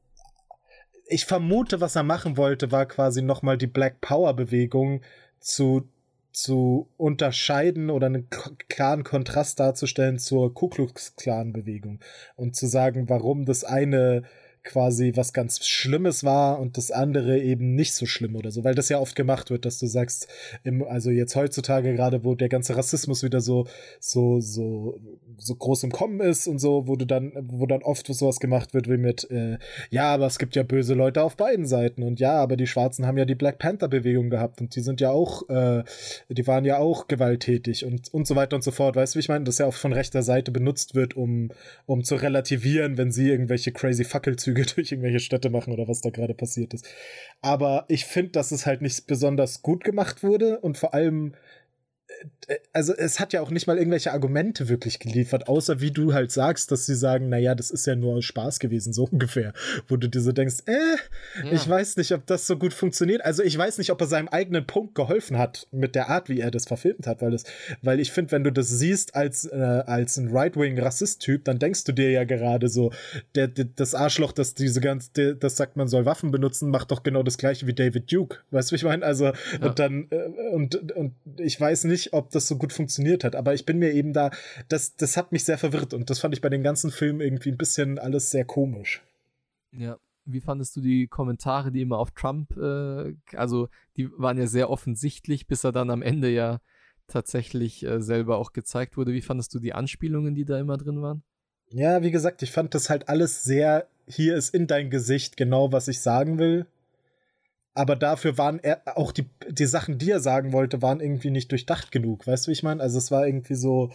ich vermute, was er machen wollte, war quasi nochmal die Black Power-Bewegung zu zu unterscheiden oder einen klaren Kontrast darzustellen zur Ku Klux Klan-Bewegung und zu sagen, warum das eine quasi was ganz Schlimmes war und das andere eben nicht so schlimm oder so, weil das ja oft gemacht wird, dass du sagst, im, also jetzt heutzutage gerade, wo der ganze Rassismus wieder so so so so groß im Kommen ist und so, wo du dann wo dann oft sowas gemacht wird wie mit äh, ja, aber es gibt ja böse Leute auf beiden Seiten und ja, aber die Schwarzen haben ja die Black Panther Bewegung gehabt und die sind ja auch äh, die waren ja auch gewalttätig und und so weiter und so fort, weißt du, wie ich meine, dass ja auch von rechter Seite benutzt wird, um um zu relativieren, wenn sie irgendwelche crazy Fackelzüge durch irgendwelche Städte machen oder was da gerade passiert ist. Aber ich finde, dass es halt nicht besonders gut gemacht wurde und vor allem also es hat ja auch nicht mal irgendwelche Argumente wirklich geliefert, außer wie du halt sagst, dass sie sagen, naja, das ist ja nur Spaß gewesen, so ungefähr. Wo du dir so denkst, äh, ja. ich weiß nicht, ob das so gut funktioniert. Also ich weiß nicht, ob er seinem eigenen Punkt geholfen hat mit der Art, wie er das verfilmt hat, weil, das, weil ich finde, wenn du das siehst als, äh, als ein Right-Wing-Rassist-Typ, dann denkst du dir ja gerade so, der, der, das Arschloch, das diese ganze, der, das sagt, man soll Waffen benutzen, macht doch genau das gleiche wie David Duke. Weißt du, wie ich meine? Also, ja. und dann, äh, und, und ich weiß nicht, ob das so gut funktioniert hat, aber ich bin mir eben da, das, das hat mich sehr verwirrt und das fand ich bei den ganzen Filmen irgendwie ein bisschen alles sehr komisch. Ja, wie fandest du die Kommentare, die immer auf Trump, äh, also die waren ja sehr offensichtlich, bis er dann am Ende ja tatsächlich äh, selber auch gezeigt wurde. Wie fandest du die Anspielungen, die da immer drin waren? Ja, wie gesagt, ich fand das halt alles sehr, hier ist in dein Gesicht genau, was ich sagen will. Aber dafür waren er, auch die, die Sachen, die er sagen wollte, waren irgendwie nicht durchdacht genug. Weißt du, wie ich meine? Also es war irgendwie so,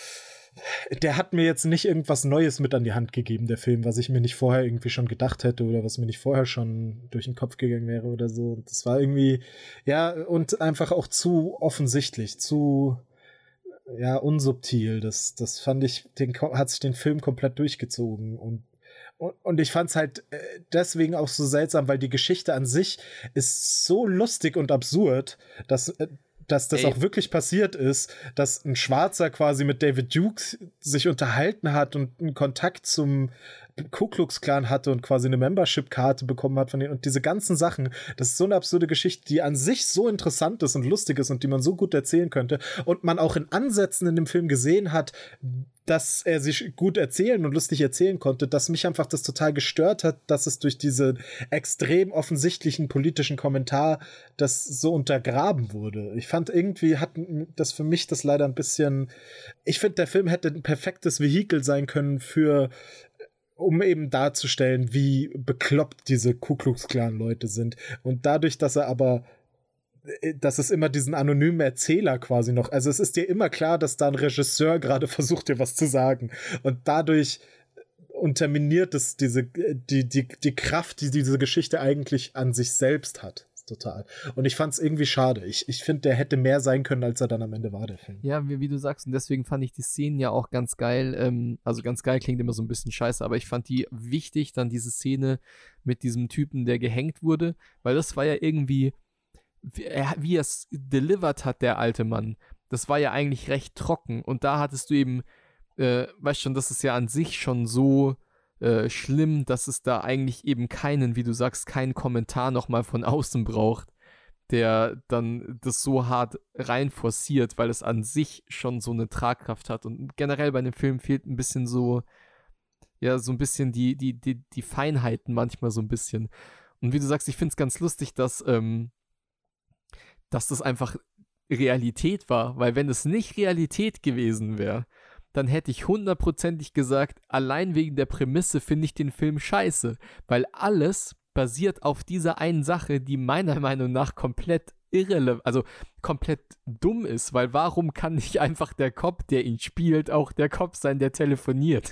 der hat mir jetzt nicht irgendwas Neues mit an die Hand gegeben, der Film, was ich mir nicht vorher irgendwie schon gedacht hätte oder was mir nicht vorher schon durch den Kopf gegangen wäre oder so. Und das war irgendwie, ja, und einfach auch zu offensichtlich, zu, ja, unsubtil. Das, das fand ich, den, hat sich den Film komplett durchgezogen und Und ich fand's halt deswegen auch so seltsam, weil die Geschichte an sich ist so lustig und absurd, dass, dass das Ey. auch wirklich passiert ist, dass ein Schwarzer quasi mit David Duke sich unterhalten hat und einen Kontakt zum Ku Klux Klan hatte und quasi eine Membership-Karte bekommen hat von denen und diese ganzen Sachen, das ist so eine absurde Geschichte, die an sich so interessant ist und lustig ist und die man so gut erzählen könnte und man auch in Ansätzen in dem Film gesehen hat, dass er sich gut erzählen und lustig erzählen konnte, dass mich einfach das total gestört hat, dass es durch diesen extrem offensichtlichen politischen Kommentar das so untergraben wurde. Ich fand irgendwie hat das für mich das leider ein bisschen, ich finde, der Film hätte ein perfektes Vehikel sein können für um eben darzustellen, wie bekloppt diese Ku Klux Klan Leute sind. Und dadurch, dass er aber dass es immer diesen anonymen Erzähler quasi noch, also es ist dir immer klar, dass da ein Regisseur gerade versucht, dir was zu sagen. Und dadurch unterminiert es diese, die, die, die Kraft, die diese Geschichte eigentlich an sich selbst hat. Total. Und ich fand es irgendwie schade. Ich, ich finde, der hätte mehr sein können, als er dann am Ende war, der Film. Ja, wie, wie du sagst, und deswegen fand ich die Szenen ja auch ganz geil. Ähm, also ganz geil klingt immer so ein bisschen scheiße, aber ich fand die wichtig, dann diese Szene mit diesem Typen, der gehängt wurde, weil das war ja irgendwie, wie er, wie er es delivered hat, der alte Mann. Das war ja eigentlich recht trocken. Und da hattest du eben, äh, weißt schon, das ist ja an sich schon so Äh, schlimm, dass es da eigentlich eben keinen, wie du sagst, keinen Kommentar nochmal von außen braucht, der dann das so hart rein forciert, weil es an sich schon so eine Tragkraft hat. Und generell bei dem Film fehlt ein bisschen so, ja, so ein bisschen die, die, die, die Feinheiten manchmal so ein bisschen. Und wie du sagst, ich finde es ganz lustig, dass, ähm, dass das einfach Realität war, weil wenn es nicht Realität gewesen wäre, dann hätte ich hundertprozentig gesagt, allein wegen der Prämisse finde ich den Film scheiße, weil alles basiert auf dieser einen Sache, die meiner Meinung nach komplett irrelevant, also komplett dumm ist, weil warum kann nicht einfach der Cop, der ihn spielt, auch der Cop sein, der telefoniert?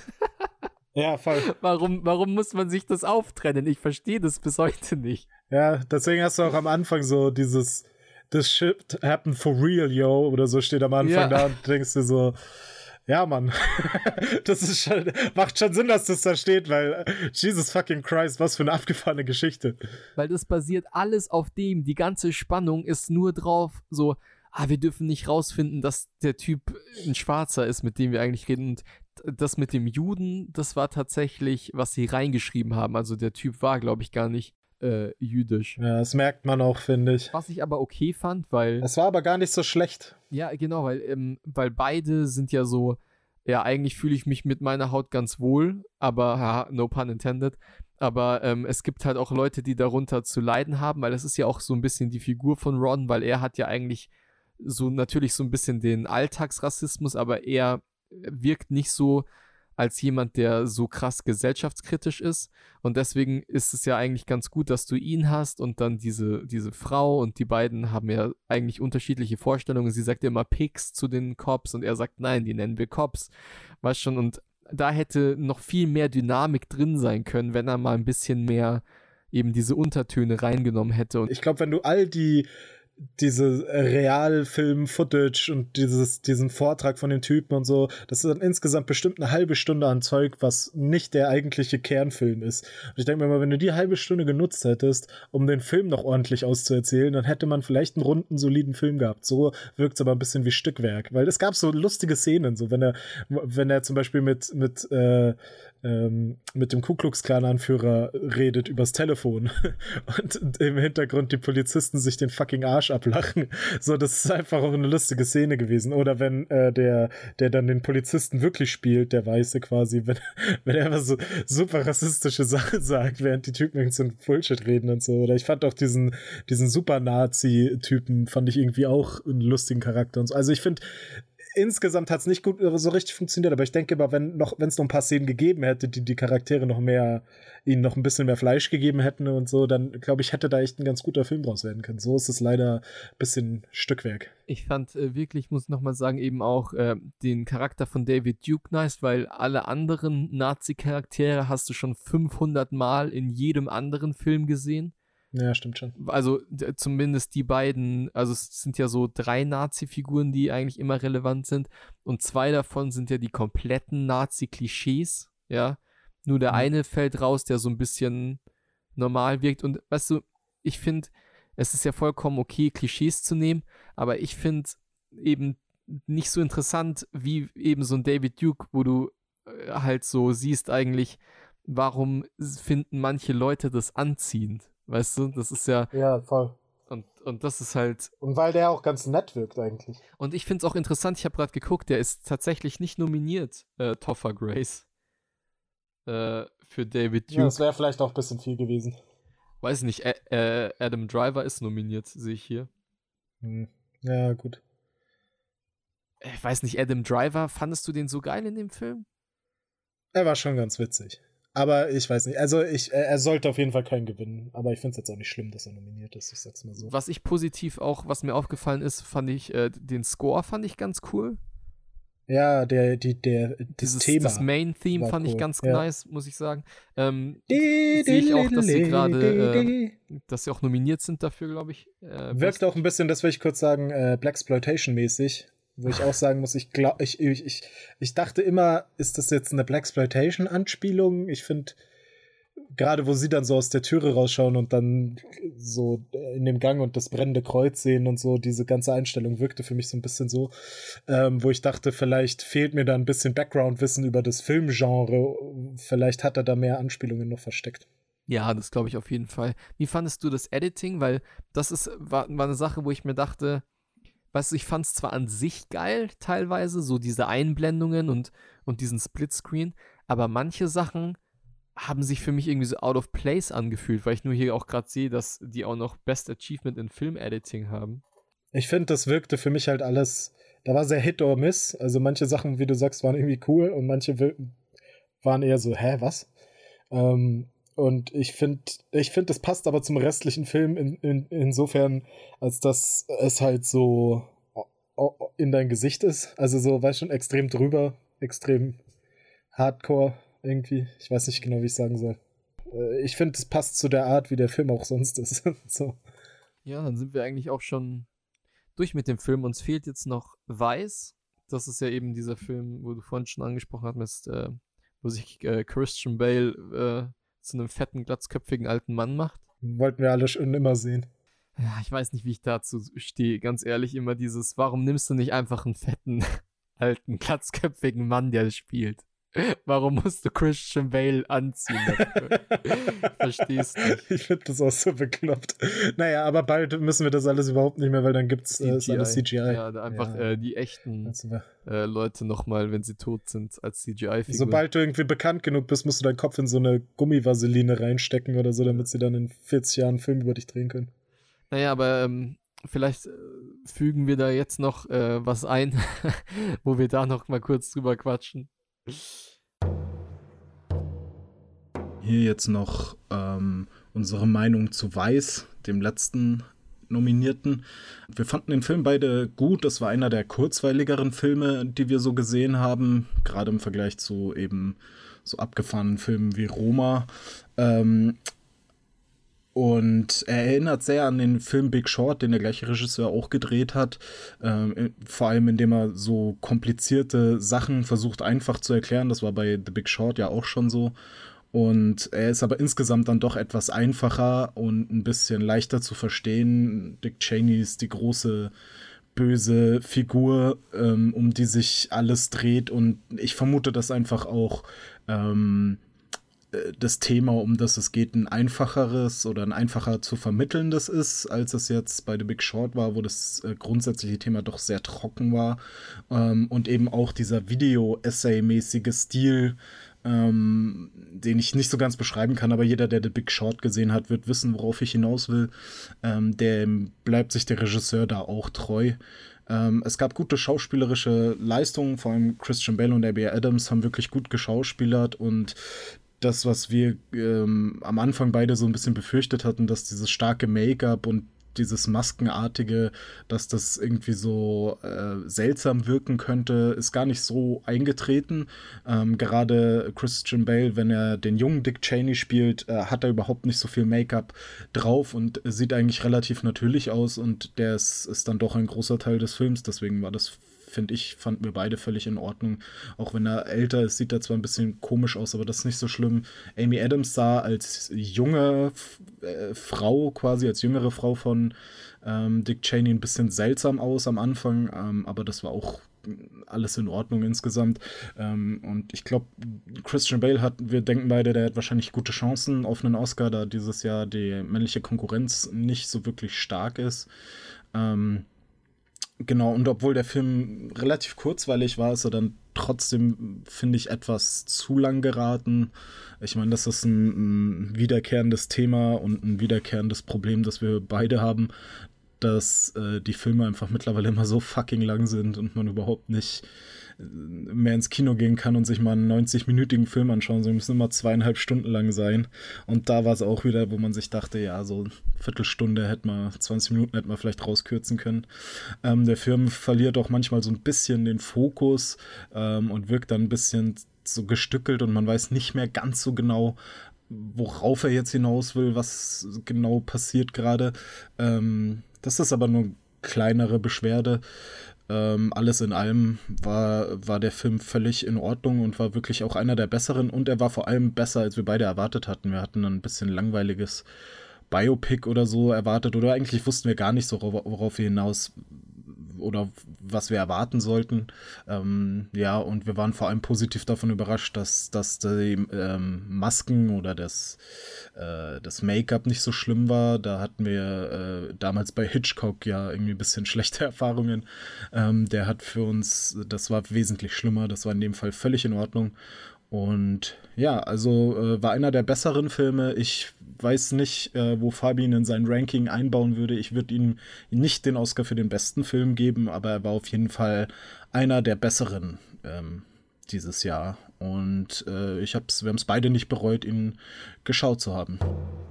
Ja, voll. Warum, warum muss man sich das auftrennen? Ich verstehe das bis heute nicht. Ja, deswegen hast du auch am Anfang so dieses This shit happened for real, yo, oder so steht am Anfang ja. da und denkst dir so, ja, Mann, das ist schon, macht schon Sinn, dass das da steht, weil Jesus fucking Christ, was für eine abgefahrene Geschichte. Weil das basiert alles auf dem, die ganze Spannung ist nur drauf, so, ah, wir dürfen nicht rausfinden, dass der Typ ein Schwarzer ist, mit dem wir eigentlich reden. Und das mit dem Juden, das war tatsächlich, was sie reingeschrieben haben. Also der Typ war, glaube ich, gar nicht äh, jüdisch. Ja, das merkt man auch, finde ich. Was ich aber okay fand, weil... Es war aber gar nicht so schlecht. Ja, genau, weil, ähm, weil beide sind ja so, ja, eigentlich fühle ich mich mit meiner Haut ganz wohl, aber, ja, no pun intended, aber ähm, es gibt halt auch Leute, die darunter zu leiden haben, weil das ist ja auch so ein bisschen die Figur von Ron, weil er hat ja eigentlich so natürlich so ein bisschen den Alltagsrassismus, aber er wirkt nicht so als jemand, der so krass gesellschaftskritisch ist. Und deswegen ist es ja eigentlich ganz gut, dass du ihn hast und dann diese, diese Frau, und die beiden haben ja eigentlich unterschiedliche Vorstellungen. Sie sagt ja immer Pigs zu den Cops und er sagt, nein, die nennen wir Cops. Weißt schon, und da hätte noch viel mehr Dynamik drin sein können, wenn er mal ein bisschen mehr eben diese Untertöne reingenommen hätte. Und ich glaube, wenn du all die diese Realfilm-Footage und dieses, diesen Vortrag von den Typen und so, das ist dann insgesamt bestimmt eine halbe Stunde an Zeug, was nicht der eigentliche Kernfilm ist. Und ich denke mir mal, wenn du die halbe Stunde genutzt hättest, um den Film noch ordentlich auszuerzählen, dann hätte man vielleicht einen runden, soliden Film gehabt. So wirkt es aber ein bisschen wie Stückwerk, weil es gab so lustige Szenen, so wenn er, wenn er zum Beispiel mit, mit, äh, ähm, mit dem Ku Klux Klan Anführer redet übers Telefon und im Hintergrund die Polizisten sich den fucking Arsch ablachen. So, das ist einfach auch eine lustige Szene gewesen. Oder wenn äh, der, der dann den Polizisten wirklich spielt, der Weiße quasi, wenn, wenn er einfach so super rassistische Sachen sagt, während die Typen irgendwie so ein Bullshit reden und so. Oder ich fand auch diesen, diesen Super-Nazi-Typen, fand ich irgendwie auch einen lustigen Charakter und so. Also ich finde, insgesamt hat es nicht gut so richtig funktioniert, aber ich denke mal, wenn noch, wenn es noch ein paar Szenen gegeben hätte, die die Charaktere noch mehr, ihnen noch ein bisschen mehr Fleisch gegeben hätten und so, dann glaube ich, hätte da echt ein ganz guter Film draus werden können. So ist es leider ein bisschen Stückwerk. Ich fand äh, wirklich, muss ich nochmal sagen, eben auch äh, den Charakter von David Duke nice, weil alle anderen Nazi-Charaktere hast du schon fünfhundert Mal in jedem anderen Film gesehen. Ja, stimmt schon. Also d- zumindest die beiden, also es sind ja so drei Nazi-Figuren, die eigentlich immer relevant sind, und zwei davon sind ja die kompletten Nazi-Klischees, ja. Nur der mhm. eine fällt raus, der so ein bisschen normal wirkt, und weißt du, ich finde, es ist ja vollkommen okay, Klischees zu nehmen, aber ich finde eben nicht so interessant wie eben so ein David Duke, wo du äh, halt so siehst eigentlich, warum finden manche Leute das anziehend? Weißt du, das ist ja... Ja, voll. Und, und das ist halt... Und weil der auch ganz nett wirkt eigentlich. Und ich finde es auch interessant, ich habe gerade geguckt, der ist tatsächlich nicht nominiert, äh, Topher Grace, äh, für David Duke. Ja, das wäre vielleicht auch ein bisschen viel gewesen. Weiß nicht, Ä- äh, Adam Driver ist nominiert, sehe ich hier. Hm. Ja, gut. Ich weiß nicht, Adam Driver, fandest du den so geil in dem Film? Er war schon ganz witzig. Aber ich weiß nicht, also ich, er sollte auf jeden Fall keinen gewinnen, aber ich finde es jetzt auch nicht schlimm, dass er nominiert ist, ich sag's mal so. Was ich positiv auch, was mir aufgefallen ist, fand ich, äh, den Score fand ich ganz cool. Ja, der, die, der, das Dieses, Thema. Das Main-Theme fand cool. ich ganz ja. nice, muss ich sagen. Ähm, sehe ich auch, dass sie gerade, äh, dass sie auch nominiert sind dafür, glaube ich. Äh, Wirkt auch ein bisschen, das will ich kurz sagen, äh, Blaxploitation-mäßig. Wo ich auch sagen muss, ich glaube, ich, ich, ich, ich dachte immer, ist das jetzt eine Blaxploitation-Anspielung? Ich finde, gerade wo sie dann so aus der Türe rausschauen und dann so in dem Gang und das brennende Kreuz sehen und so, diese ganze Einstellung wirkte für mich so ein bisschen so, ähm, wo ich dachte, vielleicht fehlt mir da ein bisschen Background-Wissen über das Filmgenre. Vielleicht hat er da mehr Anspielungen noch versteckt. Ja, das glaube ich auf jeden Fall. Wie fandest du das Editing? Weil das ist, war, war eine Sache, wo ich mir dachte, weißt du, ich fand es zwar an sich geil, teilweise, so diese Einblendungen und, und diesen Splitscreen, aber manche Sachen haben sich für mich irgendwie so out of place angefühlt, weil ich nur hier auch gerade sehe, dass die auch noch Best Achievement in Film Editing haben. Ich finde, das wirkte für mich halt alles, da war sehr Hit or Miss. Also manche Sachen, wie du sagst, waren irgendwie cool und manche waren eher so, hä, was? Ähm, und ich finde, ich finde, das passt aber zum restlichen Film in, in, insofern, als dass es halt so in dein Gesicht ist. Also so, weißt schon, extrem drüber, extrem hardcore irgendwie. Ich weiß nicht genau, wie ich sagen soll. Ich finde, es passt zu der Art, wie der Film auch sonst ist. So. Ja, dann sind wir eigentlich auch schon durch mit dem Film. Uns fehlt jetzt noch Weiß. Das ist ja eben dieser Film, wo du vorhin schon angesprochen hast, äh, wo sich äh, Christian Bale äh, zu einem fetten, glatzköpfigen alten Mann macht. Wollten wir alle schon immer sehen. Ja, ich weiß nicht, wie ich dazu stehe. Ganz ehrlich, immer dieses, warum nimmst du nicht einfach einen fetten, alten, glatzköpfigen Mann, der spielt? Warum musst du Christian Bale anziehen dafür? Ich versteh's nicht. Ich finde das auch so bekloppt. Naja, aber bald müssen wir das alles überhaupt nicht mehr, weil dann gibt's äh, ist alles C G I. Ja, da einfach ja. äh, die echten äh, Leute nochmal, wenn sie tot sind, als C G I-Figuren. Sobald du irgendwie bekannt genug bist, musst du deinen Kopf in so eine Gummivaseline reinstecken oder so, damit sie dann in vierzig Jahren einen Film über dich drehen können. Naja, aber ähm, vielleicht äh, fügen wir da jetzt noch äh, was ein, wo wir da noch mal kurz drüber quatschen. Hier jetzt noch ähm, unsere Meinung zu Weiß, dem letzten Nominierten. Wir fanden den Film beide gut. Das war einer der kurzweiligeren Filme, die wir so gesehen haben, gerade im Vergleich zu eben so abgefahrenen Filmen wie Roma. Ähm, Und er erinnert sehr an den Film Big Short, den der gleiche Regisseur auch gedreht hat. Ähm, vor allem, indem er so komplizierte Sachen versucht einfach zu erklären. Das war bei The Big Short ja auch schon so. Und er ist aber insgesamt dann doch etwas einfacher und ein bisschen leichter zu verstehen. Dick Cheney ist die große böse Figur, ähm, um die sich alles dreht. Und ich vermute, dass einfach auch ähm, das Thema, um das es geht, ein einfacheres oder ein einfacher zu vermittelndes ist, als es jetzt bei The Big Short war, wo das äh, grundsätzliche Thema doch sehr trocken war. Ähm, und eben auch dieser Video-Essay-mäßige Stil, ähm, den ich nicht so ganz beschreiben kann, aber jeder, der The Big Short gesehen hat, wird wissen, worauf ich hinaus will. Ähm, dem bleibt sich der Regisseur da auch treu. Ähm, es gab gute schauspielerische Leistungen, vor allem Christian Bale und Amy Adams haben wirklich gut geschauspielert und das, was wir ähm, am Anfang beide so ein bisschen befürchtet hatten, dass dieses starke Make-up und dieses Maskenartige, dass das irgendwie so äh, seltsam wirken könnte, ist gar nicht so eingetreten. Ähm, gerade Christian Bale, wenn er den jungen Dick Cheney spielt, äh, hat er überhaupt nicht so viel Make-up drauf und sieht eigentlich relativ natürlich aus und der ist, ist dann doch ein großer Teil des Films, deswegen war das, finde ich, fanden wir beide völlig in Ordnung. Auch wenn er älter ist, sieht er zwar ein bisschen komisch aus, aber das ist nicht so schlimm. Amy Adams sah als junge äh, Frau, quasi als jüngere Frau von ähm, Dick Cheney ein bisschen seltsam aus am Anfang, ähm, aber das war auch alles in Ordnung insgesamt. Ähm, und ich glaube, Christian Bale hat, wir denken beide, der hat wahrscheinlich gute Chancen auf einen Oscar, da dieses Jahr die männliche Konkurrenz nicht so wirklich stark ist. Ähm, Genau, und obwohl der Film relativ kurzweilig war, ist er dann trotzdem, finde ich, etwas zu lang geraten. Ich meine, das ist ein, ein wiederkehrendes Thema und ein wiederkehrendes Problem, das wir beide haben, dass äh, die Filme einfach mittlerweile immer so fucking lang sind und man überhaupt nicht mehr ins Kino gehen kann und sich mal einen neunzig-minütigen Film anschauen. Sie müssen immer zweieinhalb Stunden lang sein. Und da war es auch wieder, wo man sich dachte, ja, so eine Viertelstunde hätte man, zwanzig Minuten hätte man vielleicht rauskürzen können. Ähm, der Film verliert auch manchmal so ein bisschen den Fokus ähm, und wirkt dann ein bisschen so gestückelt und man weiß nicht mehr ganz so genau, worauf er jetzt hinaus will, was genau passiert gerade. Ähm, das ist aber nur kleinere Beschwerde. Ähm, alles in allem war, war der Film völlig in Ordnung und war wirklich auch einer der besseren und er war vor allem besser, als wir beide erwartet hatten. Wir hatten ein bisschen langweiliges Biopic oder so erwartet oder eigentlich wussten wir gar nicht so, worauf wir hinaus oder was wir erwarten sollten. Ähm, ja, und wir waren vor allem positiv davon überrascht, dass, dass die ähm, Masken oder das, äh, das Make-up nicht so schlimm war. Da hatten wir äh, damals bei Hitchcock ja irgendwie ein bisschen schlechte Erfahrungen. Ähm, der hat für uns, das war wesentlich schlimmer, das war in dem Fall völlig in Ordnung. Und ja, also äh, war einer der besseren Filme. Ich weiß nicht, äh, wo Fabi ihn in sein Ranking einbauen würde. Ich würde ihm nicht den Oscar für den besten Film geben, aber er war auf jeden Fall einer der besseren ähm, dieses Jahr. Und äh, ich hab's, wir haben es beide nicht bereut, ihn geschaut zu haben.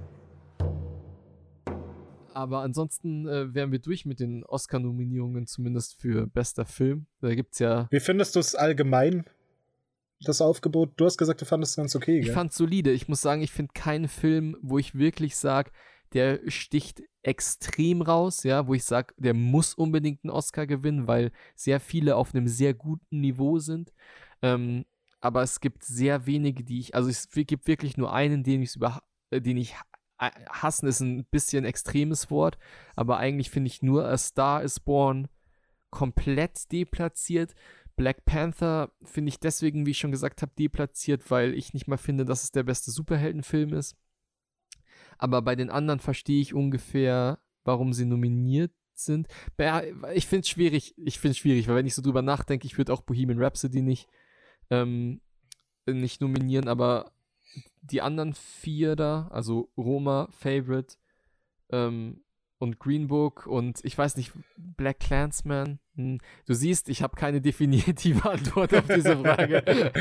Aber ansonsten äh, wären wir durch mit den Oscar-Nominierungen, zumindest für bester Film. Da gibt's ja. Wie findest du es allgemein, das Aufgebot? Du hast gesagt, du fandest es ganz okay, gell? Ich fand's solide. Ich muss sagen, ich finde keinen Film, wo ich wirklich sage, der sticht extrem raus, ja, wo ich sage, der muss unbedingt einen Oscar gewinnen, weil sehr viele auf einem sehr guten Niveau sind. Ähm, aber es gibt sehr wenige, die ich, also es gibt wirklich nur einen, den ich über, äh, den ich hassen ist ein bisschen extremes Wort, aber eigentlich finde ich nur A Star is Born komplett deplatziert. Black Panther finde ich deswegen, wie ich schon gesagt habe, deplatziert, weil ich nicht mal finde, dass es der beste Superheldenfilm ist. Aber bei den anderen verstehe ich ungefähr, warum sie nominiert sind. Ich finde es schwierig, ich finde es schwierig, weil wenn ich so drüber nachdenke, ich würde auch Bohemian Rhapsody nicht, ähm, nicht nominieren, aber die anderen vier da, also Roma, Favorite ähm, und Green Book und ich weiß nicht, Black Klansman. Hm. Du siehst, ich habe keine definitive Antwort auf diese Frage.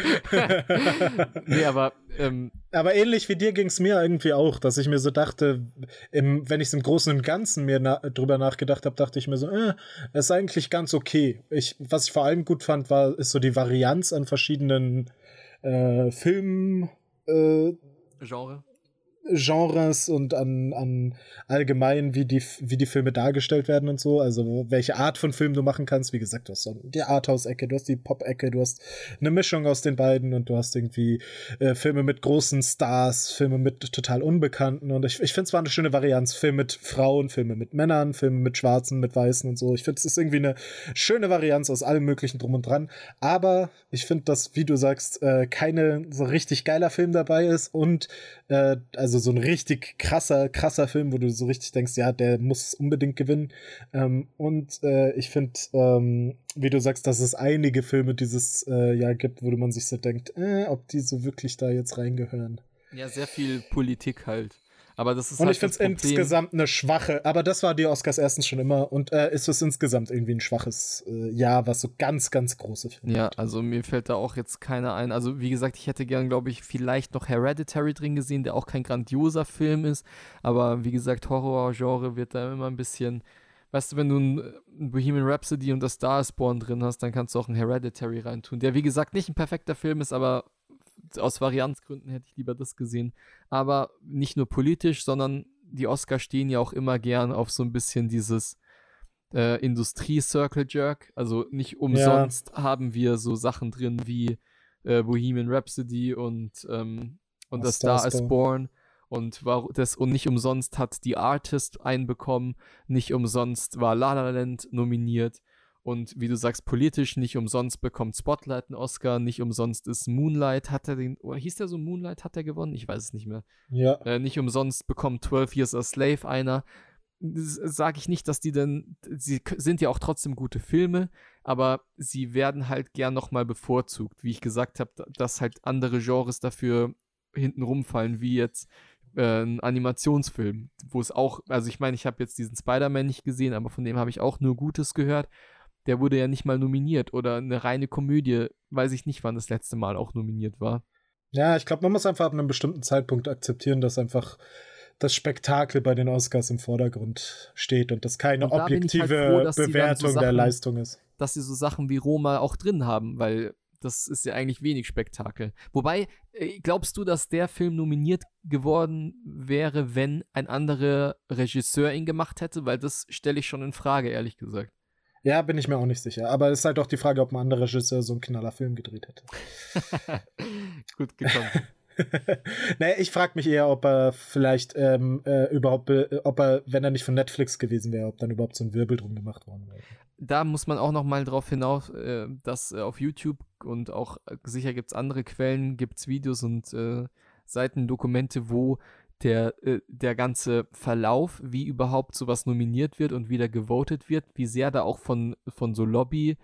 nee, aber ähm, aber ähnlich wie dir ging es mir irgendwie auch, dass ich mir so dachte, im, wenn ich es im Großen und Ganzen mir na- drüber nachgedacht habe, dachte ich mir so, äh, ist eigentlich ganz okay. Ich, was ich vor allem gut fand, war, ist so die Varianz an verschiedenen äh, Filmen, Äh, Genre. Genres und an, an allgemein, wie die, wie die Filme dargestellt werden und so, also welche Art von Film du machen kannst. Wie gesagt, du hast so die Arthouse-Ecke, du hast die Pop-Ecke, du hast eine Mischung aus den beiden und du hast irgendwie äh, Filme mit großen Stars, Filme mit total Unbekannten und ich, ich finde es war eine schöne Varianz. Filme mit Frauen, Filme mit Männern, Filme mit Schwarzen, mit Weißen und so. Ich finde, es ist irgendwie eine schöne Varianz aus allem möglichen drum und dran, aber ich finde, dass, wie du sagst, äh, keine so richtig geiler Film dabei ist und äh, also so ein richtig krasser, krasser Film, wo du so richtig denkst, ja, der muss unbedingt gewinnen. Ähm, und äh, ich finde, ähm, wie du sagst, dass es einige Filme dieses äh, Jahr gibt, wo man sich so denkt, äh, ob die so wirklich da jetzt reingehören. Ja, sehr viel Politik halt. Aber das ist und halt ich finde es insgesamt eine schwache, aber das war die Oscars erstens schon immer und äh, ist es insgesamt irgendwie ein schwaches äh, Jahr, was so ganz, ganz große Filme Ja, hat. also mir fällt da auch jetzt keiner ein. Also wie gesagt, ich hätte gern, glaube ich, vielleicht noch Hereditary drin gesehen, der auch kein grandioser Film ist, aber wie gesagt, Horror-Genre wird da immer ein bisschen, weißt du, wenn du ein, ein Bohemian Rhapsody und das Star is Born drin hast, dann kannst du auch ein Hereditary reintun, der wie gesagt nicht ein perfekter Film ist, aber aus Varianzgründen hätte ich lieber das gesehen. Aber nicht nur politisch, sondern die Oscars stehen ja auch immer gern auf so ein bisschen dieses äh, Industrie-Circle-Jerk. Also nicht umsonst ja. haben wir so Sachen drin wie äh, Bohemian Rhapsody und, ähm, und das Star is Born. Und, war das, und nicht umsonst hat The Artist einen bekommen. Nicht umsonst war La La Land nominiert. Und wie du sagst, politisch nicht umsonst bekommt Spotlight einen Oscar, nicht umsonst ist Moonlight, hat er den, oder hieß der so Moonlight, hat er gewonnen? Ich weiß es nicht mehr. Ja. Äh, nicht umsonst bekommt twelve Years a Slave einer. Sage ich nicht, dass die denn, sie sind ja auch trotzdem gute Filme, aber sie werden halt gern nochmal bevorzugt. Wie ich gesagt habe, dass halt andere Genres dafür hinten rumfallen, wie jetzt äh, ein Animationsfilm, wo es auch, also ich meine, ich habe jetzt diesen Spider-Man nicht gesehen, aber von dem habe ich auch nur Gutes gehört. Der wurde ja nicht mal nominiert. Oder eine reine Komödie, weiß ich nicht, wann das letzte Mal auch nominiert war. Ja, ich glaube, man muss einfach ab einem bestimmten Zeitpunkt akzeptieren, dass einfach das Spektakel bei den Oscars im Vordergrund steht und das keine und da objektive halt froh, Bewertung so Sachen, der Leistung ist. Dass sie so Sachen wie Roma auch drin haben, weil das ist ja eigentlich wenig Spektakel. Wobei, glaubst du, dass der Film nominiert geworden wäre, wenn ein anderer Regisseur ihn gemacht hätte? Weil das stelle ich schon in Frage, ehrlich gesagt. Ja, bin ich mir auch nicht sicher. Aber es ist halt auch die Frage, ob ein anderer Regisseur so einen knaller Film gedreht hätte. Gut gekommen. naja, ich frage mich eher, ob er vielleicht ähm, äh, überhaupt, äh, ob er, wenn er nicht von Netflix gewesen wäre, ob dann überhaupt so ein Wirbel drum gemacht worden wäre. Da muss man auch noch mal drauf hinaus, äh, dass äh, auf YouTube und auch äh, sicher gibt es andere Quellen, gibt es Videos und äh, Seitendokumente, wo Der, äh, der ganze Verlauf, wie überhaupt sowas nominiert wird und wie da gewotet wird, wie sehr da auch von, von so Lobby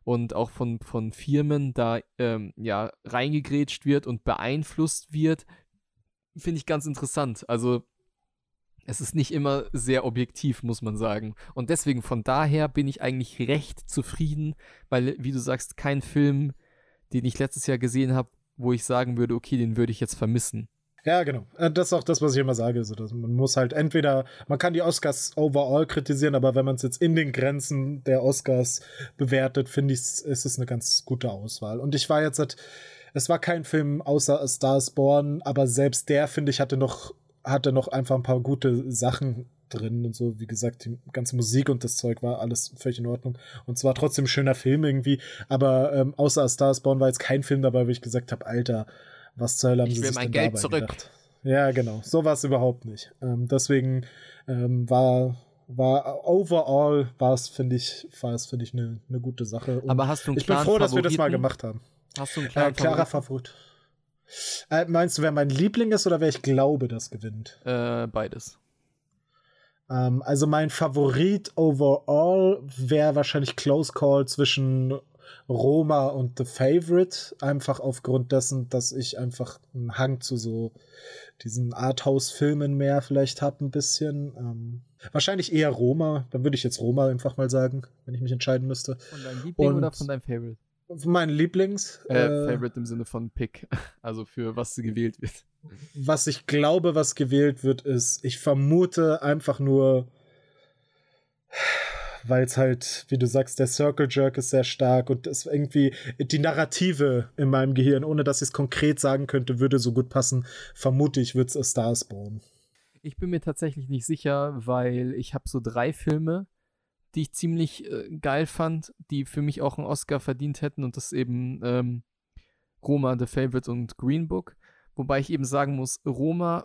und auch von, von Firmen da ähm, ja, reingegrätscht wird und beeinflusst wird, finde ich ganz interessant. Also es ist nicht immer sehr objektiv, muss man sagen. Und deswegen, von daher bin ich eigentlich recht zufrieden, weil, wie du sagst, kein Film, den ich letztes Jahr gesehen habe, wo ich sagen würde, okay, den würde ich jetzt vermissen. Ja, genau. Das ist auch das, was ich immer sage. So, dass man muss halt entweder, man kann die Oscars overall kritisieren, aber wenn man es jetzt in den Grenzen der Oscars bewertet, finde ich, ist es eine ganz gute Auswahl. Und ich war jetzt, halt, es war kein Film außer A Star is Born, aber selbst der, finde ich, hatte noch, hatte noch einfach ein paar gute Sachen drin und so. Wie gesagt, die ganze Musik und das Zeug war alles völlig in Ordnung. Und zwar trotzdem ein schöner Film irgendwie, aber ähm, außer A Star is Born war jetzt kein Film dabei, wo ich gesagt habe, Alter, was zur Hölle haben ich sie will sich mein denn Geld dabei zurück. gedacht? Ja, genau. So war es überhaupt nicht. Ähm, deswegen ähm, war, war overall war es, finde ich, war es, finde ich, eine ne gute Sache. Und aber hast du einen ich bin klaren froh, dass wir das mal Favoriten? gemacht haben. Hast du einen klaren Äh, klarer Favorit. Äh, meinst du, wer mein Liebling ist oder wer ich glaube, das gewinnt? Äh, beides. Ähm, also mein Favorit overall wäre wahrscheinlich Close Call zwischen Roma und The Favorite, einfach aufgrund dessen, dass ich einfach einen Hang zu so diesen Arthouse-Filmen mehr vielleicht habe, ein bisschen. Ähm, wahrscheinlich eher Roma, dann würde ich jetzt Roma einfach mal sagen, wenn ich mich entscheiden müsste. Von deinem Liebling und oder von deinem Favorite? Mein Lieblings. Äh, äh, Favorite im Sinne von Pick, also für was gewählt wird. Was ich glaube, was gewählt wird, ist, ich vermute einfach nur, weil es halt, wie du sagst, der Circle Jerk ist sehr stark und es irgendwie die Narrative in meinem Gehirn, ohne dass ich es konkret sagen könnte, würde so gut passen. Vermute ich, wird es A Star is Born. Ich bin mir tatsächlich nicht sicher, weil ich habe so drei Filme, die ich ziemlich äh, geil fand, die für mich auch einen Oscar verdient hätten und das eben ähm, Roma, The Favorite und Green Book. Wobei ich eben sagen muss, Roma,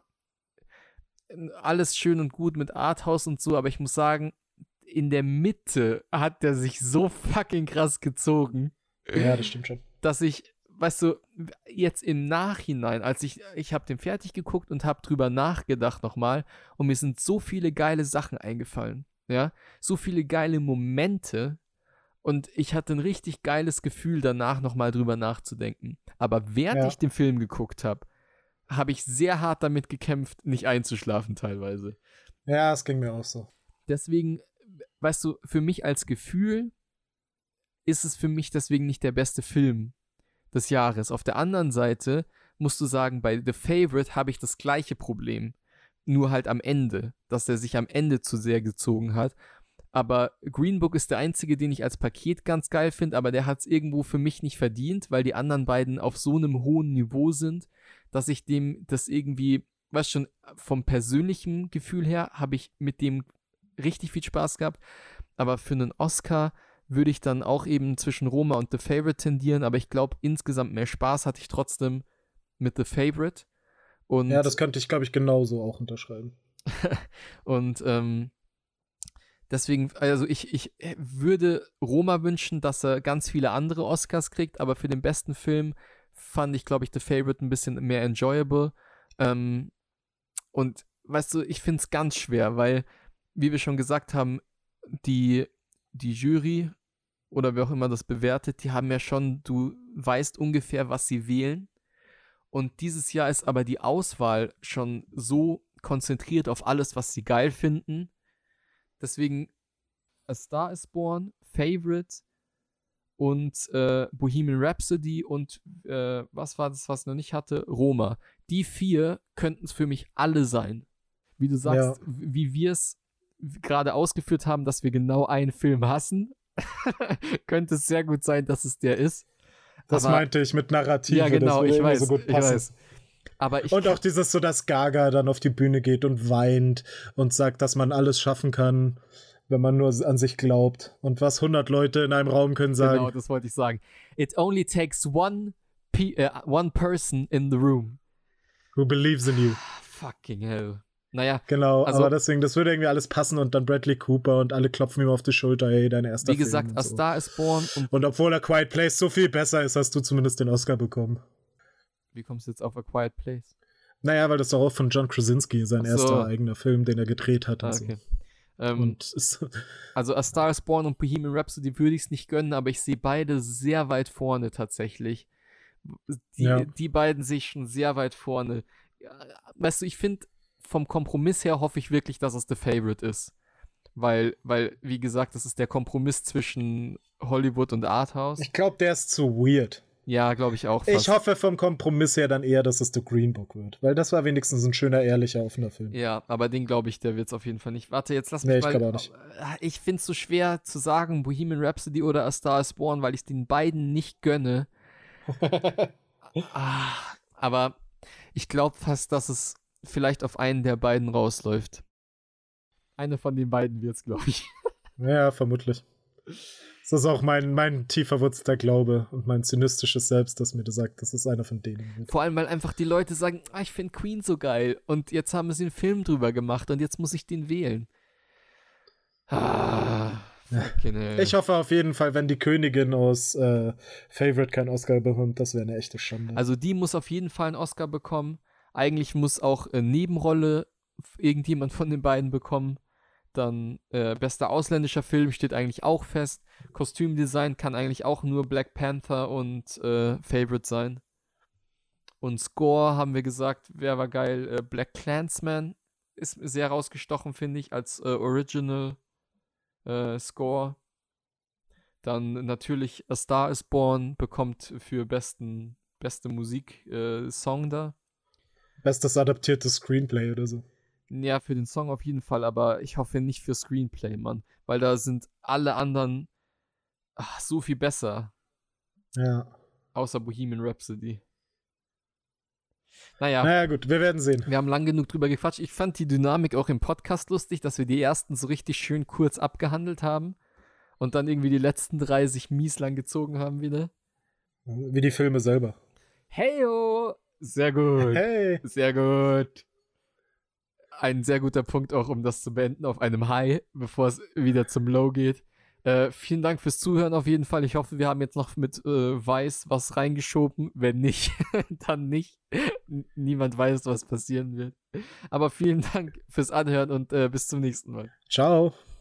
alles schön und gut mit Arthouse und so, aber ich muss sagen, in der Mitte hat der sich so fucking krass gezogen. Ja, das stimmt schon. Dass ich, weißt du, jetzt im Nachhinein, als ich, ich habe den fertig geguckt und habe drüber nachgedacht nochmal und mir sind so viele geile Sachen eingefallen, ja, so viele geile Momente und ich hatte ein richtig geiles Gefühl danach nochmal drüber nachzudenken. Aber während Ja. ich den Film geguckt habe, habe ich sehr hart damit gekämpft, nicht einzuschlafen teilweise. Ja, es ging mir auch so. Deswegen, weißt du, für mich als Gefühl ist es für mich deswegen nicht der beste Film des Jahres. Auf der anderen Seite musst du sagen, bei The Favorite habe ich das gleiche Problem. Nur halt am Ende, dass er sich am Ende zu sehr gezogen hat. Aber Green Book ist der einzige, den ich als Paket ganz geil finde, aber der hat es irgendwo für mich nicht verdient, weil die anderen beiden auf so einem hohen Niveau sind, dass ich dem das irgendwie, weißt schon, vom persönlichen Gefühl her habe ich mit dem richtig viel Spaß gehabt. Aber für einen Oscar würde ich dann auch eben zwischen Roma und The Favorite tendieren, aber ich glaube, insgesamt mehr Spaß hatte ich trotzdem mit The Favorite. Und ja, das könnte ich, glaube ich, genauso auch unterschreiben. und ähm, deswegen, also ich, ich würde Roma wünschen, dass er ganz viele andere Oscars kriegt, aber für den besten Film fand ich, glaube ich, The Favorite ein bisschen mehr enjoyable. Ähm, und weißt du, ich finde es ganz schwer, weil, wie wir schon gesagt haben, die, die Jury oder wer auch immer das bewertet, die haben ja schon, du weißt ungefähr, was sie wählen. Und dieses Jahr ist aber die Auswahl schon so konzentriert auf alles, was sie geil finden. Deswegen A Star is Born, Favorite und äh, Bohemian Rhapsody und äh, was war das, was ich noch nicht hatte? Roma. Die vier könnten es für mich alle sein. Wie du sagst, Ja. wie wir es gerade ausgeführt haben, dass wir genau einen Film hassen, könnte es sehr gut sein, dass es der ist. Das Aber, meinte ich mit Narrative. ja, genau, das würde ich irgendwie weiß, so gut ich passen. weiß. Aber ich Und auch dieses so, dass Gaga dann auf die Bühne geht und weint und sagt, dass man alles schaffen kann, wenn man nur an sich glaubt. Und was hundert Leute in einem Raum können sagen. Genau, das wollte ich sagen. It only takes one, pe uh, one person in the room. Who believes in you. Fucking hell. Naja, Genau, also, aber deswegen, das würde irgendwie alles passen und dann Bradley Cooper und alle klopfen ihm auf die Schulter, hey, dein erster wie Film. gesagt, und A so. Star is Born und Und obwohl A Quiet Place so viel besser ist, hast du zumindest den Oscar bekommen. wie kommst du jetzt auf A Quiet Place? Naja, weil das doch auch von John Krasinski, sein Ach so. erster eigener Film, den er gedreht hat und Ah, okay. so. Ähm, Und ist also A Star is Born und Bohemian Rhapsody würde ich es nicht gönnen, aber ich sehe beide sehr weit vorne tatsächlich. Die, Ja. die beiden sehe ich schon sehr weit vorne. Ja, weißt du, ich finde, vom Kompromiss her hoffe ich wirklich, dass es The Favorite ist. Weil, weil, wie gesagt, das ist der Kompromiss zwischen Hollywood und Arthouse. ich glaube, der ist zu weird. Ja, glaube ich auch fast. Ich hoffe vom Kompromiss her dann eher, dass es The Green Book wird. Weil das war wenigstens ein schöner, ehrlicher, offener Film. Ja, aber den glaube ich, der wird es auf jeden Fall nicht. Warte, jetzt lass mich Nee, ich mal. glaube auch nicht. Ich finde es so schwer zu sagen, Bohemian Rhapsody oder A Star is Born, weil ich den beiden nicht gönne. ah, aber ich glaube fast, dass es vielleicht auf einen der beiden rausläuft. Eine von den beiden wird es, glaube ich. Ja, vermutlich. Das ist auch mein, mein tief verwurzelter Glaube und mein zynistisches Selbst, das mir sagt, das ist einer von denen wird. Vor allem, weil einfach die Leute sagen, ah, ich finde Queen so geil und jetzt haben sie einen Film drüber gemacht und jetzt muss ich den wählen. Ah, fucking hell. Ich hoffe auf jeden Fall, wenn die Königin aus äh, Favorite keinen Oscar bekommt, das wäre eine echte Schande. Also die muss auf jeden Fall einen Oscar bekommen. Eigentlich muss auch äh, Nebenrolle irgendjemand von den beiden bekommen. Dann äh, bester ausländischer Film steht eigentlich auch fest. Kostümdesign kann eigentlich auch nur Black Panther und äh, Favorite sein. Und Score haben wir gesagt, wer war geil? Äh, Black Klansman ist sehr rausgestochen, finde ich, als äh, Original äh, Score. Dann natürlich A Star is Born bekommt für besten beste Musik äh, Song da. Bestes adaptiertes Screenplay oder so. Ja, für den Song auf jeden Fall, aber ich hoffe nicht für Screenplay, Mann. Weil da sind alle anderen ach, so viel besser. Ja. Außer Bohemian Rhapsody. Naja. Naja, gut, wir werden sehen. Wir haben lang genug drüber gequatscht. Ich fand die Dynamik auch im Podcast lustig, dass wir die ersten so richtig schön kurz abgehandelt haben und dann irgendwie die letzten drei sich mies lang gezogen haben wieder. Wie die Filme selber. Heyo! Sehr gut. Hey! Sehr gut. Ein sehr guter Punkt auch, um das zu beenden, auf einem High, bevor es wieder zum Low geht. Äh, vielen Dank fürs Zuhören auf jeden Fall. Ich hoffe, wir haben jetzt noch mit äh, Weiß was reingeschoben. Wenn nicht, dann nicht. N- niemand weiß, was passieren wird. Aber vielen Dank fürs Anhören und äh, bis zum nächsten Mal. Ciao!